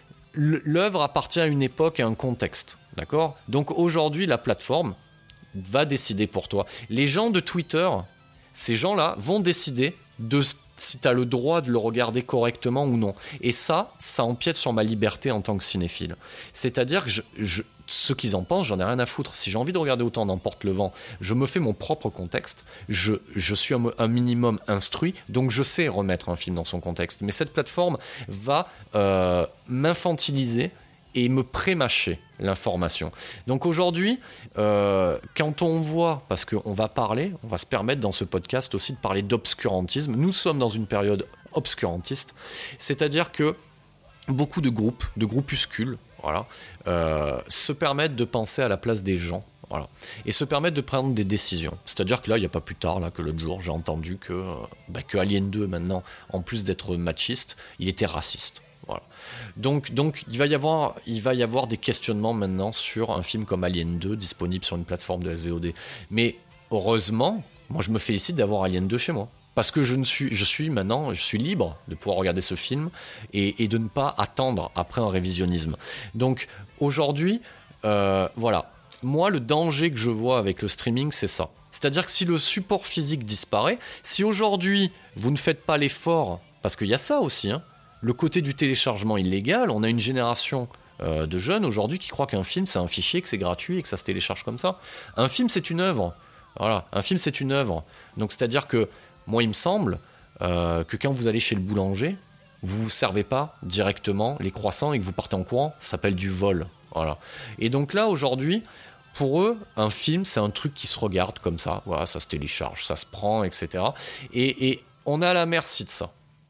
L'œuvre appartient à une époque et à un contexte, d'accord ? Donc aujourd'hui, la plateforme va décider pour toi. Les gens de Twitter, ces gens-là vont décider de si tu as le droit de le regarder correctement ou non. Et ça, ça empiète sur ma liberté en tant que cinéphile. C'est-à-dire que je, je, ce qu'ils en pensent, j'en ai rien à foutre. Si j'ai envie de regarder Autant d'emporte le vent, je me fais mon propre contexte. Je, je suis un, un minimum instruit, donc je sais remettre un film dans son contexte. Mais cette plateforme va euh, m'infantiliser et me pré-mâcher l'information. Donc aujourd'hui, euh, quand on voit, parce qu'on va parler, on va se permettre dans ce podcast aussi de parler d'obscurantisme, nous sommes dans une période obscurantiste, c'est-à-dire que beaucoup de groupes, de groupuscules, voilà, euh, se permettent de penser à la place des gens, voilà, et se permettent de prendre des décisions. C'est-à-dire que là, il n'y a pas plus tard, là, que l'autre jour, j'ai entendu que, euh, bah, que Alien deux, maintenant, en plus d'être machiste, il était raciste. Voilà. Donc, donc il, va y avoir, il va y avoir des questionnements maintenant sur un film comme Alien deux disponible sur une plateforme de S V O D. Mais heureusement, moi je me félicite d'avoir Alien deux chez moi. Parce que je, ne suis, je suis maintenant je suis libre de pouvoir regarder ce film et, et de ne pas attendre après un révisionnisme. Donc aujourd'hui, euh, voilà. Moi, le danger que je vois avec le streaming, c'est ça. C'est-à-dire que si le support physique disparaît, si aujourd'hui vous ne faites pas l'effort, parce qu'il y a ça aussi, hein, le côté du téléchargement illégal, on a une génération euh, de jeunes aujourd'hui qui croient qu'un film c'est un fichier, que c'est gratuit et que ça se télécharge comme ça. Un film c'est une œuvre. Voilà, un film c'est une œuvre. Donc c'est-à-dire que moi il me semble euh, que quand vous allez chez le boulanger, vous vous servez pas directement les croissants et que vous partez en courant, ça s'appelle du vol. Voilà. Et donc là aujourd'hui, pour eux, un film c'est un truc qui se regarde comme ça. Voilà, ça se télécharge, ça se prend, et cetera. Et, et on est à la merci de ça.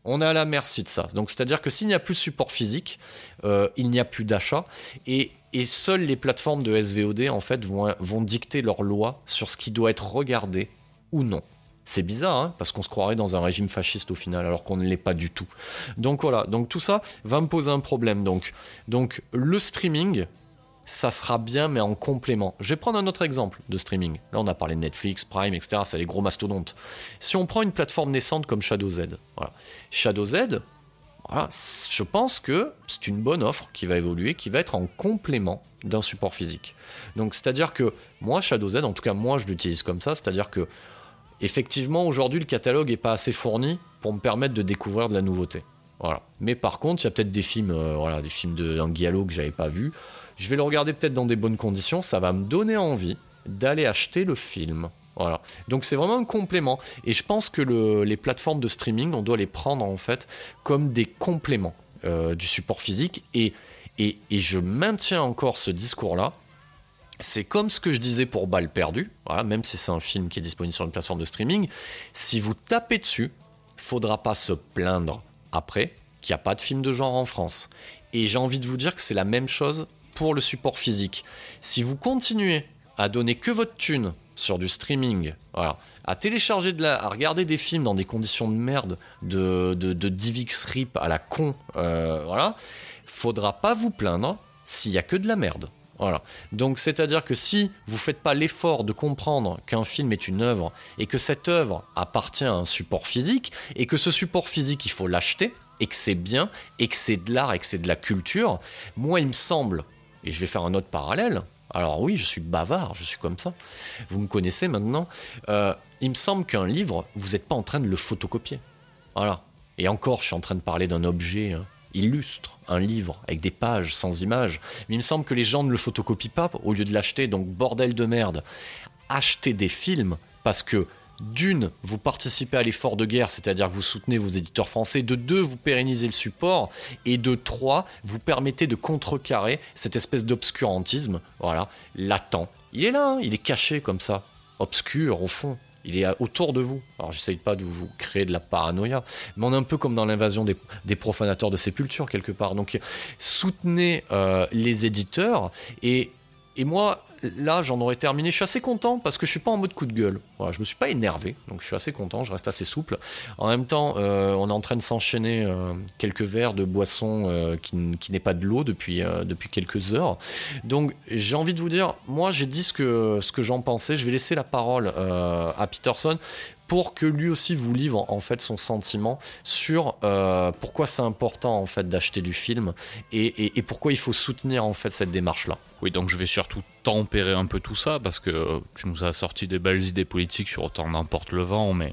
On est à la merci de ça. Donc, c'est-à-dire que s'il n'y a plus de support physique, euh, il n'y a plus d'achat. Et, et seules les plateformes de S V O D, en fait, vont, vont dicter leurs lois sur ce qui doit être regardé ou non. C'est bizarre, hein, parce qu'on se croirait dans un régime fasciste au final, alors qu'on ne l'est pas du tout. Donc voilà, donc tout ça va me poser un problème. Donc, donc le streaming, ça sera bien, mais en complément. Je vais prendre un autre exemple de streaming. Là, on a parlé de Netflix, Prime, et cetera. C'est les gros mastodontes. Si on prend une plateforme naissante comme Shadow Z, voilà. Shadow Z, voilà, je pense que c'est une bonne offre qui va évoluer, qui va être en complément d'un support physique. Donc, c'est-à-dire que moi, Shadow Z, en tout cas, moi, je l'utilise comme ça, c'est-à-dire que effectivement, aujourd'hui, le catalogue n'est pas assez fourni pour me permettre de découvrir de la nouveauté. Voilà. Mais par contre, il y a peut-être des films, euh, voilà, des films de un Giallo que j'avais pas vu. Je vais le regarder peut-être dans des bonnes conditions. Ça va me donner envie d'aller acheter le film. Voilà. Donc c'est vraiment un complément. Et je pense que le, les plateformes de streaming, on doit les prendre en fait comme des compléments euh, du support physique. Et, et, et je maintiens encore ce discours-là. C'est comme ce que je disais pour Balles perdues, voilà, même si c'est un film qui est disponible sur une plateforme de streaming, si vous tapez dessus, faudra pas se plaindre après qu'il n'y a pas de film de genre en France. Et j'ai envie de vous dire que c'est la même chose pour le support physique. Si vous continuez à donner que votre thune sur du streaming, voilà, à télécharger de la, à regarder des films dans des conditions de merde, de, de, de DivX Rip à la con, euh, voilà, faudra pas vous plaindre s'il y a que de la merde. Voilà. Donc c'est-à-dire que si vous faites pas l'effort de comprendre qu'un film est une œuvre et que cette œuvre appartient à un support physique et que ce support physique il faut l'acheter et que c'est bien et que c'est de l'art et que c'est de la culture, moi il me semble, et je vais faire un autre parallèle, alors oui je suis bavard, je suis comme ça, vous me connaissez maintenant, euh, il me semble qu'un livre, vous n'êtes pas en train de le photocopier. Voilà. Et encore je suis en train de parler d'un objet... Hein, illustre, un livre avec des pages sans images, mais il me semble que les gens ne le photocopient pas au lieu de l'acheter, donc bordel de merde. Achetez des films parce que d'une, vous participez à l'effort de guerre, c'est-à-dire que vous soutenez vos éditeurs français, de deux, vous pérennisez le support, et de trois, vous permettez de contrecarrer cette espèce d'obscurantisme, voilà, latent. Il est là, hein, il est caché comme ça, obscur au fond. Il est autour de vous. Alors, j'essaye pas de vous créer de la paranoïa, mais on est un peu comme dans l'invasion des, des profanateurs de sépulture, quelque part. Donc, soutenez euh, les éditeurs. Et, et moi, là, j'en aurais terminé. Je suis assez content parce que je suis pas en mode coup de gueule. Voilà, je me suis pas énervé, donc je suis assez content. Je reste assez souple. En même temps, euh, on est en train de s'enchaîner euh, quelques verres de boisson euh, qui, qui n'est pas de l'eau depuis, euh, depuis quelques heures. Donc, j'ai envie de vous dire, moi, j'ai dit ce que, ce que j'en pensais. Je vais laisser la parole euh, à Peterson pour que lui aussi vous livre en fait son sentiment sur euh, pourquoi c'est important en fait d'acheter du film et, et, et pourquoi il faut soutenir en fait cette démarche-là. Oui, donc je vais surtout tempérer un peu tout ça parce que tu nous as sorti des belles idées politiques sur autant n'importe le vent, mais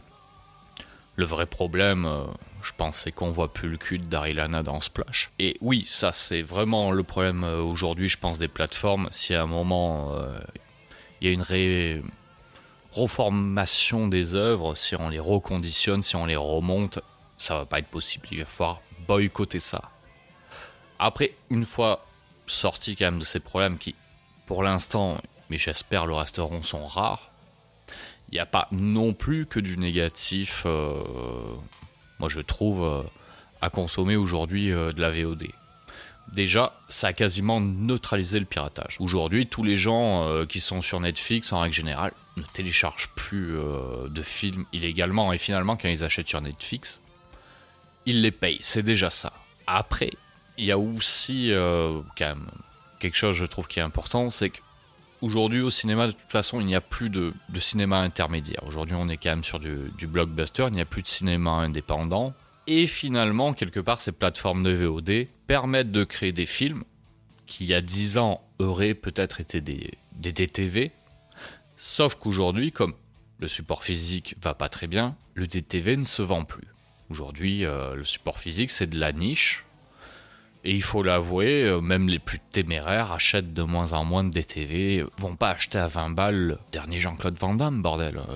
le vrai problème, euh, je pense, c'est qu'on voit plus le cul de Daryl Hannah dans Splash. Et oui, ça c'est vraiment le problème euh, aujourd'hui, je pense, des plateformes. Si à un moment il euh, y a une ré... reformation des œuvres, si on les reconditionne, si on les remonte, ça va pas être possible. Il va falloir boycotter ça. Après, une fois sorti quand même de ces problèmes qui, pour l'instant, mais j'espère le resteront, sont rares, il n'y a pas non plus que du négatif, euh, moi je trouve, euh, à consommer aujourd'hui euh, de la V O D. Déjà, ça a quasiment neutralisé le piratage. Aujourd'hui, tous les gens euh, qui sont sur Netflix, en règle générale, ne téléchargent plus euh, de films illégalement. Et finalement, quand ils achètent sur Netflix, ils les payent. C'est déjà ça. Après, il y a aussi euh, quand même quelque chose, je trouve, qui est important, c'est qu'aujourd'hui, au cinéma, de toute façon, il n'y a plus de, de cinéma intermédiaire. Aujourd'hui, on est quand même sur du, du blockbuster. Il n'y a plus de cinéma indépendant. Et finalement, quelque part, ces plateformes de V O D permettent de créer des films qui, il y a dix ans, auraient peut-être été des, des D T V. Sauf qu'aujourd'hui, comme le support physique va pas très bien, le D T V ne se vend plus. Aujourd'hui, euh, le support physique, c'est de la niche. Et il faut l'avouer, euh, même les plus téméraires achètent de moins en moins de D T V. Vont pas acheter à vingt balles le dernier Jean-Claude Van Damme, bordel. Euh,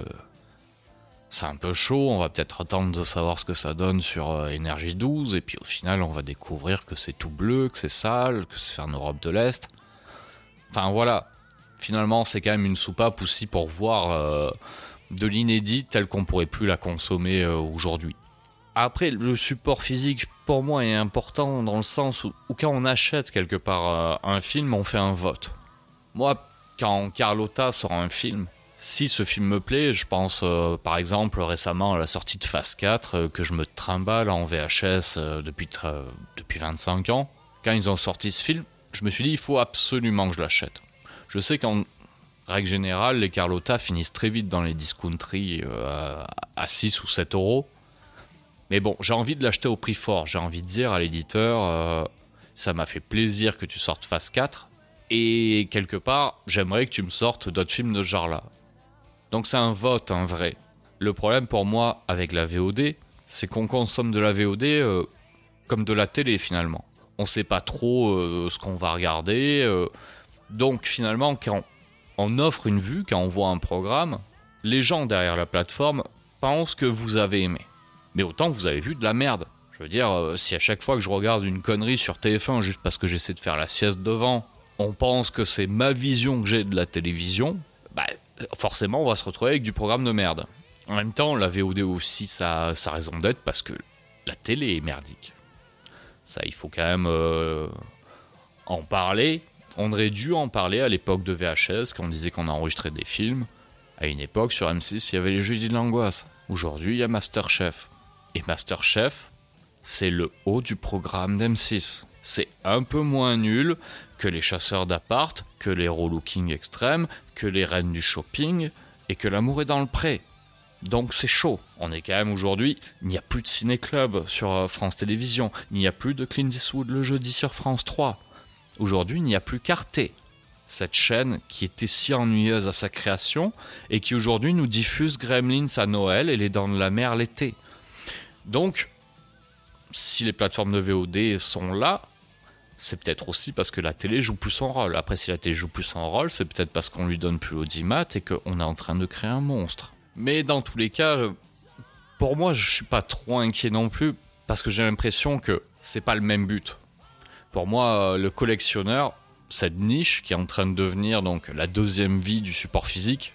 c'est un peu chaud, on va peut-être attendre de savoir ce que ça donne sur euh, Énergie douze, et puis au final on va découvrir que c'est tout bleu, que c'est sale, que c'est fait en Europe de l'Est. Enfin voilà, finalement c'est quand même une soupape aussi pour voir euh, de l'inédit tel qu'on pourrait plus la consommer euh, aujourd'hui. Après, le support physique, pour moi, est important dans le sens où, où quand on achète quelque part euh, un film, on fait un vote. Moi, quand Carlotta sort un film, si ce film me plaît, je pense euh, par exemple récemment à la sortie de Phase quatre, euh, que je me trimballe en V H S euh, depuis, tra- depuis vingt-cinq ans. Quand ils ont sorti ce film, je me suis dit il faut absolument que je l'achète. Je sais qu'en règle générale, les Carlotta finissent très vite dans les discounteries euh, à six ou sept euros. Mais bon, j'ai envie de l'acheter au prix fort. J'ai envie de dire à l'éditeur, euh, ça m'a fait plaisir que tu sortes Phase quatre. Et quelque part, j'aimerais que tu me sortes d'autres films de ce genre-là. Donc c'est un vote, un vrai. Le problème pour moi avec la V O D, c'est qu'on consomme de la V O D euh, comme de la télé finalement. On sait pas trop euh, ce qu'on va regarder. Euh, donc finalement, quand on offre une vue, quand on voit un programme, les gens derrière la plateforme pensent que vous avez aimé. Mais autant vous avez vu de la merde. Je veux dire, euh, si à chaque fois que je regarde une connerie sur T F un juste parce que j'essaie de faire la sieste devant, on pense que c'est ma vision que j'ai de la télévision, bah forcément on va se retrouver avec du programme de merde. En même temps, la V O D aussi, ça a sa raison d'être parce que la télé est merdique. Ça, il faut quand même euh, en parler. On aurait dû en parler à l'époque de V H S, quand on disait qu'on enregistrait des films. À une époque, sur M six, il y avait les Jeudis de l'Angoisse. Aujourd'hui, il y a Masterchef. Et Masterchef, c'est le haut du programme d'M six. C'est un peu moins nul que les chasseurs d'appart, que les Rolooking extrêmes, que les reines du shopping et que l'amour est dans le pré. Donc c'est chaud. On est quand même aujourd'hui, il n'y a plus de ciné-club sur France Télévisions, il n'y a plus de Clint Eastwood le jeudi sur France trois. Aujourd'hui, il n'y a plus qu'Arte, cette chaîne qui était si ennuyeuse à sa création et qui aujourd'hui nous diffuse Gremlins à Noël et Les Dents de la Mer l'été. Donc, si les plateformes de V O D sont là, c'est peut-être aussi parce que la télé joue plus son rôle. Après, si la télé joue plus son rôle, c'est peut-être parce qu'on lui donne plus l'audimat et qu'on est en train de créer un monstre. Mais dans tous les cas, pour moi, je suis pas trop inquiet non plus parce que j'ai l'impression que c'est pas le même but. Pour moi, le collectionneur, cette niche qui est en train de devenir donc la deuxième vie du support physique,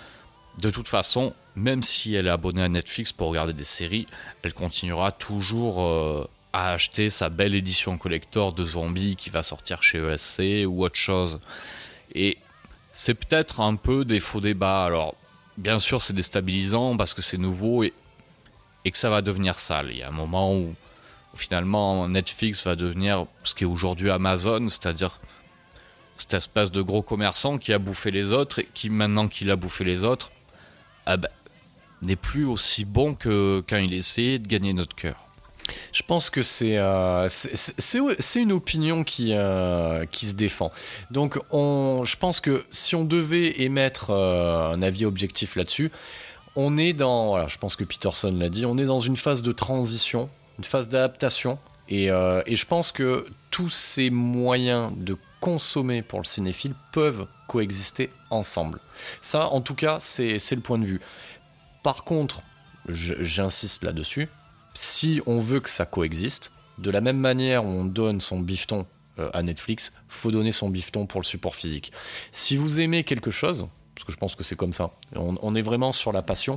de toute façon, même si elle est abonnée à Netflix pour regarder des séries, elle continuera toujours euh, à acheter sa belle édition collector de Zombies qui va sortir chez E S C ou autre chose. Et c'est peut-être un peu des faux débats. Alors, bien sûr, c'est déstabilisant parce que c'est nouveau et, et que ça va devenir sale. Il y a un moment où, où finalement Netflix va devenir ce qui est aujourd'hui Amazon, c'est-à-dire cette espèce de gros commerçant qui a bouffé les autres et qui, maintenant qu'il a bouffé les autres, ah ben, n'est plus aussi bon que quand il essayait de gagner notre cœur. Je pense que c'est, euh, c'est, c'est, c'est une opinion qui, euh, qui se défend. Donc on, je pense que si on devait émettre euh, un avis objectif là-dessus, on est dans, voilà, je pense que Peterson l'a dit, on est dans une phase de transition, une phase d'adaptation. Et, euh, et je pense que tous ces moyens de consommer pour le cinéphile peuvent coexister ensemble. Ça, en tout cas, c'est, c'est le point de vue. Par contre, je, j'insiste là-dessus, si on veut que ça coexiste, de la même manière où on donne son bifton euh, à Netflix, faut donner son bifton pour le support physique. Si vous aimez quelque chose, parce que je pense que c'est comme ça, on, on est vraiment sur la passion,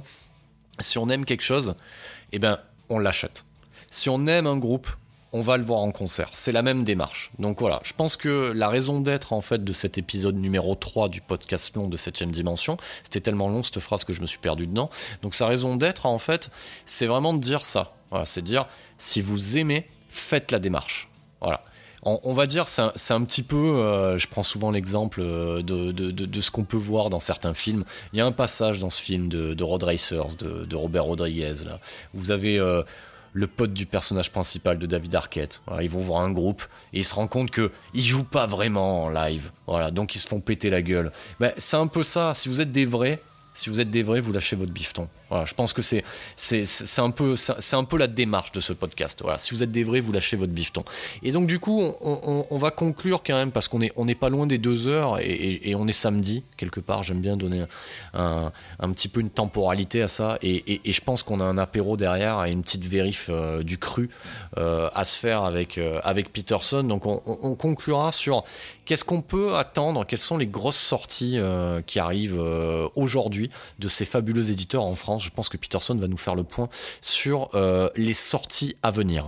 si on aime quelque chose, eh ben, on l'achète. Si on aime un groupe, on va le voir en concert. C'est la même démarche. Donc voilà, je pense que la raison d'être en fait de cet épisode numéro trois du podcast long de septième dimension, c'était tellement long cette phrase que je me suis perdu dedans. Donc sa raison d'être en fait, c'est vraiment de dire ça. Voilà, c'est de dire, si vous aimez, faites la démarche. Voilà. On, on va dire, c'est un, c'est un petit peu, euh, je prends souvent l'exemple de, de, de, de ce qu'on peut voir dans certains films. Il y a un passage dans ce film de, de Road Racers, de, de Robert Rodriguez, là, où vous avez... Euh, le pote du personnage principal de David Arquette. Voilà, ils vont voir un groupe et ils se rendent compte qu'ils jouent pas vraiment en live. Voilà, donc ils se font péter la gueule. Ben, c'est un peu ça. Si vous êtes des vrais, si vous êtes des vrais, vous lâchez votre bifton. Voilà, je pense que c'est, c'est, c'est, un peu, c'est un peu la démarche de ce podcast. Voilà, si vous êtes des vrais, vous lâchez votre bifton. Et donc du coup, on, on, on va conclure quand même parce qu'on est, on n'est pas loin des deux heures et, et, et on est samedi quelque part. J'aime bien donner un, un petit peu une temporalité à ça et, et, et je pense qu'on a un apéro derrière et une petite vérif euh, du cru euh, à se faire avec euh, avec Peterson. Donc on, on, on conclura sur qu'est-ce qu'on peut attendre, quelles sont les grosses sorties euh, qui arrivent euh, aujourd'hui de ces fabuleux éditeurs en France. je pense que Peterson va nous faire le point sur euh, les sorties à venir.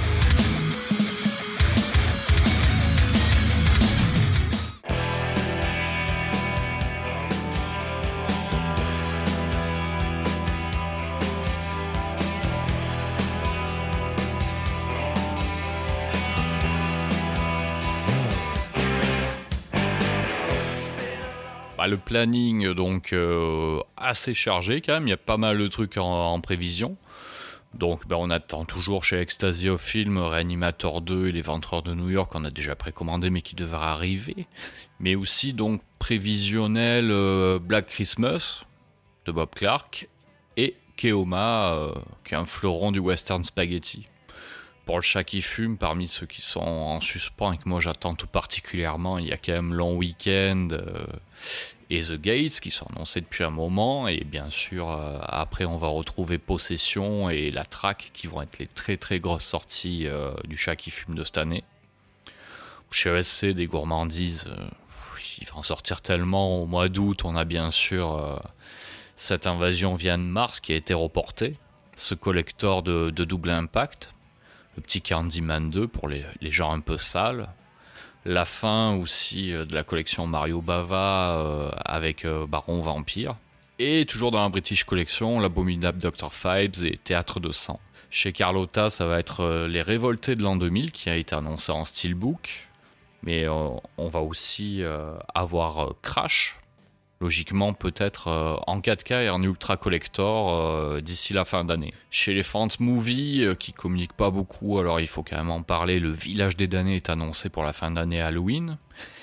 Bah, le planning, donc, euh, assez chargé quand même. Il y a pas mal de trucs en, en prévision. Donc, bah, on attend toujours chez Ecstasy of Film, Reanimator deux et Les Ventreurs de New York, qu'on a déjà précommandé, mais qui devrait arriver. Mais aussi, donc, prévisionnel euh, Black Christmas, de Bob Clark, et Keoma, euh, qui est un fleuron du western spaghetti. Pour le chat qui fume, parmi ceux qui sont en suspens et que moi j'attends tout particulièrement, il y a quand même Long Weekend euh, et The Gates qui sont annoncés depuis un moment. Et bien sûr, euh, après on va retrouver Possession et La Traque qui vont être les très très grosses sorties euh, du chat qui fume de cette année. Chez E S C, des gourmandises, euh, il va en sortir tellement. Au mois d'août, on a bien sûr euh, cette invasion vient de Mars qui a été reportée. Ce collector de, de double impact. Le petit Candyman deux pour les, les gens un peu sales. La fin aussi de la collection Mario Bava euh, avec euh, Baron Vampire. Et toujours dans la British Collection, l'abominable docteur Phibes et Théâtre de sang. Chez Carlotta, ça va être euh, Les Révoltés de l'an deux mille qui a été annoncé en steelbook. Mais euh, on va aussi euh, avoir euh, Crash. Logiquement, peut-être euh, en quatre K et en Ultra Collector euh, d'ici la fin d'année. Chez les Elephant Movie, euh, qui communiquent pas beaucoup, alors il faut quand même en parler, Le Village des damnés est annoncé pour la fin d'année Halloween.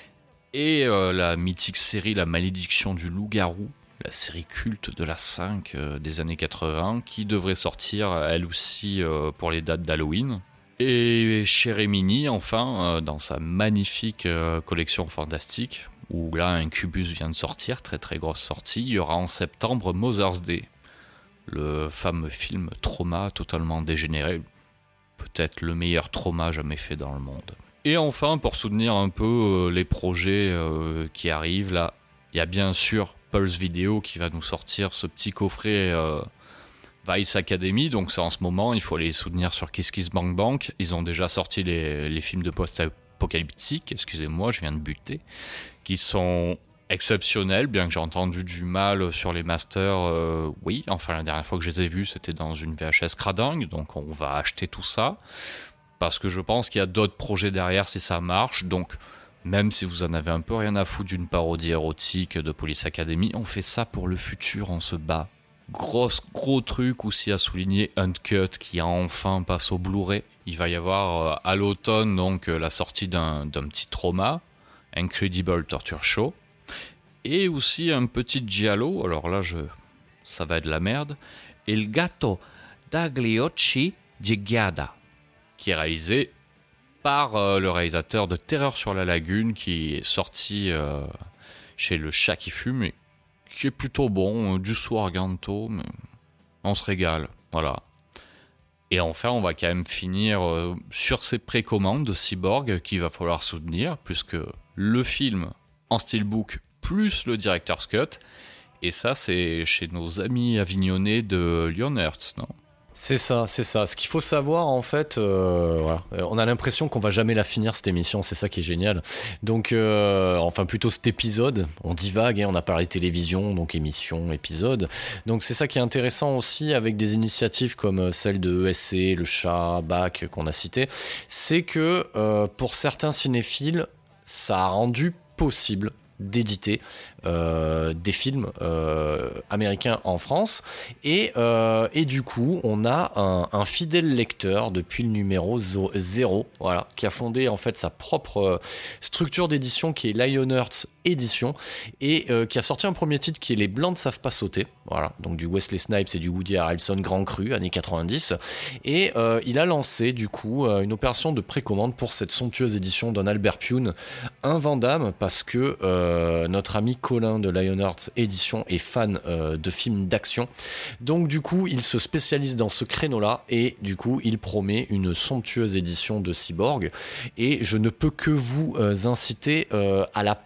Et euh, la mythique série La Malédiction du Loup-Garou, la série culte de la cinq euh, des années quatre-vingts, qui devrait sortir elle aussi euh, pour les dates d'Halloween. Et chez Remini, enfin, euh, dans sa magnifique euh, collection fantastique, où là Incubus vient de sortir, très très grosse sortie, il y aura en septembre Mother's Day, le fameux film trauma totalement dégénéré, peut-être le meilleur trauma jamais fait dans le monde. Et enfin, pour soutenir un peu euh, les projets euh, qui arrivent, là, il y a bien sûr Pulse Video qui va nous sortir ce petit coffret euh, Vice Academy, donc c'est en ce moment, il faut aller les soutenir sur Kiss Kiss Bank Bank. Ils ont déjà sorti les, les films de post-apocalyptique, excusez-moi, je viens de buter, qui sont exceptionnels, bien que j'ai entendu du mal sur les masters, euh, oui, enfin la dernière fois que je les ai vus, c'était dans une V H S cradingue, donc on va acheter tout ça, parce que je pense qu'il y a d'autres projets derrière si ça marche, donc même si vous en avez un peu rien à foutre d'une parodie érotique de Police Academy, on fait ça pour le futur, on se bat. Gros, gros truc aussi à souligner, Uncut qui enfin passe au Blu-ray. Il va y avoir euh, à l'automne donc euh, la sortie d'un, d'un petit trauma, Incredible Torture Show, et aussi un petit giallo, alors là je, ça va être de la merde, Il gatto dagli occhi di Giada, qui est réalisé par euh, le réalisateur de Terreur sur la Lagune, qui est sorti euh, chez Le Chat qui fume, et qui est plutôt bon, euh, du Suarganto, mais on se régale, voilà. Et enfin, on va quand même finir euh, sur ces précommandes de Cyborg qu'il va falloir soutenir, puisque le film en steelbook plus le director's cut, et ça c'est chez nos amis avignonnais de Lionhearts, non ? C'est ça, c'est ça. Ce qu'il faut savoir, en fait, euh, voilà. On a l'impression qu'on va jamais la finir, cette émission, c'est ça qui est génial. Donc, euh, enfin, plutôt cet épisode, on divague, hein, on a parlé télévision, donc émission, épisode. Donc, c'est ça qui est intéressant aussi avec des initiatives comme celle de E S C, Le Chat, B A C, qu'on a cité, c'est que euh, pour certains cinéphiles, ça a rendu possible d'éditer euh, des films euh, américains en France et, euh, et du coup on a un, un fidèle lecteur depuis le numéro zéro, voilà, qui a fondé en fait sa propre structure d'édition qui est Lionhearts Édition et euh, qui a sorti un premier titre qui est Les Blancs ne savent pas sauter, voilà, donc du Wesley Snipes et du Woody Harrelson grand cru années quatre-vingt-dix, et euh, il a lancé du coup une opération de précommande pour cette somptueuse édition d'un Albert Pyun invendable parce que euh, notre ami Colin de Lionhearts Édition est fan euh, de films d'action, donc du coup il se spécialise dans ce créneau là et du coup il promet une somptueuse édition de Cyborg et je ne peux que vous euh, inciter euh, à la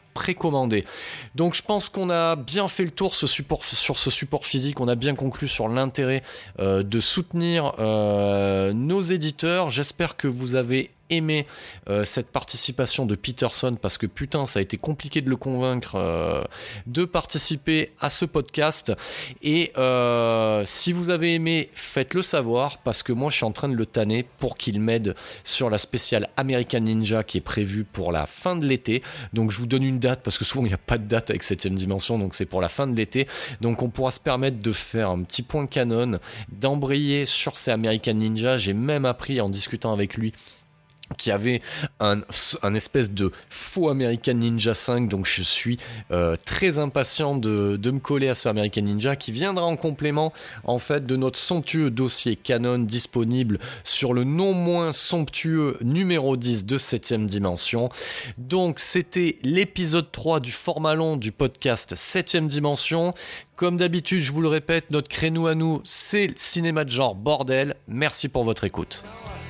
précommander. Donc je pense qu'on a bien fait le tour ce support, sur ce support physique, on a bien conclu sur l'intérêt euh, de soutenir euh, nos éditeurs. J'espère que vous avez aimé euh, cette participation de Peterson, parce que putain ça a été compliqué de le convaincre euh, de participer à ce podcast. Et euh, si vous avez aimé, faites-le savoir, parce que moi je suis en train de le tanner pour qu'il m'aide sur la spéciale American Ninja qui est prévue pour la fin de l'été. Donc je vous donne une date, parce que souvent il n'y a pas de date avec septième dimension, donc c'est pour la fin de l'été. Donc on pourra se permettre de faire un petit point canon, d'embrayer sur ces American Ninja. J'ai même appris en discutant avec lui qui avait un, un espèce de faux American Ninja cinq, donc je suis euh, très impatient de, de me coller à ce American Ninja qui viendra en complément en fait de notre somptueux dossier Canon disponible sur le non moins somptueux numéro dix de septième dimension. Donc c'était l'épisode trois du format long du podcast septième dimension. Comme d'habitude, je vous le répète, notre créneau à nous, c'est le cinéma de genre bordel. Merci pour votre écoute.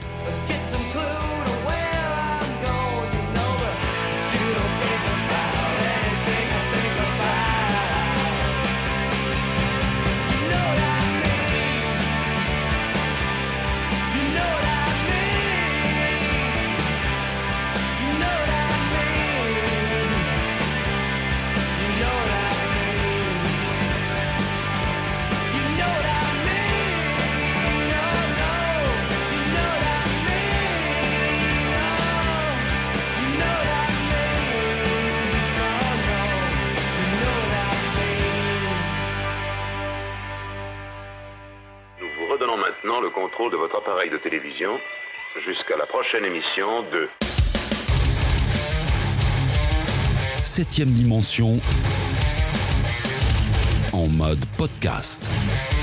Le contrôle de votre appareil de télévision jusqu'à la prochaine émission de septième dimension en mode podcast.